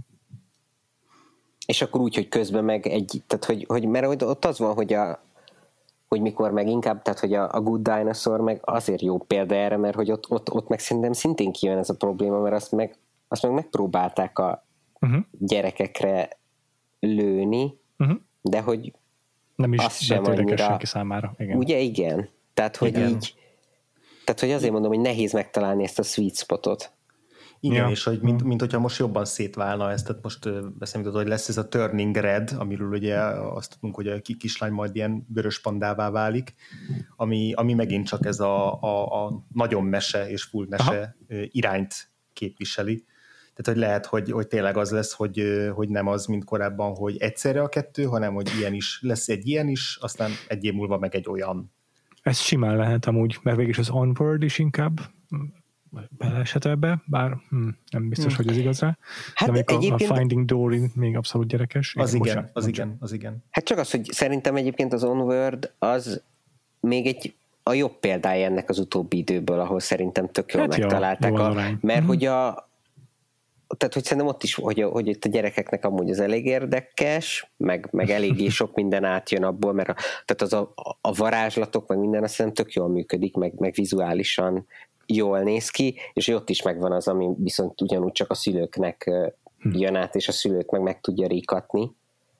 És akkor úgy, hogy közben meg egy, tehát hogy, hogy mert ott az van, hogy a hogy mikor meg inkább, tehát hogy a, a Good Dinosaur meg azért jó példa erre, mert hogy ott, ott, ott meg szerintem szintén kijön ez a probléma, mert azt meg, azt meg megpróbálták a uh-huh. gyerekekre lőni, uh-huh. de hogy nem is az sem annyira senki számára. Igen. Ugye igen. Tehát hogy igen. így tehát hogy azért mondom, hogy nehéz megtalálni ezt a sweet spotot. Igen, ja. És hogy mint, mint hogyha most jobban szétválna ez, tehát most beszélünk, hogy lesz ez a Turning Red, amiről ugye azt tudunk, hogy a kislány majd ilyen vörös pandává válik, ami, ami megint csak ez a, a, a nagyon mese és full mese aha. irányt képviseli. Tehát, hogy lehet, hogy, hogy tényleg az lesz, hogy, hogy nem az, mint korábban, hogy egyszerre a kettő, hanem, hogy ilyen is, lesz egy ilyen is, aztán egy év múlva meg egy olyan. Ez simán lehet amúgy, mert végig az Onward is inkább beleeshet ebbe, bár hm, nem biztos, hmm. hogy ez igaz rá. Hát de még a, a Finding Dory még abszolút gyerekes. Az igen, igen az igen, az igen. Hát csak az, hogy szerintem egyébként az Onward az még egy a jobb példája ennek az utóbbi időből, ahol szerintem tök jól hát megtalálták. Jó, a, mert hmm. hogy a tehát hogy szerintem ott is, hogy, hogy itt a gyerekeknek amúgy az elég érdekes, meg, meg eléggé sok minden átjön abból, mert a, tehát az a, a varázslatok, meg minden azt szerintem tök jól működik, meg, meg vizuálisan jól néz ki, és ott is megvan az, ami viszont ugyanúgy csak a szülőknek jön át, és a szülőt meg meg tudja ríkatni.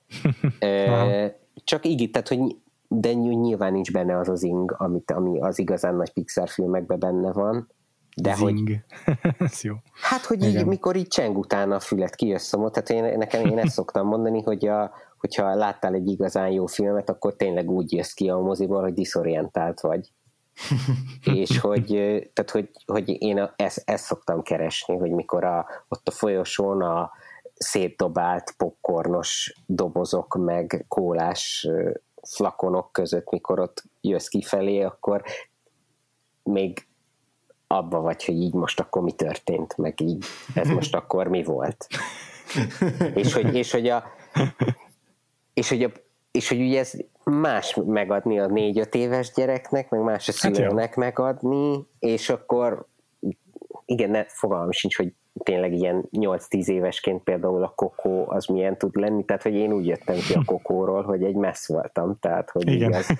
Csak így, tehát, hogy de nyilván nincs benne az az ing, amit, ami az igazán nagy Pixar filmekben benne van. De Zing. hogy, Ez jó. hát, hogy így, mikor így cseng utána a fület kijössz a tehát én, nekem én ezt szoktam mondani, hogy a, hogyha láttál egy igazán jó filmet, akkor tényleg úgy jössz ki a moziból, hogy diszorientált vagy. És hogy, tehát, hogy, hogy én ezt, ezt szoktam keresni, hogy mikor a, ott a folyosón a szétdobált popcornos dobozok meg kólás flakonok között, mikor ott jössz kifelé, akkor még abba vagy, hogy így most akkor mi történt, meg így ez most akkor mi volt. és, hogy, és hogy a és hogy, a, és hogy ugye ez más megadni a négy-öt éves gyereknek, meg más a szülőnek hát megadni, és akkor igen, ne, fogalmam sincs, hogy tényleg ilyen nyolc-tíz évesként például a Kokó az milyen tud lenni, tehát hogy én úgy jöttem ki a Kokóról, hogy egy messz voltam, tehát hogy igen. igaz.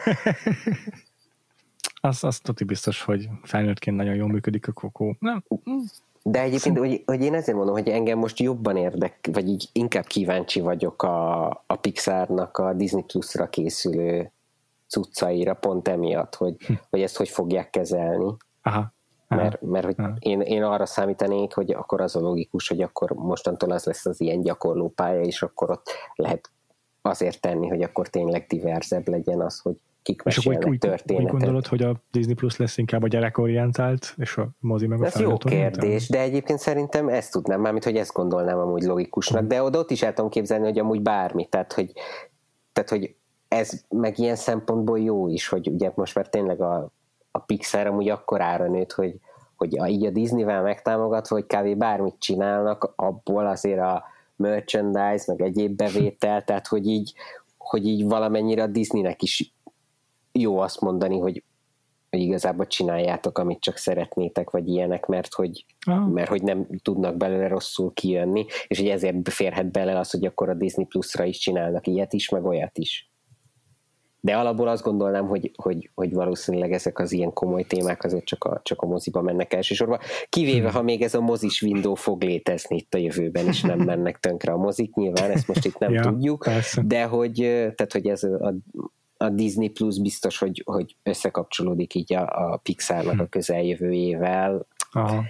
Az, az tuti biztos, hogy felnőttként nagyon jól működik a Kokó. Nem. De egyébként, hogy, hogy én ezért mondom, hogy engem most jobban érdek, vagy így inkább kíváncsi vagyok a, a Pixarnak a Disney Plus-ra készülő cuccaira, pont emiatt, hogy, hm. hogy ezt hogy fogják kezelni. Aha. Mert, mert hogy én, én arra számítanék, hogy akkor az a logikus, hogy akkor mostantól az lesz az ilyen gyakorlópálya, és akkor ott lehet azért tenni, hogy akkor tényleg diverzebb legyen az, hogy kik mesélnek úgy, történetet. Úgy gondolod, hogy a Disney Plus lesz inkább a gyerekorientált, és a mozi meg a ez jó kérdés, de egyébként szerintem ezt tudnám, mármint, hogy ezt gondolnám amúgy logikusnak, de oda ott is el tudom képzelni, hogy amúgy bármi, tehát hogy, tehát, hogy ez meg ilyen szempontból jó is, hogy ugye most már tényleg a, a Pixar amúgy akkorára nőtt, hogy, hogy a, így a Disney-vel megtámogatva, hogy kb. Bármit csinálnak, abból azért a merchandise, meg egyéb bevétel, tehát hogy így, hogy így valamennyire a Disneynek is jó azt mondani, hogy, hogy igazából csináljátok, amit csak szeretnétek, vagy ilyenek, mert hogy, ah. mert hogy nem tudnak belőle rosszul kijönni, és hogy ezért férhet bele az, hogy akkor a Disney Plus-ra is csinálnak ilyet is, meg olyat is. De alapból azt gondolnám, hogy, hogy, hogy valószínűleg ezek az ilyen komoly témák azért csak a, csak a moziba mennek elsősorban, kivéve, ha még ez a mozis window fog létezni itt a jövőben, és nem mennek tönkre a mozik, nyilván ezt most itt nem ja, tudjuk, persze. De hogy, tehát, hogy ez a, a Disney Plus biztos, hogy, hogy összekapcsolódik így a, a Pixarnak a közeljövőjével. Aha.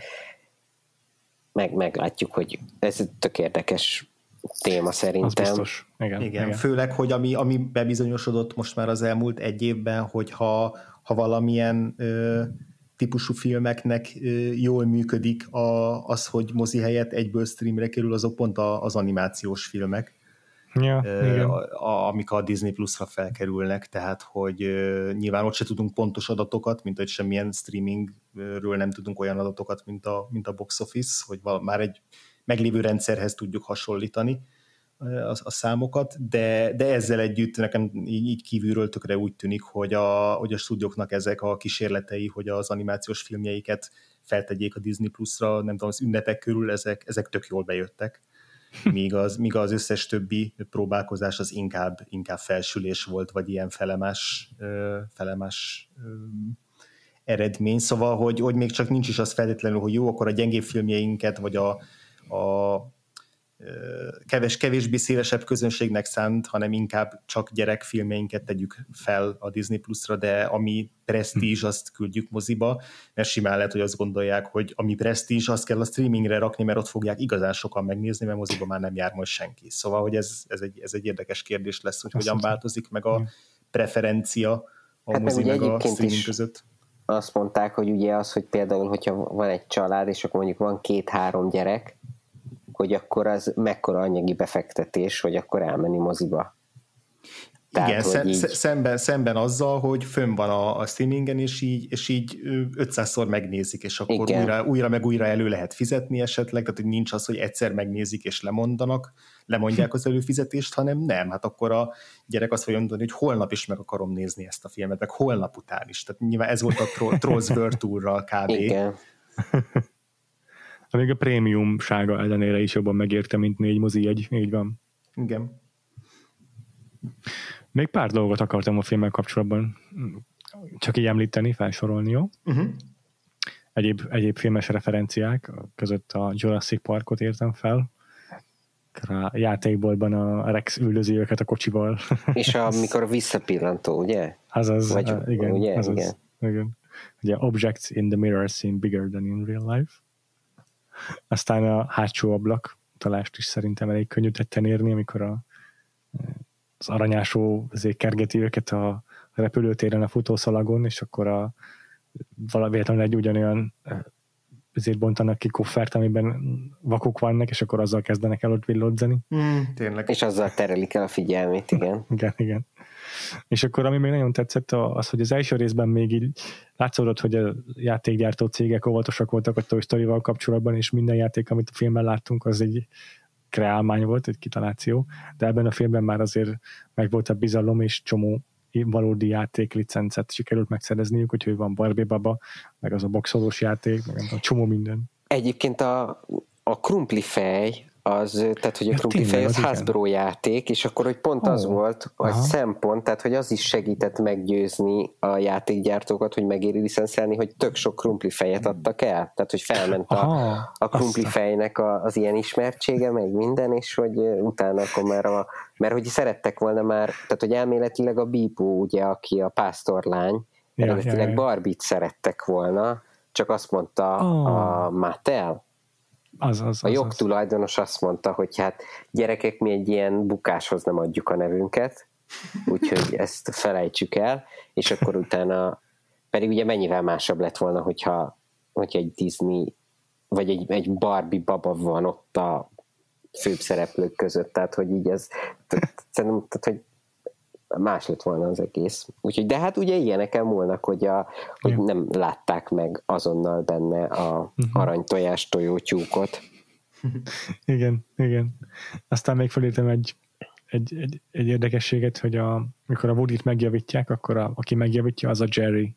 Meg, meglátjuk, hogy ez tök érdekes téma szerintem. Az biztos. Igen, igen, igen. Főleg, hogy ami, ami bebizonyosodott most már az elmúlt egy évben, hogy ha, ha valamilyen ö, típusú filmeknek ö, jól működik a, az, hogy mozi helyett egyből streamre kerül, azok pont a, az animációs filmek. Ja, ö, a, a, amik a Disney Plus-ra felkerülnek, tehát hogy ö, nyilván ott se tudunk pontos adatokat, mint hogy semmilyen streamingről nem tudunk olyan adatokat, mint a, mint a box office, hogy val- már egy meglévő rendszerhez tudjuk hasonlítani a, a számokat, de, de ezzel együtt nekem így, így kívülről tökre úgy tűnik, hogy a, hogy a stúdióknak ezek a kísérletei, hogy az animációs filmjeiket feltegyék a Disney Plus-ra, nem tudom, az ünnepek körül, ezek, ezek tök jól bejöttek. Míg az, míg az összes többi próbálkozás az inkább, inkább felsülés volt, vagy ilyen felemás, felemás eredmény. Szóval, hogy, hogy még csak nincs is az feltétlenül, hogy jó, akkor a gyengébb filmjeinket, vagy a, a keves, kevésbé szélesebb közönségnek szánt, hanem inkább csak gyerekfilmeinket tegyük fel a Disney Plus-ra, de ami presztízs, azt küldjük moziba, mert simán lehet, hogy azt gondolják, hogy ami presztízs, azt kell a streamingre rakni, mert ott fogják igazán sokan megnézni, mert moziba már nem jár most senki. Szóval, hogy ez, ez, egy, ez egy érdekes kérdés lesz, hogy azt hogyan változik meg a preferencia a hát mozi meg, meg a streaming között. Azt mondták, hogy ugye az, hogy például, hogyha van egy család, és akkor mondjuk van két-három gyerek, hogy akkor az mekkora anyagi befektetés, hogy akkor elmenni moziba. Tehát, igen, szem, így... szemben, szemben azzal, hogy fönn van a, a streamingen, és így, és így ötszázszor megnézik, és akkor újra, újra meg újra elő lehet fizetni esetleg, tehát hogy nincs az, hogy egyszer megnézik, és lemondanak, lemondják az előfizetést, hanem nem, hát akkor a gyerek azt fogja mondani, hogy holnap is meg akarom nézni ezt a filmet, meg holnap után is. Tehát nyilván ez volt a Trolls World Tour-ral kb. Igen. Amíg a prémiumsága ellenére is jobban megérte, mint négy mozi egy. Így van. Igen. Még pár dolgot akartam a filmmel kapcsolatban csak így említeni, felsorolni, jó? Uh-huh. Egyéb, egyéb filmes referenciák között a Jurassic Parkot értem fel. A játékboltban a Rex üldözi őket a kocsival. És amikor a visszapillantó, ugye? Azaz, Vagy, uh, igen, ugye? azaz, igen. igen. Ugye objects in the mirror seem bigger than in real life. Aztán a hátsó ablak talást is szerintem elég könnyű tetten érni, amikor a, az aranyásó azért kergeti őket a repülőtéren a futószalagon, és akkor a véletlenül egy ugyanolyan ezért bontanak ki koffert, amiben vakok vannak, és akkor azzal kezdenek el ott villodzani. Mm, tényleg. És azzal terelik el a figyelmét, igen. igen, igen. És akkor ami még nagyon tetszett, az, hogy az első részben még így látszódott, hogy a játékgyártó cégek óvatosak voltak a Toy Story-val kapcsolatban, és minden játék, amit a filmben láttunk, az egy kreálmány volt, egy kitaláció, de ebben a filmben már azért meg volt a bizalom, és csomó valódi játéklicencet sikerült megszerezniük, úgyhogy van Barbie baba, meg az a boxolós játék, meg a csomó minden. Egyébként a, a krumplifej, az, tehát hogy a ja, krumplifej az Hasbro játék, és akkor hogy pont oh. az volt a Aha. szempont, tehát hogy az is segített meggyőzni a játékgyártókat, hogy megéri licenszelni, hogy tök sok krumplifejet adtak el, tehát hogy felment a, a krumplifejnek a, az ilyen ismertsége, meg minden, és hogy utána akkor már a, mert hogy szerettek volna már, tehát hogy elméletileg a Bíbó, ugye, aki a pásztorlány, ja, eredetileg ja, ja. Barbie-t szerettek volna, csak azt mondta oh. a Mattel, Az, az, a az, jogtulajdonos azt mondta, hogy hát gyerekek, mi egy ilyen bukáshoz nem adjuk a nevünket, úgyhogy ezt felejtsük el, és akkor utána pedig ugye mennyivel másabb lett volna, hogyha, hogyha egy Disney vagy egy, egy Barbie baba van ott a főbb szereplők között, tehát hogy így ez szerintem, tehát hogy más lett volna az egész. Úgyhogy, de hát ugye ilyeneken múlnak, hogy, a, hogy ja. nem látták meg azonnal benne a uh-huh. aranytojás tojótyúkot. Igen, igen. Aztán még felírtam egy, egy, egy, egy érdekességet, hogy a, amikor a Woody-t megjavítják, akkor a, aki megjavítja, az a Jerry.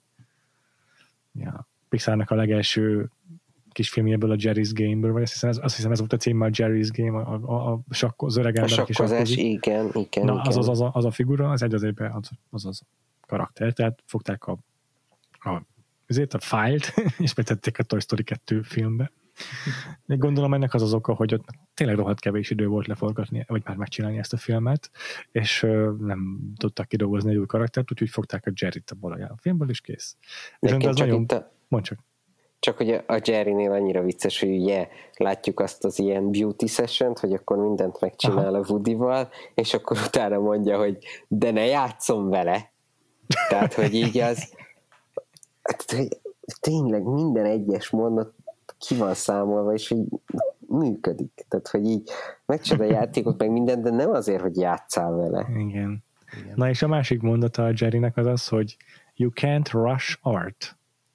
Ja, Pixarnak a legelső kis filmjéből, a Jerry's Game-ből, vagy azt hiszem, ez, azt hiszem ez volt a címe, a Jerry's Game, a, a, a, sakko, az öreg ember, aki sakkozás, igen, igen. Na, igen. az, az, az, a, az a figura, az egy az egyben az, az az karakter, tehát fogták a, a, azért a fájlt, és betették a Toy Story kettő filmbe. De gondolom ennek az az oka, hogy ott tényleg rohadt kevés idő volt leforgatni, vagy már megcsinálni ezt a filmet, és uh, nem tudtak kidolgozni egy új karaktert, úgyhogy fogták a Jerryt abból a filmből, és kész. Viszont ez nagyon... A... Mondd csak. Csak hogy a Jerrynél annyira vicces, hogy ugye látjuk azt az ilyen beauty session-t, hogy akkor mindent megcsinál Aha. a Woodyval, és akkor utána mondja, hogy de ne játszom vele. Tehát, hogy így az tényleg minden egyes mondat ki van számolva, és hogy működik. Tehát, hogy így megcsinál a játékot, meg mindent, de nem azért, hogy játsszál vele. Igen. Igen. Na és a másik mondata a Jerrynek az az, hogy you can't rush art.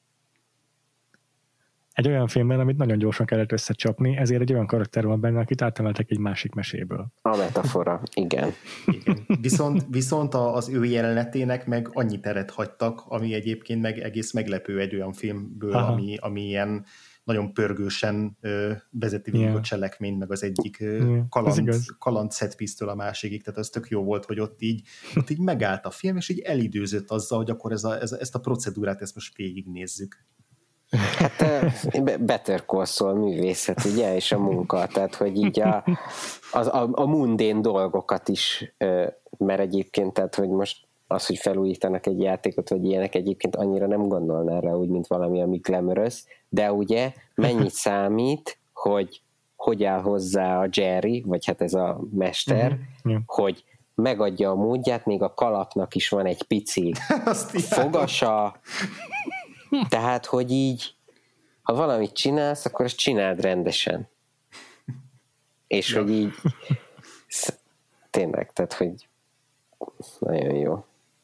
Egy olyan filmben, amit nagyon gyorsan kellett összecsapni, ezért egy olyan karakter van benne, akit átemeltek egy másik meséből. A metafora, igen. igen. Viszont, viszont az ő jelenetének meg annyi teret hagytak, ami egyébként meg egész meglepő egy olyan filmből, ami, ami ilyen nagyon pörgősen ö, vezeti végig yeah. a cselekményt, meg az egyik ö, yeah. kaland, kaland setpiece-től a másikig, tehát az tök jó volt, hogy ott így, ott így megállt a film, és így elidőzött azzal, hogy akkor ez a, ez a, ezt a procedúrát ezt most végignézzük. Hát Better Call Saul művészet, ugye, és a munka, tehát hogy így a, a, a, a mundén dolgokat is, mert egyébként, tehát hogy most az, hogy felújítanak egy játékot, vagy ilyenek, egyébként annyira nem gondolná rá úgy, mint valami, ami glamorous, de ugye mennyit számít, hogy hogy áll hozzá a Jerry, vagy hát ez a mester, uh-huh. hogy megadja a módját, még a kalapnak is van egy pici fogasa, tehát, hogy így, ha valamit csinálsz, akkor azt csináld rendesen. És ja. hogy így tényleg, tehát, hogy nagyon jó.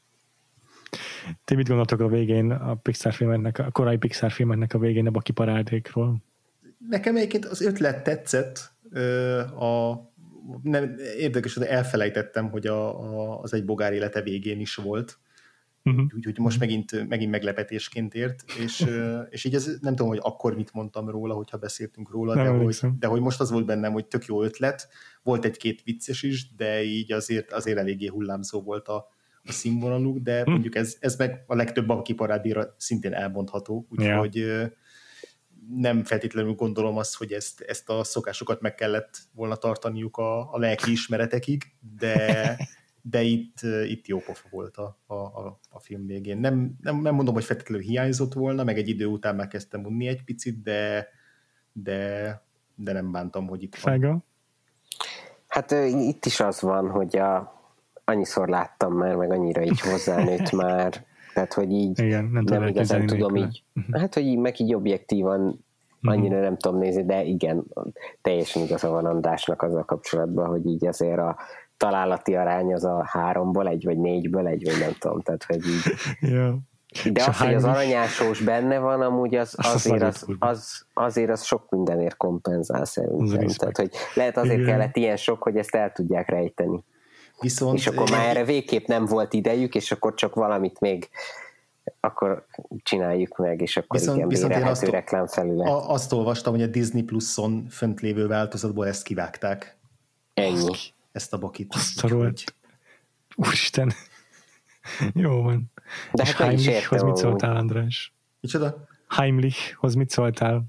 Ti mit gondoltok a végén a Pixar filmeknek, a korai Pixar filmeknek a végén a Baki parádékról? Nekem egyébként az ötlet tetszett, a, nem, érdekes, hogy elfelejtettem, hogy a, a, az egy bogár élete végén is volt. uh-huh. úgyhogy most megint, megint meglepetésként ért, és, és így ez, nem tudom, hogy akkor mit mondtam róla, hogyha beszéltünk róla, de hogy, de hogy most az volt bennem, hogy tök jó ötlet, volt egy-két vicces is, de így azért, azért eléggé hullámzó volt a, a színvonaluk, de mondjuk ez, ez meg a legtöbb bankiparádéra szintén elmondható, úgyhogy yeah. nem feltétlenül gondolom azt, hogy ezt, ezt a szokásokat meg kellett volna tartaniuk a, a lelki ismeretekig, de, de itt, itt jó pofa volt a, a, a film végén. Nem, nem, nem mondom, hogy feltétlenül hiányzott volna, meg egy idő után már kezdtem unni egy picit, de, de, de nem bántam, hogy itt van. Fága? Hát itt is az van, hogy a, annyiszor láttam már, meg annyira így hozzánőtt már, tehát, hogy így igen, nem, nem igazán tudom így, hát, hogy így, meg így objektívan annyira nem tudom nézni, de igen, teljesen igaza van Andrásnak azzal kapcsolatban, hogy így azért a találati arány az a háromból egy, vagy négyből egy, vagy nem tudom, tehát, hogy így ja. De az, hogy az aranyásós benne van, amúgy az, azért, az, az, azért az sok mindenért kompenzál szerintem. Tehát, hogy lehet azért igen. kellett ilyen sok, hogy ezt el tudják rejteni. Viszont és akkor már erre végképp nem volt idejük, és akkor csak valamit még akkor csináljuk meg, és akkor viszont, igen, bérelhető reklám felület. Azt olvastam, hogy a Disney Pluson fönt lévő változatból ezt kivágták. Ennyi. Ezt a bakit. Azt a rohadt. Úristen. Jó van. De és hát Heimlichhoz mit szóltál, András? Micsoda? Heimlichhoz mit szóltál?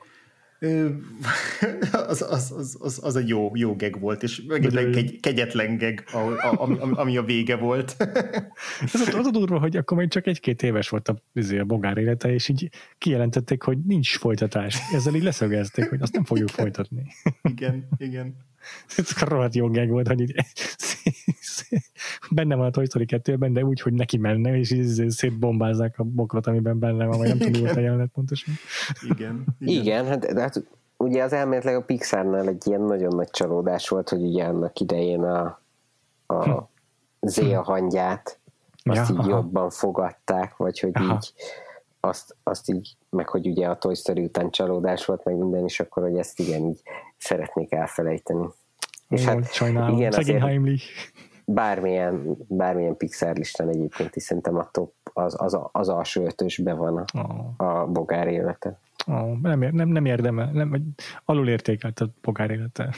Az, az, az, az, az egy jó, jó geg volt, és megint egy kegyetlen geg, ami, ami a vége volt. Az, az a durva, hogy akkor még csak egy-két éves volt a, a bogár élete, és így kijelentették, hogy nincs folytatás. Ezzel így leszögezték, hogy azt nem fogjuk folytatni. Igen, igen. Ez a rohadt jó geg volt, hogy így benne van a Toy Story kettőben, de úgy, hogy neki menne, és így szétbombázzák a bokrot, amiben benne van, vagy nem tudom, mi volt a jelenet pontosan. Igen. Igen, igen hát, de hát ugye az elméletileg a Pixarnál egy ilyen nagyon nagy csalódás volt, hogy ugye annak idején a, a hm. Zéa hangyát azt ja, így aha. jobban fogadták, vagy hogy aha. így azt, azt így, meg hogy ugye a Toy Story után csalódás volt, meg minden is, akkor hogy ezt igen, így szeretnék elfelejteni. És hát sajnálom, igen, szegény Heimlich. Bármilyen, bármilyen Pixar listán egyébként is szerintem a top, az, az, az alsó ötösben van a, oh. a bogár élete. Oh, nem, nem, nem érdemel, nem, alul értékelt a bogár élete.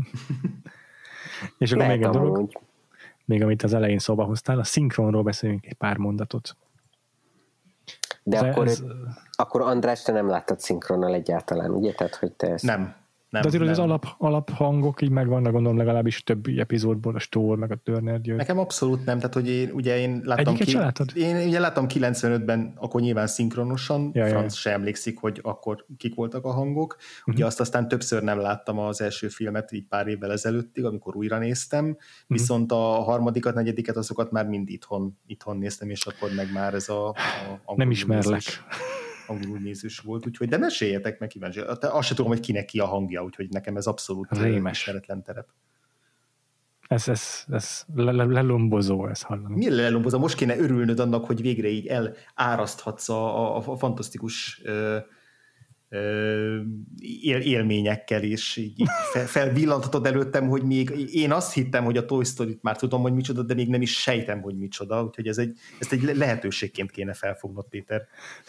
És akkor még egy dolog, úgy. még amit az elején szóba hoztál, a szinkronról beszélünk egy pár mondatot. De ez, akkor, ez, akkor András, te nem láttad szinkronnal egyáltalán, ugye? Tehát, hogy te ezt... Nem. Nem, de azért nem. az alap, alaphangok így megvannak, gondolom legalábbis többi epizódból, a Stór, meg a Turner győr. Nekem abszolút nem, tehát hogy én, ugye én láttam, ki, én ugye láttam kilencvenötben, akkor nyilván szinkronosan, ja, Franz ja. se emlékszik, hogy akkor kik voltak a hangok. Uh-huh. Ugye azt aztán többször nem láttam az első filmet, így pár évvel ezelőttig, amikor újra néztem, uh-huh. viszont a harmadikat, negyediket, azokat már mind itthon, itthon néztem, és akkor meg már ez a... a nem ismerlek. angolul nézős volt, úgyhogy de meséljetek meg kíváncsi. Azt sem tudom, hogy kinek ki a hangja, úgyhogy nekem ez abszolút ismeretlen terep. Ez, ez, ez lelombozó, ez hallani. Mi lelombozó? Most kéne örülnöd annak, hogy végre így eláraszthatsz a, a, a fantasztikus ö, ö, él, élményekkel, és így fel, felvillanthatod előttem, hogy még én azt hittem, hogy a Toy Story-t már tudom, hogy micsoda, de még nem is sejtem, hogy micsoda, úgyhogy ez egy, ezt egy lehetőségként kéne felfognod, Péter.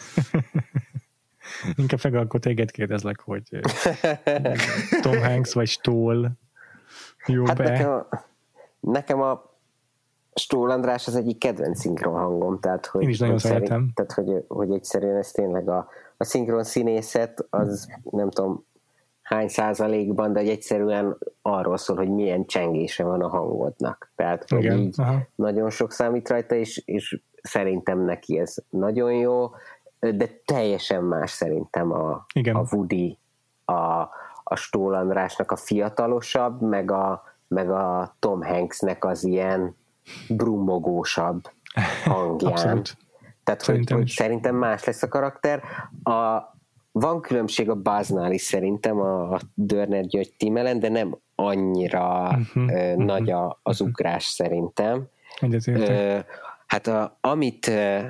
Inkább meg akkor téged kérdezlek, hogy Tom Hanks vagy Stoll jó hát be? Nekem a, nekem a Stoll András az egyik kedvenc szinkron hangom, tehát hogy, én is nagyon szerint, szeretem. Tehát, hogy, hogy egyszerűen ez tényleg a, a szinkron színészet, az nem tudom hány százalékban, de egyszerűen arról szól, hogy milyen csengése van a hangodnak. Tehát, hogy igen, így aha. nagyon sok számít rajta, és, és szerintem neki ez nagyon jó, de teljesen más szerintem a, a Woody, a, a Stoll Andrásnak a fiatalosabb, meg a, meg a Tom Hanksnek az ilyen brummogósabb hangján. Abszolút. Tehát, szerintem, hogy, hogy szerintem más lesz a karakter. A, van különbség a Buzznál is szerintem a, a Dörner György tímelen, de nem annyira uh-huh, ö, uh-huh, nagy a, az uh-huh. ugrás szerintem. Ö, hát a, amit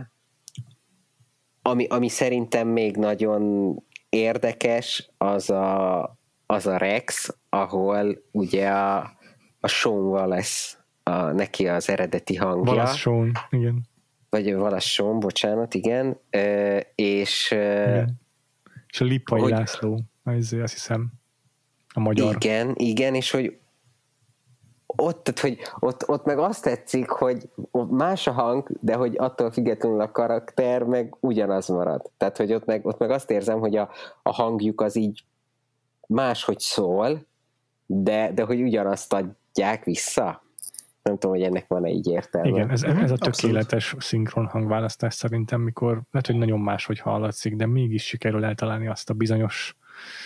ami, ami szerintem még nagyon érdekes, az a, az a Rex, ahol ugye a, a Sean Wallace, a, neki az eredeti hangja. Wallace Sean, igen. vagy Valasson, bocsánat, igen, és igen. És a Lippai hogy, László, az, azt hiszem, a magyar. Igen, igen, és hogy ott, tehát, hogy ott, ott meg azt tetszik, hogy más a hang, de hogy attól függetlenül a karakter meg ugyanaz marad. Tehát, hogy ott meg, ott meg azt érzem, hogy a, a hangjuk az így máshogy szól, de, de hogy ugyanazt adják vissza. Nem tudom, hogy ennek van-e így értelme. Igen, ez, ez a tökéletes Abszolút. Szinkron hangválasztás szerintem, mikor lehet, hogy nagyon máshogy hallatszik, de mégis sikerül eltalálni azt a bizonyos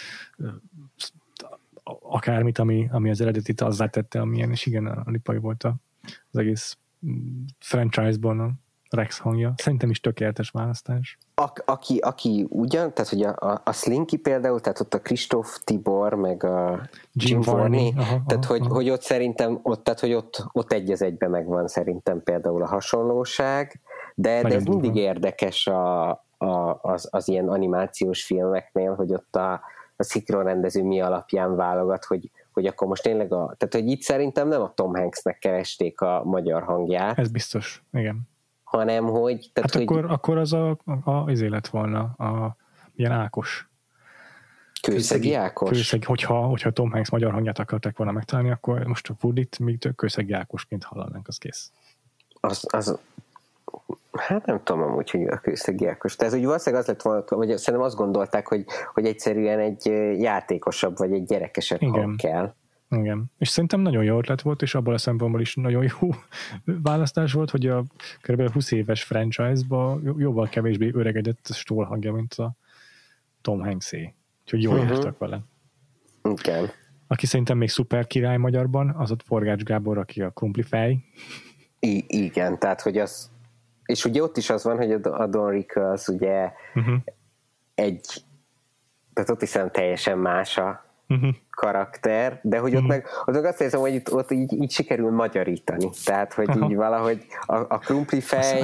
akármit, ami, ami az eredetit azzá tette, amilyen, és igen, a Lippai volt az egész franchise-ban a Rex hangja. Szerintem is tökéletes választás. A, aki, aki ugyan, tehát hogy a, a, a Slinky például, tehát ott a Kristóf Tibor, meg a Jim, Jim Varney, tehát aha, hogy, aha. hogy ott szerintem, ott, tehát hogy ott, ott egy az egyben megvan szerintem például a hasonlóság, de, de ez durva. Mindig érdekes a, a, az, az ilyen animációs filmeknél, hogy ott a, a szinkronrendező mi alapján válogat, hogy, hogy akkor most tényleg a, tehát hogy itt szerintem nem a Tom Hanksnek keresték a magyar hangját. Ez biztos, igen. Hanem, hogy... Tehát, hát hogy akkor, akkor az a, a, a izé lett volna, a ilyen Ákos. Kőszegi Ákos? Kőszegi, hogyha, hogyha Tom Hanks magyar hangját akarták volna megtalálni, akkor most a Woodit még Kőszegi Ákosként hallanánk, az kész. Az, az, hát nem tudom amúgy, hogy a Kőszegi Ákos. Tehát, hogy valószínűleg az lett volna, vagy szerintem azt gondolták, hogy, hogy egyszerűen egy játékosabb, vagy egy gyerekesebb hang kell. Igen, és szerintem nagyon jó ötlet volt, és abban a szempontból is nagyon jó választás volt, hogy a kb. húsz éves franchise-ba jóval kevésbé öregedett a Stoll hangja, mint a Tom Hanks-é. Úgyhogy jól uh-huh. jártak vele. Igen. Aki szerintem még szuper király magyarban, az ott Forgács Gábor, aki a krumplifej. I- igen, tehát hogy az, és ugye ott is az van, hogy a Don Rickles az ugye uh-huh. egy, tehát ott is szerintem teljesen más a uh-huh. karakter, de hogy ott, uh-huh. meg, ott meg azt érzem, hogy itt, ott így, így sikerül magyarítani. Tehát, hogy uh-huh. így valahogy a, a krumplifej,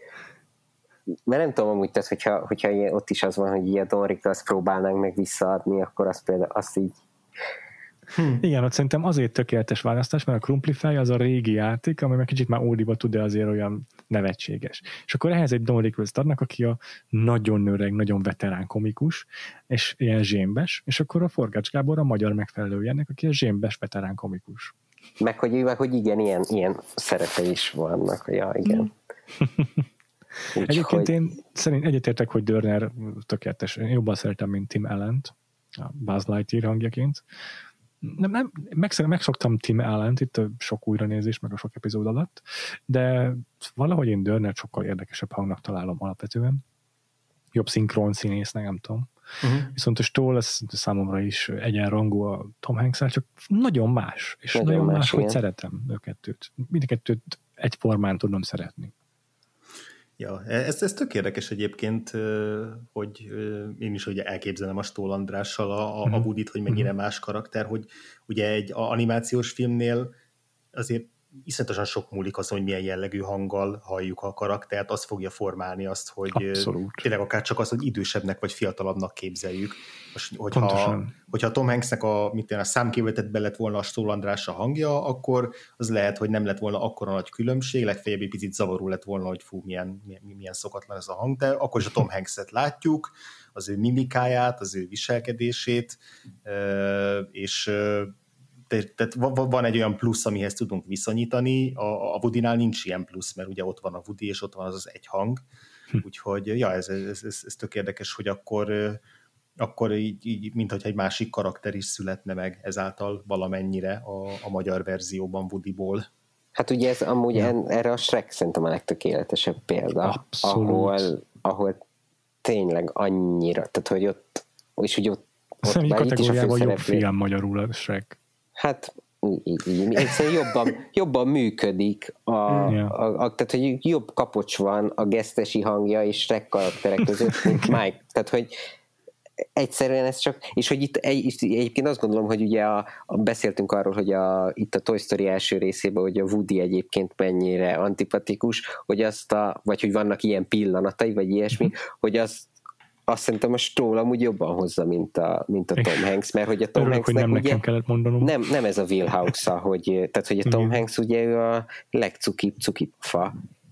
mert nem tudom amúgy, tehát, hogyha, hogyha ilyen, ott is az van, hogy ilyen Don Rickles próbálnánk meg visszaadni, akkor azt például azt így Hmm. Igen, ott szerintem azért tökéletes választás, mert a krumplifej az a régi játék, ami meg kicsit már ódiba tud, de azért olyan nevetséges. És akkor ehhez egy Don Rickles-t adnak, aki a nagyon öreg, nagyon veterán komikus, és ilyen zsémbes, és akkor a Forgács Gábor a magyar megfelelője ennek, aki a zsémbes veterán komikus. Meg hogy, meg, hogy igen, ilyen, ilyen szerepe is vannak. Ja, igen. Hmm. Úgy, Egyébként hogy... én szerint egyetértek, hogy Dörner tökéletes. Én jobban szeretem, mint Tim Allent, a Buzz Lightyear hangjaként. Nem, nem, megszok, megszoktam Tim Allent itt a sok újranézés, meg a sok epizód alatt, de valahogy én Dörnert sokkal érdekesebb hangnak találom alapvetően. Jobb szinkron színésznek, nem tudom. Uh-huh. Viszont a Stoll az számomra is egyenrangú a Tom Hanks-el, csak nagyon más, és nagyon, nagyon más, más hogy szeretem őket. Mindkettőt egyformán tudom szeretni. Ja, ez, ez tök érdekes egyébként, hogy én is ugye elképzelem a Stoll Andrással a, a Woodit, hogy mennyire más karakter, hogy ugye egy animációs filmnél azért iszonyatosan sok múlik azon, hogy milyen jellegű hanggal halljuk a karaktert, az fogja formálni azt, hogy Abszolút. Tényleg akár csak az, hogy idősebbnek vagy fiatalabbnak képzeljük. Most, hogyha, hogyha Tom Hanksnek a, mint a számkivétetben lett volna a Stoll András a hangja, akkor az lehet, hogy nem lett volna akkora nagy különbség, legfeljebb egy picit zavaró lett volna, hogy fú, milyen, milyen, milyen szokatlan ez a hang, de akkor is a Tom Hanks-et látjuk, az ő mimikáját, az ő viselkedését, és tehát van egy olyan plusz, amihez tudunk viszonyítani, a, a Woodynál nincs ilyen plusz, mert ugye ott van a Woody, és ott van az az egy hang, hm. úgyhogy ja, ez, ez, ez, ez tök érdekes, hogy akkor, akkor így, így mintha egy másik karakter is születne meg ezáltal valamennyire a, a magyar verzióban Woodyból. Hát ugye ez amúgy ja. en, erre a Shrek szerintem a legtökéletesebb példa, ahol, ahol tényleg annyira, tehát hogy ott, és hogy ott, ott már kategóriában jobb film magyarul a Shrek. Hát így, így, egyszerűen jobban, jobban működik, a, yeah. a, a, tehát hogy jobb kapocs van a gesztesi hangja és Shrek karakterek között, mint Mike. Tehát, hogy egyszerűen ez csak, és hogy itt egy, egyébként azt gondolom, hogy ugye a, a, beszéltünk arról, hogy a, itt a Toy Story első részében, hogy a Woody egyébként mennyire antipatikus, hogy azt a, vagy hogy vannak ilyen pillanatai, vagy ilyesmi, mm-hmm. hogy az azt szerintem a Stoll amúgy jobban hozza, mint a, mint a Tom Hanks, mert hogy a Tom Örülök, Hanksnek nem ugye kellett mondanom. Nem, nem ez a wheelhouse-a, hogy, tehát hogy a Tom Igen. Hanks ugye ő a legcukibb cukibb fa,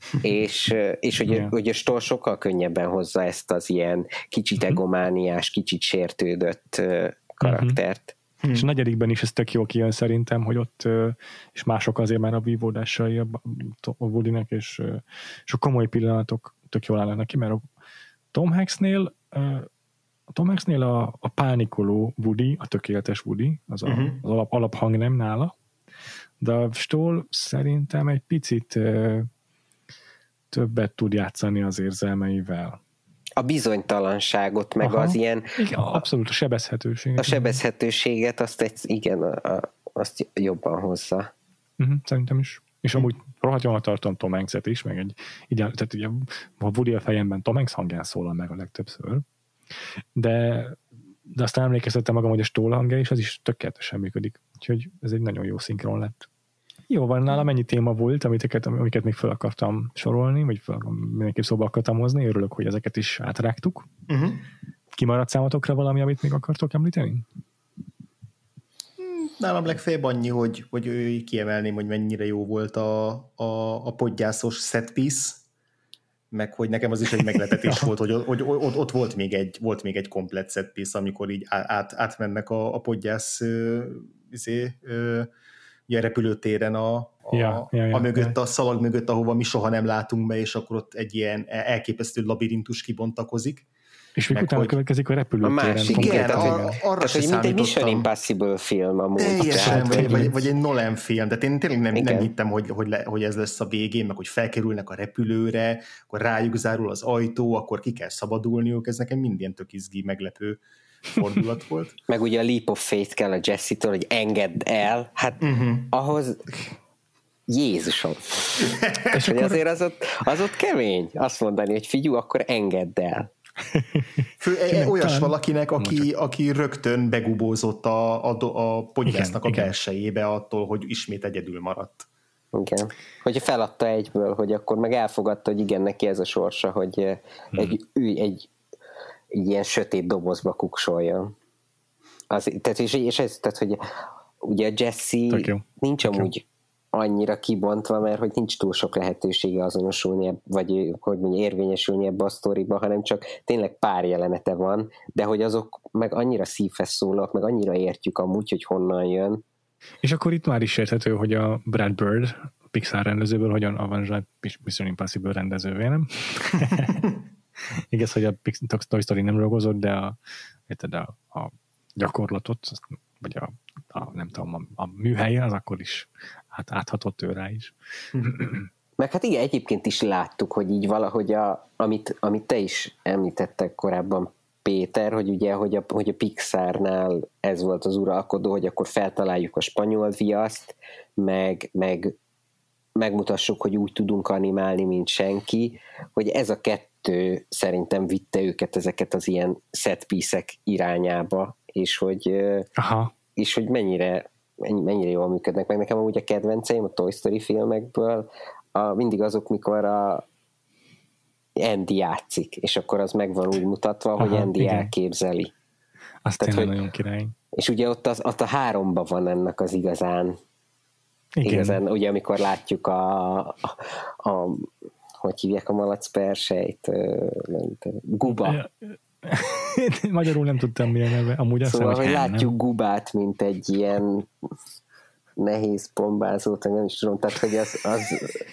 és, és hogy, yeah. hogy a Stoll sokkal könnyebben hozza ezt az ilyen kicsit egomániás, kicsit sértődött karaktert. Hmm. És a negyedikben is ez tök jó kijön szerintem, hogy ott és mások azért már a vívódásai a Woodynek, és, és a komoly pillanatok tök jól állnak ki, mert a Tom Hanksnél a Tom Hanksnél a, a pánikoló Woody, a tökéletes Woody, az, a, uh-huh. az alap, alaphang nem nála, de a Stoll szerintem egy picit többet tud játszani az érzelmeivel. A bizonytalanságot, meg Aha. az ilyen... Igen, abszolút a sebezhetőséget. A sebezhetőséget, azt egy, igen, a, a, azt jobban hozza. Uh-huh, szerintem is. És amúgy rohadt jól tartom Tom Hanks-et is, meg egy ideál, tehát ugye a Woody a fejemben Tom Hanks hangján szólal meg a legtöbbször, de, de aztán emlékeztettem magam, hogy a Stoll hangja is, az is tökéletesen működik. Úgyhogy ez egy nagyon jó szinkron lett. Jó, van nálam ennyi téma volt, amiket, amiket még fel akartam sorolni, vagy fel, mindenképp szóba akartam hozni, örülök, hogy ezeket is átrágtuk. Uh-huh. Kimaradt számotokra valami, amit még akartok említeni? Nálam legfeljebb annyi, hogy, hogy ő kiemelném, hogy mennyire jó volt a, a, a podgyászos set piece, meg hogy nekem az is egy meglepetés volt, hogy, hogy ott, ott volt, még egy, volt még egy komplet set piece, amikor így át, átmennek a, a podgyász izé, ugye a repülőtéren a, a, ja, ja, ja, a mögött, ja. a szalag mögött, ahova mi soha nem látunk be, és akkor ott egy ilyen elképesztő labirintus kibontakozik. És még utána hogy... következik a repülőtéren. A másik, igen, a, arra tehát, sem mint egy Mission Impossible film amúgy. Teljesen, vagy, vagy, vagy egy Nolan film, de én tényleg nem, nem hittem, hogy, hogy, le, hogy ez lesz a végén, meg hogy felkerülnek a repülőre, akkor rájuk zárul az ajtó, akkor ki kell szabadulniuk, ez nekem minden tök izgi, meglepő fordulat volt. Meg ugye a leap of faith kell a Jesse-től, hogy engedd el, hát uh-huh. ahhoz Jézusom. És akkor... azért az ott, az ott kemény azt mondani, hogy figyú, akkor engedd el. Fő, e, olyas talán... valakinek, aki, aki rögtön begubózott a, a, a podgyásznak a belsejébe attól, hogy ismét egyedül maradt. Igen. Hogyha feladta egyből, hogy akkor meg elfogadta, hogy igen, neki ez a sorsa, hogy hmm. egy, egy, egy, egy ilyen sötét dobozba kuksoljon. Az, tehát, és, és ez, tehát, hogy ugye a Jesse nincs Tök amúgy jó. annyira kibontva, mert hogy nincs túl sok lehetősége azonosulni, vagy hogy mondja, érvényesülni ebbe a sztoriba, hanem csak tényleg pár jelenete van, de hogy azok meg annyira szívhez szólnak, meg annyira értjük amúgy, hogy honnan jön. És akkor itt már is érthető, hogy a Brad Bird, Pixar rendezőből hogyan avanzsált Mission Impossible rendezővé, nem? Igaz, hogy a Toy Story nem dolgozott, de a, érted, a, a gyakorlatot, vagy a, a nem tudom, a, a műhelye, az akkor is át, áthatott ő rá is. Meg hát igen, egyébként is láttuk, hogy így valahogy, a, amit, amit te is említettek korábban, Péter, hogy ugye, hogy a, hogy a Pixarnál ez volt az uralkodó, hogy akkor feltaláljuk a spanyol viaszt, meg, meg megmutassuk, hogy úgy tudunk animálni, mint senki, hogy ez a kettő szerintem vitte őket ezeket az ilyen set piece-ek irányába, és hogy, Aha. és hogy mennyire, mennyire jól működnek. Meg nekem amúgy a kedvenceim a Toy Story filmekből a, mindig azok, mikor a Andy játszik, és akkor az meg van úgy mutatva, Aha, hogy Andy igen. elképzeli. Azt Tehát, tényleg nagyon király. És ugye ott, az, ott a háromba van ennek az igazán, igen. igazán ugye amikor látjuk a, a, a hogy hívják a malac persejt, Guba. Magyarul nem tudtam, milyen neve. Amúgy azt szóval, hiszem, hogy hogy látjuk nem. Gubát, mint egy ilyen nehéz bombázót, nem is tudom, tehát hogy az, az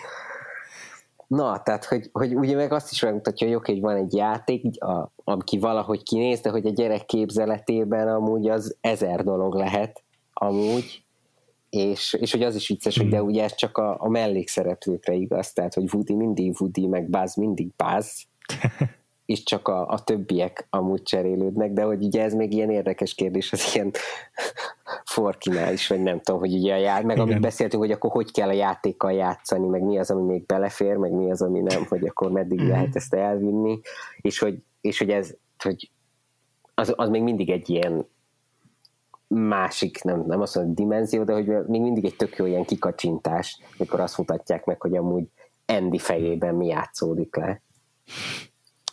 na, tehát, hogy, hogy ugye meg azt is megmutatja, hogy oké, hogy van egy játék, a, aki valahogy kinéz, de hogy a gyerek képzeletében amúgy az ezer dolog lehet, amúgy, és, és hogy az is vicces, hmm. hogy de ugye ez csak a, a mellékszereplőkre igaz, tehát, hogy Woody mindig Woody, meg Buzz mindig Buzz, és csak a, a többiek amúgy cserélődnek, de hogy ugye ez még ilyen érdekes kérdés, az ilyen Forkinál is, vagy nem tudom, hogy ugye a ját, meg Igen. amit beszéltünk, hogy akkor hogy kell a játékkal játszani, meg mi az, ami még belefér, meg mi az, ami nem, hogy akkor meddig mm-hmm. lehet ezt elvinni, és hogy, és hogy ez, hogy az, az még mindig egy ilyen másik, nem, nem azt mondom, dimenzió, de hogy még mindig egy tök jó ilyen kikacsintás, mikor azt mutatják meg, hogy amúgy Andy fejében mi játszódik le.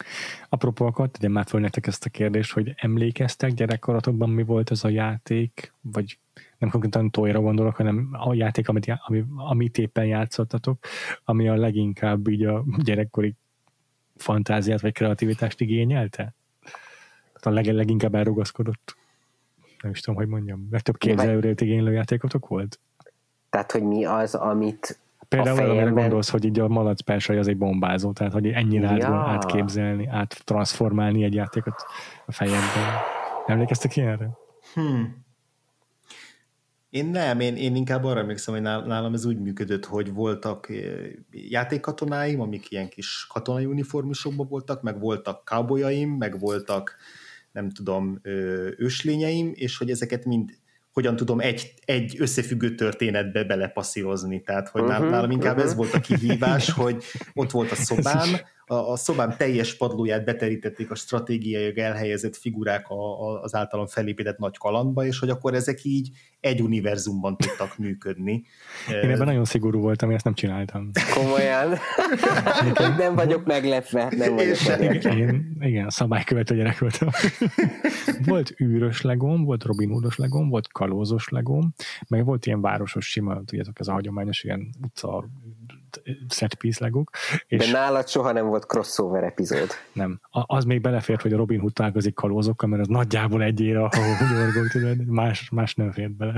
Apropó, akkor tegyem már föl nektek ezt a kérdést, hogy emlékeztek gyerekkoratokban, mi volt ez a játék, vagy nem konkrétan Toyra gondolok, hanem a játék, amit, ami, amit éppen játszottatok, ami a leginkább így a gyerekkori fantáziát vagy kreativitást igényelte? Tehát a leg, leginkább elrugaszkodott. Nem is tudom, hogy mondjam. Legtöbb képzelőrét igénylő játékotok volt? Tehát, hogy mi az, amit például fejemben... amire gondolsz, hogy így a malac persai az egy bombázó, tehát hogy ennyire ja. át, átképzelni, áttransformálni egy játékot a fejedben. Emlékeztek ilyenre? Hmm. Én nem, én, én inkább arra emlékszem, hogy nálam ez úgy működött, hogy voltak játékkatonáim, amik ilyen kis katonai uniformisokban voltak, meg voltak cowboyaim, meg voltak, nem tudom, őslényeim, és hogy ezeket mind hogyan tudom egy, egy összefüggő történetbe belepasszírozni. Tehát, hogy uh-huh, nálam inkább uh-huh. ez volt a kihívás, hogy ott volt a szobám, a, a szobám teljes padlóját beterítették a stratégiailag elhelyezett figurák a, a, az általam felépített nagy kalandba, és hogy akkor ezek így egy univerzumban tudtak működni. Én ebben nagyon szigorú voltam, én ezt nem csináltam. Komolyan? Nem vagyok meglepve. Nem vagyok meglepve. Én, igen, szabálykövető gyerek voltam. Volt űrös legóm, volt Robin Hoodos legóm, volt kalózos legóm, meg volt ilyen városos sima, tudjátok, ez a hagyományos ilyen utca set piece legók. De nálad soha nem volt crossover epizód. Nem. Az még belefért, hogy a Robin Hood találkozik kalózokkal, mert az nagyjából egy ér a hunyorgó, tudod, más, más nem fért bele.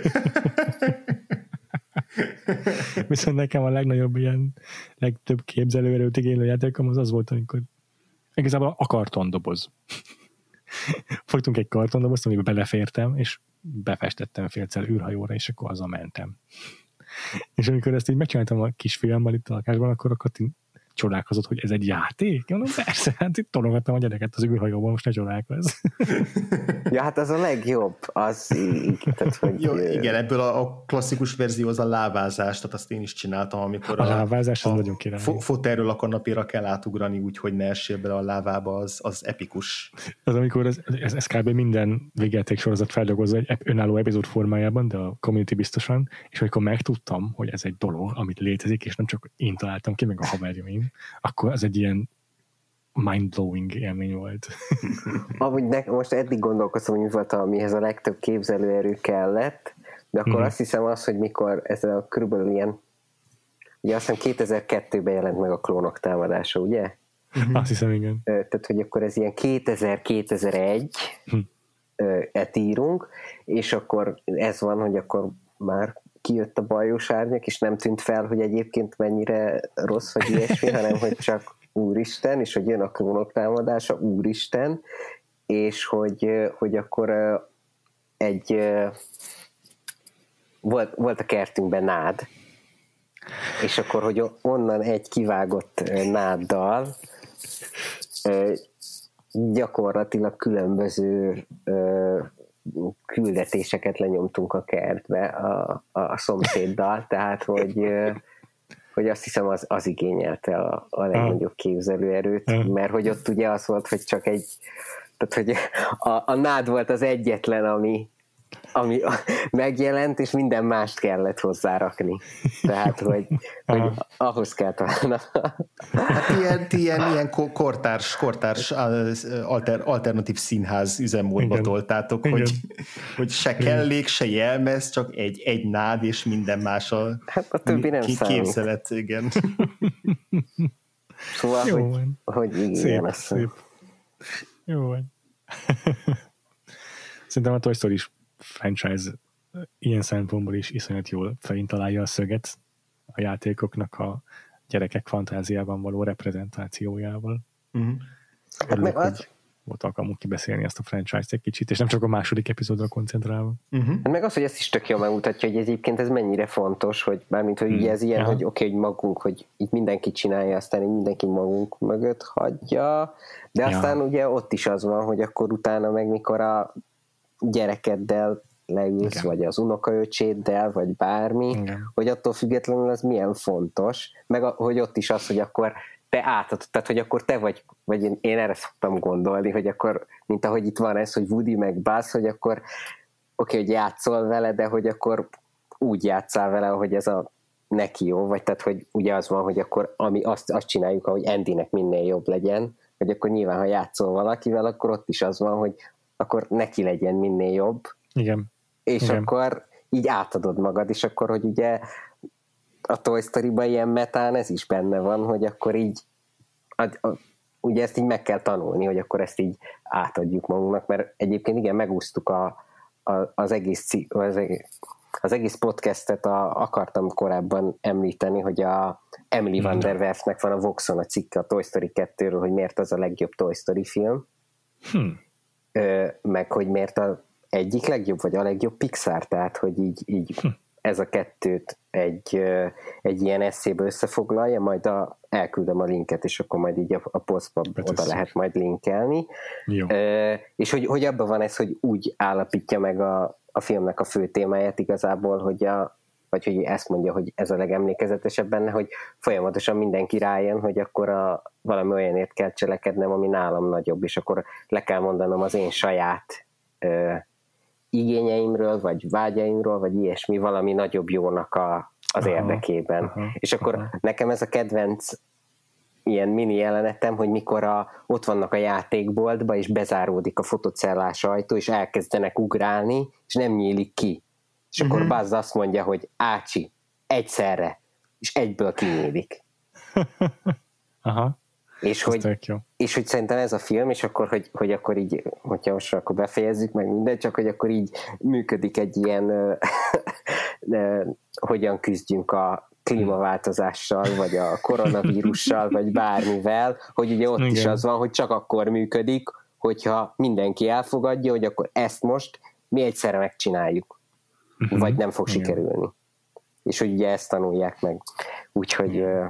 Viszont nekem a legnagyobb ilyen, legtöbb képzelőerőt igénylő játékom az az volt, amikor igazából a kartondoboz. Fogtunk egy kartondobozt, amiben belefértem, és befestettem félszer űrhajóra, és akkor azzal mentem. És amikor ezt így megcsináltam a kisfiammal itt a lakásban, akkor a Katin csodálkozott, hogy ez egy játék? Mondom, persze, hát itt tologattam a gyereket az űrhajóban, most ne csodálkozz. Ja, hát az a legjobb. Az így, tehát, hogy... Jó, igen, ebből a, a klasszikus verzió az a lávázás, tehát azt én is csináltam, amikor a, a lávázás az nagyon király. Fo- fotelről a kanapéra kell átugrani úgy, hogy ne essél bele a lávába, az, az epikus. Az, amikor ez, ez, ez kb. Minden végjáték sorozat feldolgozza egy önálló epizód formájában, de a community biztosan, és amikor megtudtam, hogy ez egy dolog, amit létezik, és nem csak én találtam ki, meg a haverjaim, akkor ez egy ilyen mind-blowing élmény volt. Amúgy ne, most eddig gondolkoztam, hogy mi volt, amihez a legtöbb képzelőerő kellett, de akkor mm. azt hiszem az, hogy mikor ez a körülbelül ilyen, ugye azt hiszem kétezer-kettőben jelent meg a Klónok támadása, ugye? Mm-hmm. Azt hiszem, igen. Tehát, hogy akkor ez ilyen kétezer-kétezer-egy hm. et írunk, és akkor ez van, hogy akkor már kijött a bajós árnyak, és nem tűnt fel, hogy egyébként mennyire rossz vagy ilyesmi, hanem hogy csak úristen, és hogy jön a Klónok támadása, úristen, és hogy, hogy akkor egy volt, volt a kertünkben nád, és akkor, hogy onnan egy kivágott náddal gyakorlatilag különböző küldetéseket lenyomtunk a kertbe a, a szomszéddal, tehát hogy, hogy azt hiszem az, az igényelte a, a legnagyobb képzelőerőt, mert hogy ott ugye az volt, hogy csak egy, tehát hogy a, a nád volt az egyetlen, ami, ami megjelent, és minden mást kellett hozzárakni. Tehát, hogy, hogy ahhoz kell talán. Hát ilyen, ilyen, ilyen kortárs, kortárs alter, alternatív színház üzemmódba igen. toltátok, igen. Hogy, hogy se kellék, se jelmez, csak egy, egy nád, és minden más a, hát a többi nem k- képzelet. Igen. Szóval, jó hogy, van. Hogy igen, szép, szép. Jó van. Szerintem a Toy Story is franchise ilyen szempontból is iszonyat jól felint találja a szöget a játékoknak a gyerekek fantáziában való reprezentációjával. Uh-huh. Hát meg az... Volt alkalmunk kibeszélni ezt a franchise-t egy kicsit, és nem csak a második epizódra koncentrálva. Uh-huh. Hát meg az, hogy ezt is tök jól megmutatja, hogy egyébként ez mennyire fontos, hogy bármint, hogy ugye ez ilyen, uh-huh. hogy oké, okay, hogy magunk, hogy így mindenki csinálja, aztán így mindenki magunk mögött hagyja, de aztán ja. ugye ott is az van, hogy akkor utána meg mikor a gyerekeddel leülsz, igen. vagy az unokaöcséddel, vagy bármi, igen. hogy attól függetlenül az milyen fontos, meg a, hogy ott is az, hogy akkor te átadod, tehát hogy akkor te vagy, vagy én, én erre szoktam gondolni, hogy akkor, mint ahogy itt van ez, hogy Woody meg Buzz, hogy akkor oké, okay, hogy játszol vele, de hogy akkor úgy játszál vele, hogy ez a neki jó, vagy tehát, hogy ugye az van, hogy akkor ami azt, azt csináljuk, ahogy Andynek minél jobb legyen, hogy akkor nyilván, ha játszol valakivel, akkor ott is az van, hogy akkor neki legyen minél jobb. Igen. És Igen. akkor így átadod magad, és akkor, hogy ugye a Toy Story-ban ilyen metán ez is benne van, hogy akkor így a, a, ugye ezt így meg kell tanulni, hogy akkor ezt így átadjuk magunknak, mert egyébként igen, megúsztuk a, a, az, egész, az, egész, az egész podcastet, a, akartam korábban említeni, hogy a Emily van der Werfnek van a Voxon a cikke a Toy Story kettőről, hogy miért az a legjobb Toy Story film, Hmm. Ö, meg hogy miért a egyik legjobb, vagy a legjobb Pixar, tehát hogy így, így hm. ez a kettőt egy, egy ilyen eszébe összefoglalja, majd a, elküldöm a linket, és akkor majd így a, a posztba oda lehet majd linkelni. Ö, és hogy, hogy abban van ez, hogy úgy állapítja meg a, a filmnek a fő témáját igazából, hogy a, vagy hogy ezt mondja, hogy ez a legemlékezetesebb benne, hogy folyamatosan mindenki rájön, hogy akkor a, valami olyanért kell cselekednem, ami nálam nagyobb, és akkor le kell mondanom az én saját ö, igényeimről, vagy vágyaimról, vagy ilyesmi, valami nagyobb jónak a, az aha, érdekében. Aha, és akkor aha. nekem ez a kedvenc ilyen mini jelenetem, hogy mikor a, ott vannak a játékboltba, és bezáródik a fotocellás ajtó, és elkezdenek ugrálni, és nem nyílik ki. És uh-huh. akkor Buzz azt mondja, hogy ácsi, egyszerre, és egyből kinyílik. Aha. És hogy, és hogy szerintem ez a film, és akkor, hogy, hogy akkor így, hogyha most akkor befejezzük meg minden, csak hogy akkor így működik egy ilyen uh, uh, hogyan küzdjünk a klímaváltozással, vagy a koronavírussal, vagy bármivel, hogy ugye ott igen. is az van, hogy csak akkor működik, hogyha mindenki elfogadja, hogy akkor ezt most mi egyszerre megcsináljuk, uh-huh. vagy nem fog igen. sikerülni. És hogy ugye ezt tanulják meg. Úgyhogy uh,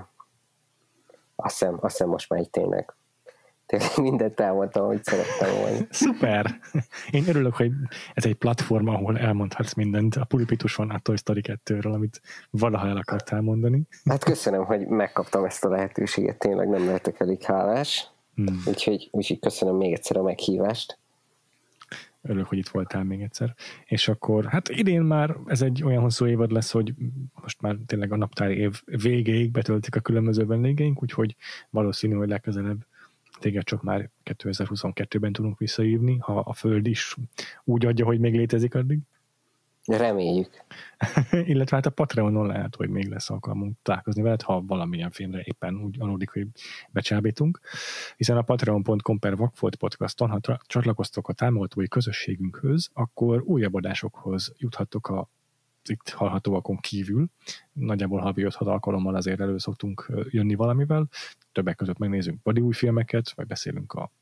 azt hiszem, azt hiszem most már így tényleg tényleg mindent elmondtam, hogy szerettem volna. Szuper! Én örülök, hogy ez egy platform, ahol elmondhatsz mindent a Pulpituson a Toy Story kettőről, amit valaha el akartál mondani. Hát köszönöm, hogy megkaptam ezt a lehetőséget, tényleg nem lehetek elég hálás. Hmm. Úgyhogy, úgyhogy köszönöm még egyszer a meghívást. Örülök, hogy itt voltál még egyszer. És akkor, hát idén már ez egy olyan hosszú évad lesz, hogy most már tényleg a naptári év végéig betöltik a különböző vendégeink, úgyhogy valószínű, hogy legközelebb téged csak már kétezer-huszonkettőben tudunk visszahívni, ha a Föld is úgy adja, hogy még létezik addig. Reméljük. Illetve hát a Patreonon lehet, hogy még lesz alkalmunk találkozni veled, ha valamilyen filmre éppen úgy alódik, hogy becsábítunk. Hiszen a patreon pont com per Vakfolt podcaston, ha tra- csatlakoztok a támogatói közösségünkhöz, akkor újabb adásokhoz juthattok a itt hallhatóakon kívül. Nagyjából havi öt-hat alkalommal azért elő szoktunk jönni valamivel. Többek között megnézünk vadi új filmeket, vagy beszélünk a,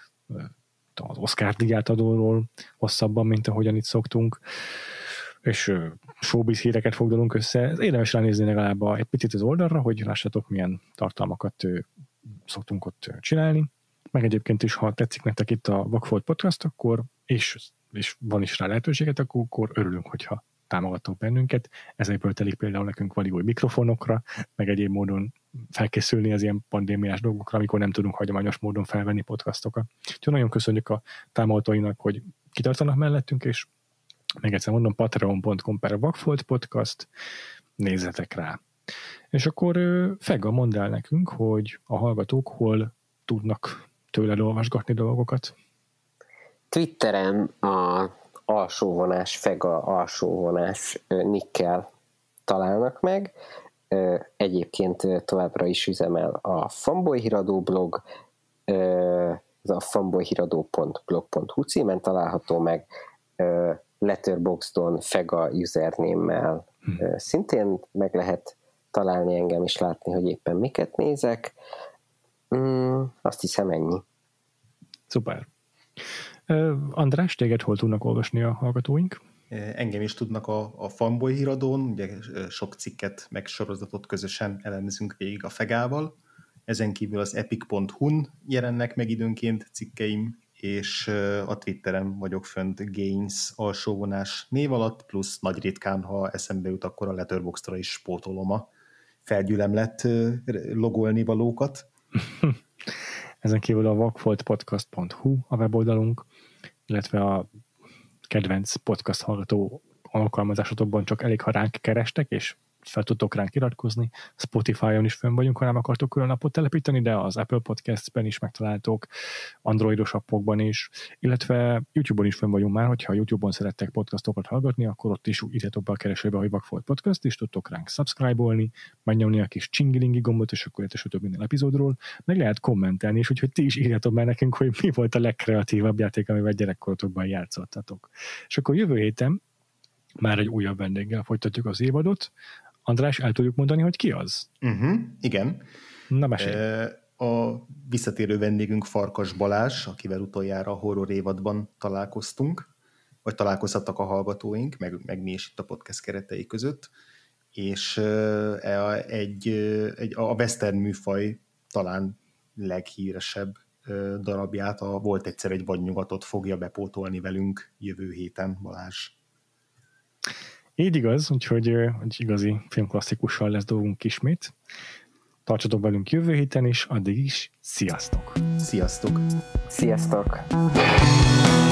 az Oscar díját adóról hosszabban, mint ahogyan itt szoktunk. És showbiz híreket foglalunk össze. Érdemes ránézni legalább egy picit az oldalra, hogy lássatok, milyen tartalmakat szoktunk ott csinálni. Meg egyébként is, ha tetszik nektek itt a Vakfolt Podcast, akkor, és, és van is rá lehetőséget, akkor, akkor örülünk, hogyha támogattok bennünket. Ezekből telik például nekünk vadi új mikrofonokra, meg egyéb módon felkészülni az ilyen pandémiás dolgokra, amikor nem tudunk hagyományos módon felvenni podcastokat. Úgyhogy nagyon köszönjük a támogatóinak, hogy kitartanak mellettünk, és meg egyszer mondom, patreon pont com per Vakfolt Podcast, nézzetek rá. És akkor Fega, mondd el nekünk, hogy a hallgatók hol tudnak tőled olvasgatni dolgokat. Twitteren a alsóvonás, Fega alsóvonás nickkel találnak meg. Egyébként továbbra is üzemel a Fanboy Híradó blog, ez a fanboyhíradó pont blog pont hu címen található meg, Letterboxdon Fega username-mel hmm. szintén meg lehet találni engem és látni, hogy éppen miket nézek. Mm, azt hiszem ennyi. Szuper. Uh, András, téged hol tudnak olvasni a hallgatóink? Engem is tudnak a, a Fanboy Híradón, ugye sok cikket, meg sorozatot közösen elemzünk végig a Fegával. Ezen kívül az epic pont hu-n jelennek meg időnként cikkeim, és a Twitteren vagyok fönt Gains alsóvonás név alatt, plusz nagy ritkán, ha eszembe jut, akkor a Letterboxdra is spótolom a felgyülemlett logolni valókat. Ezen kívül a vakfoltpodcast pont hu a weboldalunk, illetve a kedvenc podcast hallgató alkalmazásotokban csak elég, ha ránk kerestek, és fel tudtok ránk iratkozni. Spotify-on is fönn vagyunk, ha nem akartok külön napot telepíteni, de az Apple Podcast-ben is megtaláltok, androidos appokban is, illetve YouTube-on is fönn vagyunk már, hogyha YouTube-on szerettek podcastokat hallgatni, akkor ott is írjatok be a keresőbe, hogy Vagfolt Podcast, és tudtok ránk subscribe-olni, megnyomni a kis csingilingi gombot, és akkor értesültök minden epizódról, meg lehet kommentelni, és úgyhogy ti is írjatok be nekünk, hogy mi volt a legkreatívabb játék, amivel gyerekkorotokban játszottatok. És akkor jövő héten már egy újabb vendéggel folytatjuk az évadot. András, el tudjuk mondani, hogy ki az? Uh-huh, igen. Na, mesélj. A visszatérő vendégünk Farkas Balázs, akivel utoljára a horror évadban találkoztunk, vagy találkozhattak a hallgatóink, meg, meg mi is itt a podcast keretei között, és egy, egy, a western műfaj talán leghíresebb darabját, a Volt egyszer egy vadnyugatot fogja bepótolni velünk jövő héten Balázs. Így igaz, úgyhogy egy igazi filmklasszikussal lesz dolgunk ismét. Tartsatok velünk jövő héten is, addig is sziasztok! Sziasztok! Sziasztok!